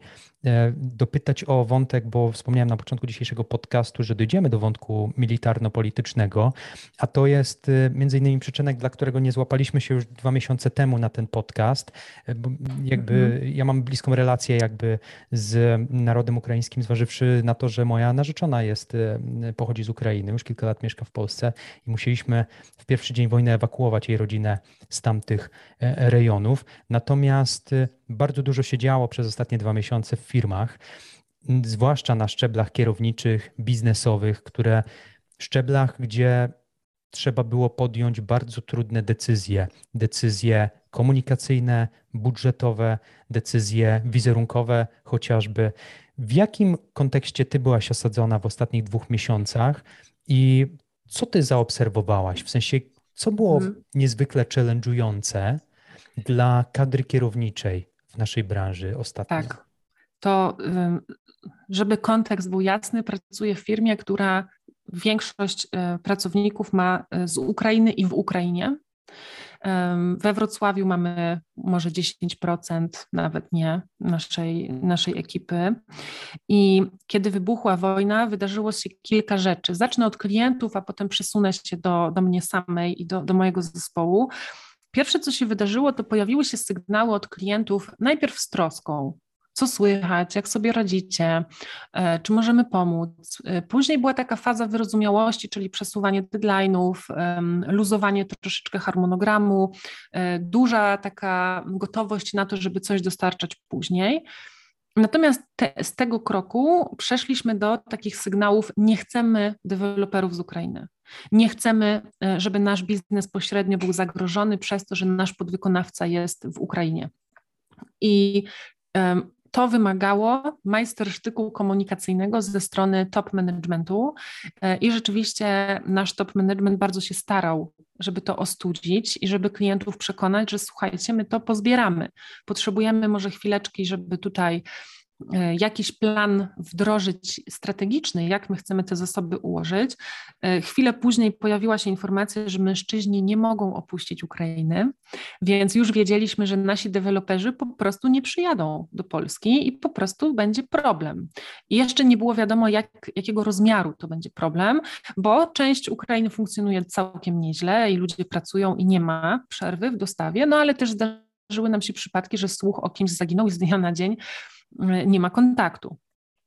dopytać o wątek, bo wspomniałem na początku dzisiejszego podcastu, że dojdziemy do wątku militarno-politycznego, a to jest między innymi przyczynek, dla którego nie złapaliśmy się już dwa miesiące temu na ten podcast. Bo jakby mm-hmm. ja mam bliską relację jakby z narodem ukraińskim, zważywszy na to, że moja narzeczona jest, pochodzi z Ukrainy, już kilka lat mieszka w Polsce i musieliśmy w pierwszy dzień wojny ewakuować jej rodzinę z tamtych rejonów. Natomiast bardzo dużo się działo przez ostatnie dwa miesiące w firmach, zwłaszcza na szczeblach kierowniczych, biznesowych, które szczeblach, gdzie trzeba było podjąć bardzo trudne decyzje, decyzje komunikacyjne, budżetowe, decyzje wizerunkowe chociażby. W jakim kontekście ty byłaś osadzona w ostatnich dwóch miesiącach i co ty zaobserwowałaś? W sensie, co było hmm. niezwykle challenge'ujące dla kadry kierowniczej w naszej branży ostatnio? Tak, to żeby kontekst był jasny, pracuję w firmie, która większość pracowników ma z Ukrainy i w Ukrainie. We Wrocławiu mamy może dziesięć procent, nawet nie, naszej, naszej ekipy. I kiedy wybuchła wojna, wydarzyło się kilka rzeczy. Zacznę od klientów, a potem przesunę się do, do mnie samej i do, do mojego zespołu. Pierwsze, co się wydarzyło, to pojawiły się sygnały od klientów, najpierw z troską. Co słychać, jak sobie radzicie, czy możemy pomóc. Później była taka faza wyrozumiałości, czyli przesuwanie deadline'ów, luzowanie troszeczkę harmonogramu, duża taka gotowość na to, żeby coś dostarczać później. Natomiast te, z tego kroku przeszliśmy do takich sygnałów: nie chcemy deweloperów z Ukrainy. Nie chcemy, żeby nasz biznes pośrednio był zagrożony przez to, że nasz podwykonawca jest w Ukrainie. I um, to wymagało majstersztyku komunikacyjnego ze strony top managementu i rzeczywiście nasz top management bardzo się starał, żeby to ostudzić i żeby klientów przekonać, że słuchajcie, my to pozbieramy. Potrzebujemy może chwileczki, żeby tutaj jakiś plan wdrożyć strategiczny, jak my chcemy te zasoby ułożyć. Chwilę później pojawiła się informacja, że mężczyźni nie mogą opuścić Ukrainy, więc już wiedzieliśmy, że nasi deweloperzy po prostu nie przyjadą do Polski i po prostu będzie problem. I jeszcze nie było wiadomo, jak, jakiego rozmiaru to będzie problem, bo część Ukrainy funkcjonuje całkiem nieźle i ludzie pracują i nie ma przerwy w dostawie, no ale też zdarzyły nam się przypadki, że słuch o kimś zaginął i z dnia na dzień nie ma kontaktu.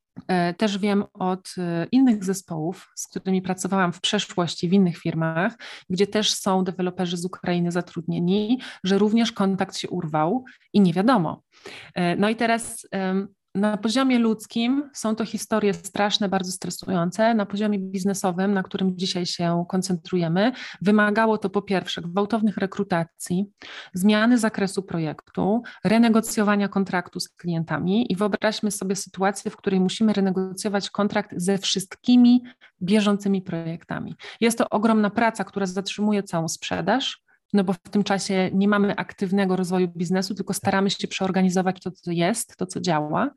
Też wiem od innych zespołów, z którymi pracowałam w przeszłości w innych firmach, gdzie też są deweloperzy z Ukrainy zatrudnieni, że również kontakt się urwał i nie wiadomo. No i teraz na poziomie ludzkim są to historie straszne, bardzo stresujące. Na poziomie biznesowym, na którym dzisiaj się koncentrujemy, wymagało to po pierwsze gwałtownych rekrutacji, zmiany zakresu projektu, renegocjowania kontraktu z klientami i wyobraźmy sobie sytuację, w której musimy renegocjować kontrakt ze wszystkimi bieżącymi projektami. Jest to ogromna praca, która zatrzymuje całą sprzedaż, no bo w tym czasie nie mamy aktywnego rozwoju biznesu, tylko staramy się przeorganizować to, co jest, to, co działa.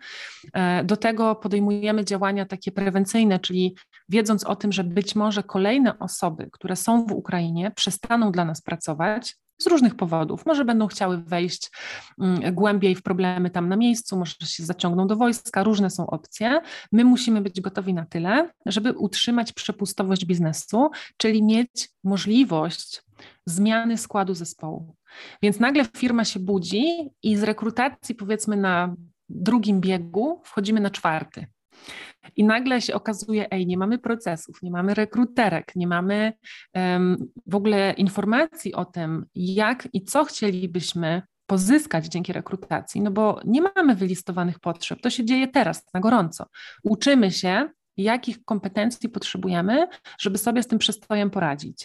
Do tego podejmujemy działania takie prewencyjne, czyli wiedząc o tym, że być może kolejne osoby, które są w Ukrainie, przestaną dla nas pracować z różnych powodów. Może będą chciały wejść głębiej w problemy tam na miejscu, może się zaciągną do wojska, różne są opcje. My musimy być gotowi na tyle, żeby utrzymać przepustowość biznesu, czyli mieć możliwość zmiany składu zespołu. Więc nagle firma się budzi i z rekrutacji powiedzmy na drugim biegu wchodzimy na czwarty. I nagle się okazuje, ej, nie mamy procesów, nie mamy rekruterek, nie mamy um, w ogóle informacji o tym, jak i co chcielibyśmy pozyskać dzięki rekrutacji, no bo nie mamy wylistowanych potrzeb, to się dzieje teraz, na gorąco. Uczymy się, jakich kompetencji potrzebujemy, żeby sobie z tym przestojem poradzić.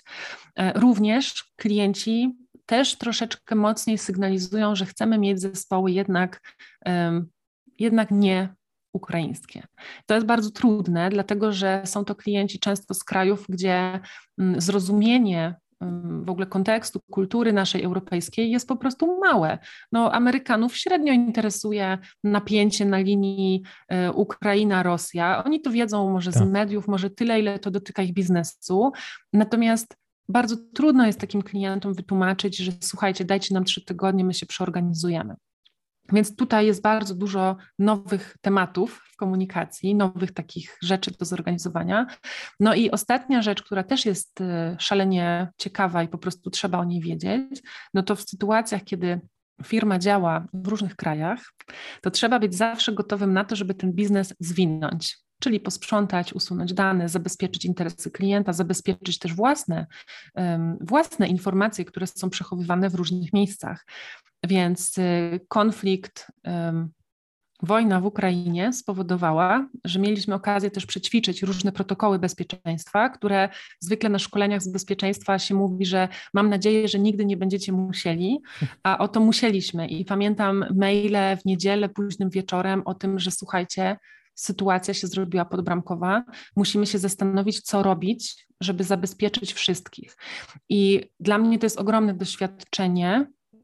Również klienci też troszeczkę mocniej sygnalizują, że chcemy mieć zespoły jednak, um, jednak nie ukraińskie. To jest bardzo trudne, dlatego że są to klienci często z krajów, gdzie zrozumienie w ogóle kontekstu, kultury naszej europejskiej jest po prostu małe. No, Amerykanów średnio interesuje napięcie na linii Ukraina-Rosja. Oni to wiedzą może tak z mediów, może tyle, ile to dotyka ich biznesu. Natomiast bardzo trudno jest takim klientom wytłumaczyć, że słuchajcie, dajcie nam trzy tygodnie, my się przeorganizujemy. Więc tutaj jest bardzo dużo nowych tematów w komunikacji, nowych takich rzeczy do zorganizowania. No i ostatnia rzecz, która też jest szalenie ciekawa i po prostu trzeba o niej wiedzieć, no to w sytuacjach, kiedy firma działa w różnych krajach, to trzeba być zawsze gotowym na to, żeby ten biznes zwinąć, czyli posprzątać, usunąć dane, zabezpieczyć interesy klienta, zabezpieczyć też własne, um, własne informacje, które są przechowywane w różnych miejscach. Więc y, konflikt, um, wojna w Ukrainie spowodowała, że mieliśmy okazję też przećwiczyć różne protokoły bezpieczeństwa, które zwykle na szkoleniach z bezpieczeństwa się mówi, że mam nadzieję, że nigdy nie będziecie musieli, a oto musieliśmy. I pamiętam maile w niedzielę późnym wieczorem o tym, że słuchajcie, sytuacja się zrobiła podbramkowa, musimy się zastanowić, co robić, żeby zabezpieczyć wszystkich. I dla mnie to jest ogromne doświadczenie,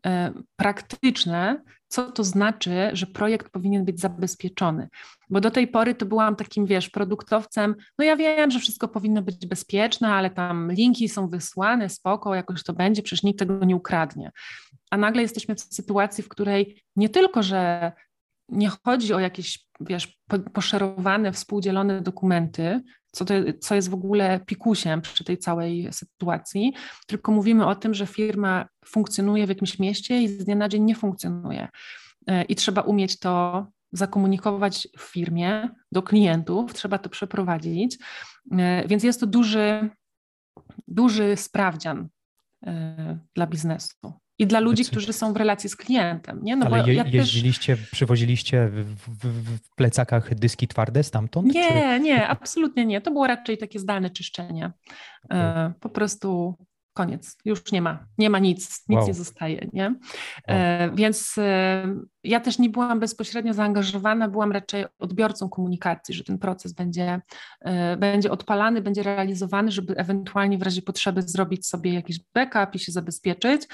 praktyczne, co to znaczy, że projekt powinien być zabezpieczony. Bo do tej pory to byłam takim, wiesz, produktowcem, no ja wiem, że wszystko powinno być bezpieczne, ale tam linki są wysłane, spoko, jakoś to będzie, przecież nikt tego nie ukradnie. A nagle jesteśmy w sytuacji, w której nie tylko, że nie chodzi o jakieś, wiesz, poszerowane, współdzielone dokumenty, co, to, co jest w ogóle pikusiem przy tej całej sytuacji, tylko mówimy o tym, że firma funkcjonuje w jakimś mieście i z dnia na dzień nie funkcjonuje. I trzeba umieć to zakomunikować w firmie do klientów, trzeba to przeprowadzić, więc jest to duży, duży sprawdzian dla biznesu. I dla ludzi, którzy są w relacji z klientem. Nie? No Ale bo je, ja jeździliście, też... przywoziliście w, w, w plecakach dyski twarde stamtąd? Nie, czy... nie, absolutnie nie. To było raczej takie zdalne czyszczenie. Okay. Po prostu koniec. Już nie ma. Nie ma nic. Nic wow. nie zostaje. Nie? Wow. Więc ja też nie byłam bezpośrednio zaangażowana, byłam raczej odbiorcą komunikacji, że ten proces będzie, będzie odpalany, będzie realizowany, żeby ewentualnie w razie potrzeby zrobić sobie jakiś backup i się zabezpieczyć.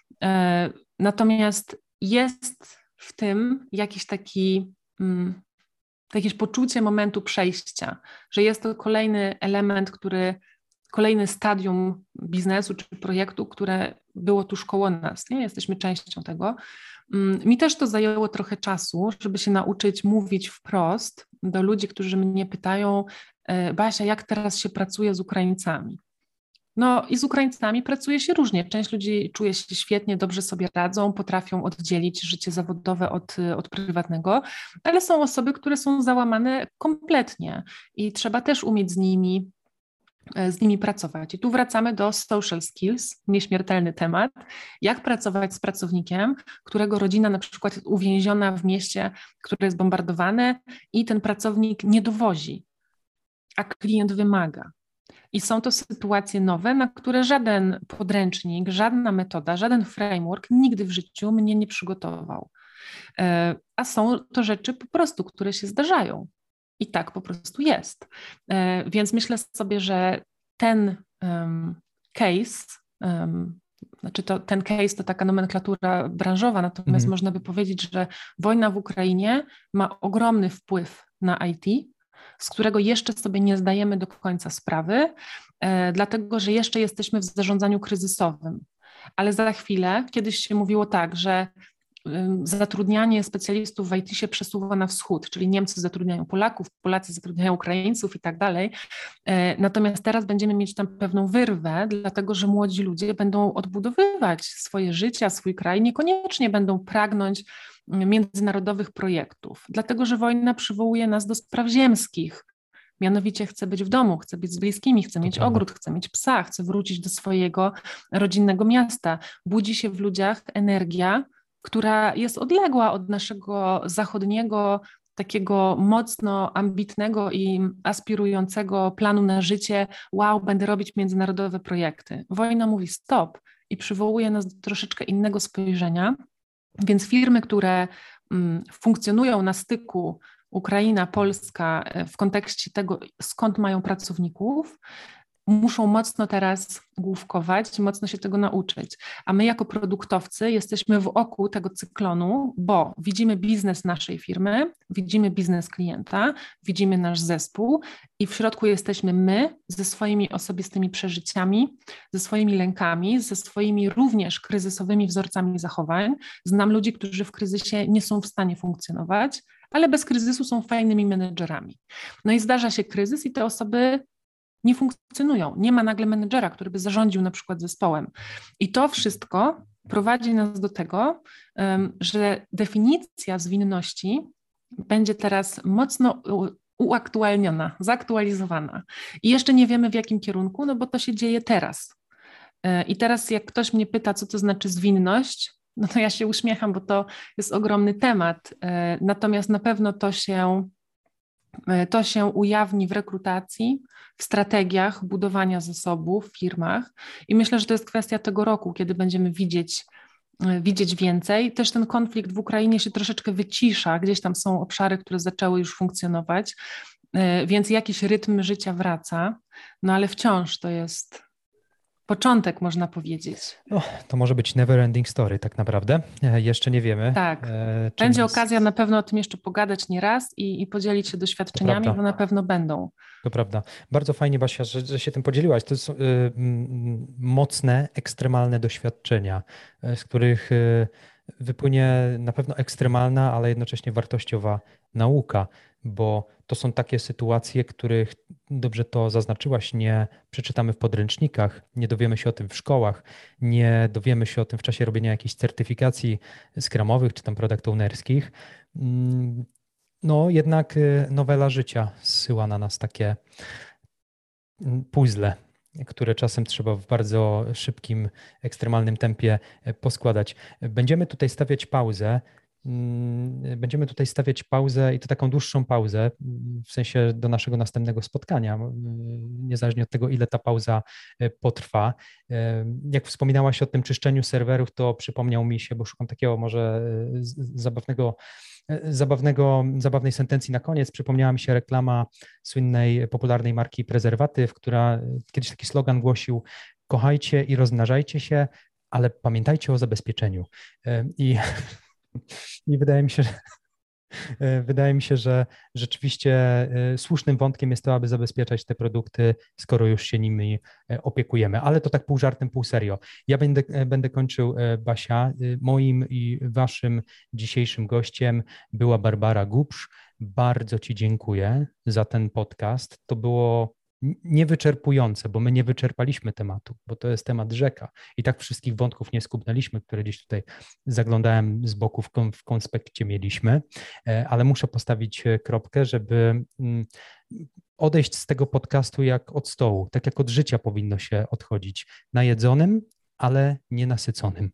Natomiast jest w tym jakiś taki, um, jakieś poczucie momentu przejścia, że jest to kolejny element, który, kolejny stadium biznesu czy projektu, które było tuż koło nas, nie? Jesteśmy częścią tego. Um, mi też to zajęło trochę czasu, żeby się nauczyć mówić wprost do ludzi, którzy mnie pytają: Basia, jak teraz się pracuje z Ukraińcami? No i z Ukraińcami pracuje się różnie. Część ludzi czuje się świetnie, dobrze sobie radzą, potrafią oddzielić życie zawodowe od, od prywatnego, ale są osoby, które są załamane kompletnie i trzeba też umieć z nimi, z nimi pracować. I tu wracamy do social skills, nieśmiertelny temat. Jak pracować z pracownikiem, którego rodzina na przykład jest uwięziona w mieście, które jest bombardowane i ten pracownik nie dowozi, a klient wymaga. I są to sytuacje nowe, na które żaden podręcznik, żadna metoda, żaden framework nigdy w życiu mnie nie przygotował. A są to rzeczy po prostu, które się zdarzają. I tak po prostu jest. Więc myślę sobie, że ten um, case, um, znaczy to, ten case to taka nomenklatura branżowa, natomiast mm. można by powiedzieć, że wojna w Ukrainie ma ogromny wpływ na I T, z którego jeszcze sobie nie zdajemy do końca sprawy, e, dlatego że jeszcze jesteśmy w zarządzaniu kryzysowym. Ale za chwilę, kiedyś się mówiło tak, że y, zatrudnianie specjalistów w I T się przesuwa na wschód, czyli Niemcy zatrudniają Polaków, Polacy zatrudniają Ukraińców i tak dalej. E, natomiast teraz będziemy mieć tam pewną wyrwę, dlatego że młodzi ludzie będą odbudowywać swoje życie, swój kraj, niekoniecznie będą pragnąć międzynarodowych projektów, dlatego że wojna przywołuje nas do spraw ziemskich. Mianowicie chcę być w domu, chcę być z bliskimi, chcę mieć ogród, chcę mieć psa, chcę wrócić do swojego rodzinnego miasta. Budzi się w ludziach energia, która jest odległa od naszego zachodniego, takiego mocno ambitnego i aspirującego planu na życie. Wow, będę robić międzynarodowe projekty. Wojna mówi stop i przywołuje nas do troszeczkę innego spojrzenia. Więc firmy, które mm, funkcjonują na styku Ukraina, Polska w kontekście tego, skąd mają pracowników, muszą mocno teraz główkować, mocno się tego nauczyć. A my jako produktowcy jesteśmy w oku tego cyklonu, bo widzimy biznes naszej firmy, widzimy biznes klienta, widzimy nasz zespół i w środku jesteśmy my ze swoimi osobistymi przeżyciami, ze swoimi lękami, ze swoimi również kryzysowymi wzorcami zachowań. Znam ludzi, którzy w kryzysie nie są w stanie funkcjonować, ale bez kryzysu są fajnymi menedżerami. No i zdarza się kryzys i te osoby nie funkcjonują. Nie ma nagle menedżera, który by zarządził na przykład zespołem. I to wszystko prowadzi nas do tego, że definicja zwinności będzie teraz mocno uaktualniona, zaktualizowana. I jeszcze nie wiemy w jakim kierunku, no bo to się dzieje teraz. I teraz jak ktoś mnie pyta, co to znaczy zwinność, no to ja się uśmiecham, bo to jest ogromny temat. Natomiast na pewno to się To się ujawni w rekrutacji, w strategiach budowania zasobów w firmach i myślę, że to jest kwestia tego roku, kiedy będziemy widzieć, widzieć więcej. Też ten konflikt w Ukrainie się troszeczkę wycisza, gdzieś tam są obszary, które zaczęły już funkcjonować, więc jakiś rytm życia wraca, no ale wciąż to jest początek, można powiedzieć. No, to może być never ending story tak naprawdę. E, jeszcze nie wiemy. Tak. E, czy Będzie nas... okazja na pewno o tym jeszcze pogadać nie raz i, i podzielić się doświadczeniami, bo na pewno będą. To prawda. Bardzo fajnie, Basia, że, że się tym podzieliłaś. To są y, y, mocne, ekstremalne doświadczenia, y, z których y, wypłynie na pewno ekstremalna, ale jednocześnie wartościowa nauka, bo to są takie sytuacje, których, dobrze to zaznaczyłaś, nie przeczytamy w podręcznikach, nie dowiemy się o tym w szkołach, nie dowiemy się o tym w czasie robienia jakichś certyfikacji scrumowych czy tam product ownerskich. Mm, No, jednak nowela życia zsyła na nas takie puzzle, które czasem trzeba w bardzo szybkim, ekstremalnym tempie poskładać. Będziemy tutaj stawiać pauzę. Będziemy tutaj stawiać pauzę i to taką dłuższą pauzę, w sensie do naszego następnego spotkania, niezależnie od tego, ile ta pauza potrwa. Jak wspominałaś o tym czyszczeniu serwerów, to przypomniał mi się, bo szukam takiego może zabawnego Zabawnego, zabawnej sentencji na koniec przypomniała mi się reklama słynnej, popularnej marki prezerwatyw, która kiedyś taki slogan głosił: kochajcie i rozmnażajcie się, ale pamiętajcie o zabezpieczeniu. I, i wydaje mi się, że Wydaje mi się, że rzeczywiście słusznym wątkiem jest to, aby zabezpieczać te produkty, skoro już się nimi opiekujemy, ale to tak pół żartem, pół serio. Ja będę, będę kończył, Basia. Moim i waszym dzisiejszym gościem była Barbara Gubsz. Bardzo ci dziękuję za ten podcast. To było niewyczerpujące, bo my nie wyczerpaliśmy tematu, bo to jest temat rzeka i tak wszystkich wątków nie skubnęliśmy, które gdzieś tutaj zaglądałem z boku w, kon, w konspekcie mieliśmy, ale muszę postawić kropkę, żeby odejść z tego podcastu jak od stołu, tak jak od życia powinno się odchodzić, najedzonym, ale nienasyconym.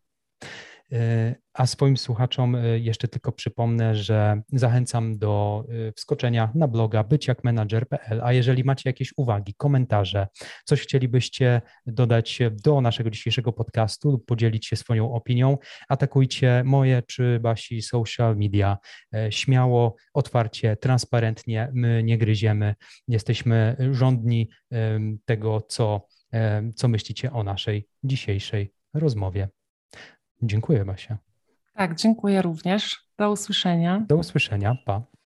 A swoim słuchaczom jeszcze tylko przypomnę, że zachęcam do wskoczenia na bloga być jak menadżer kropka p l, a jeżeli macie jakieś uwagi, komentarze, coś chcielibyście dodać do naszego dzisiejszego podcastu lub podzielić się swoją opinią, atakujcie moje czy Basi social media śmiało, otwarcie, transparentnie, my nie gryziemy, jesteśmy żądni tego, co, co myślicie o naszej dzisiejszej rozmowie. Dziękuję, Basia. Tak, dziękuję również. Do usłyszenia. Do usłyszenia. Pa.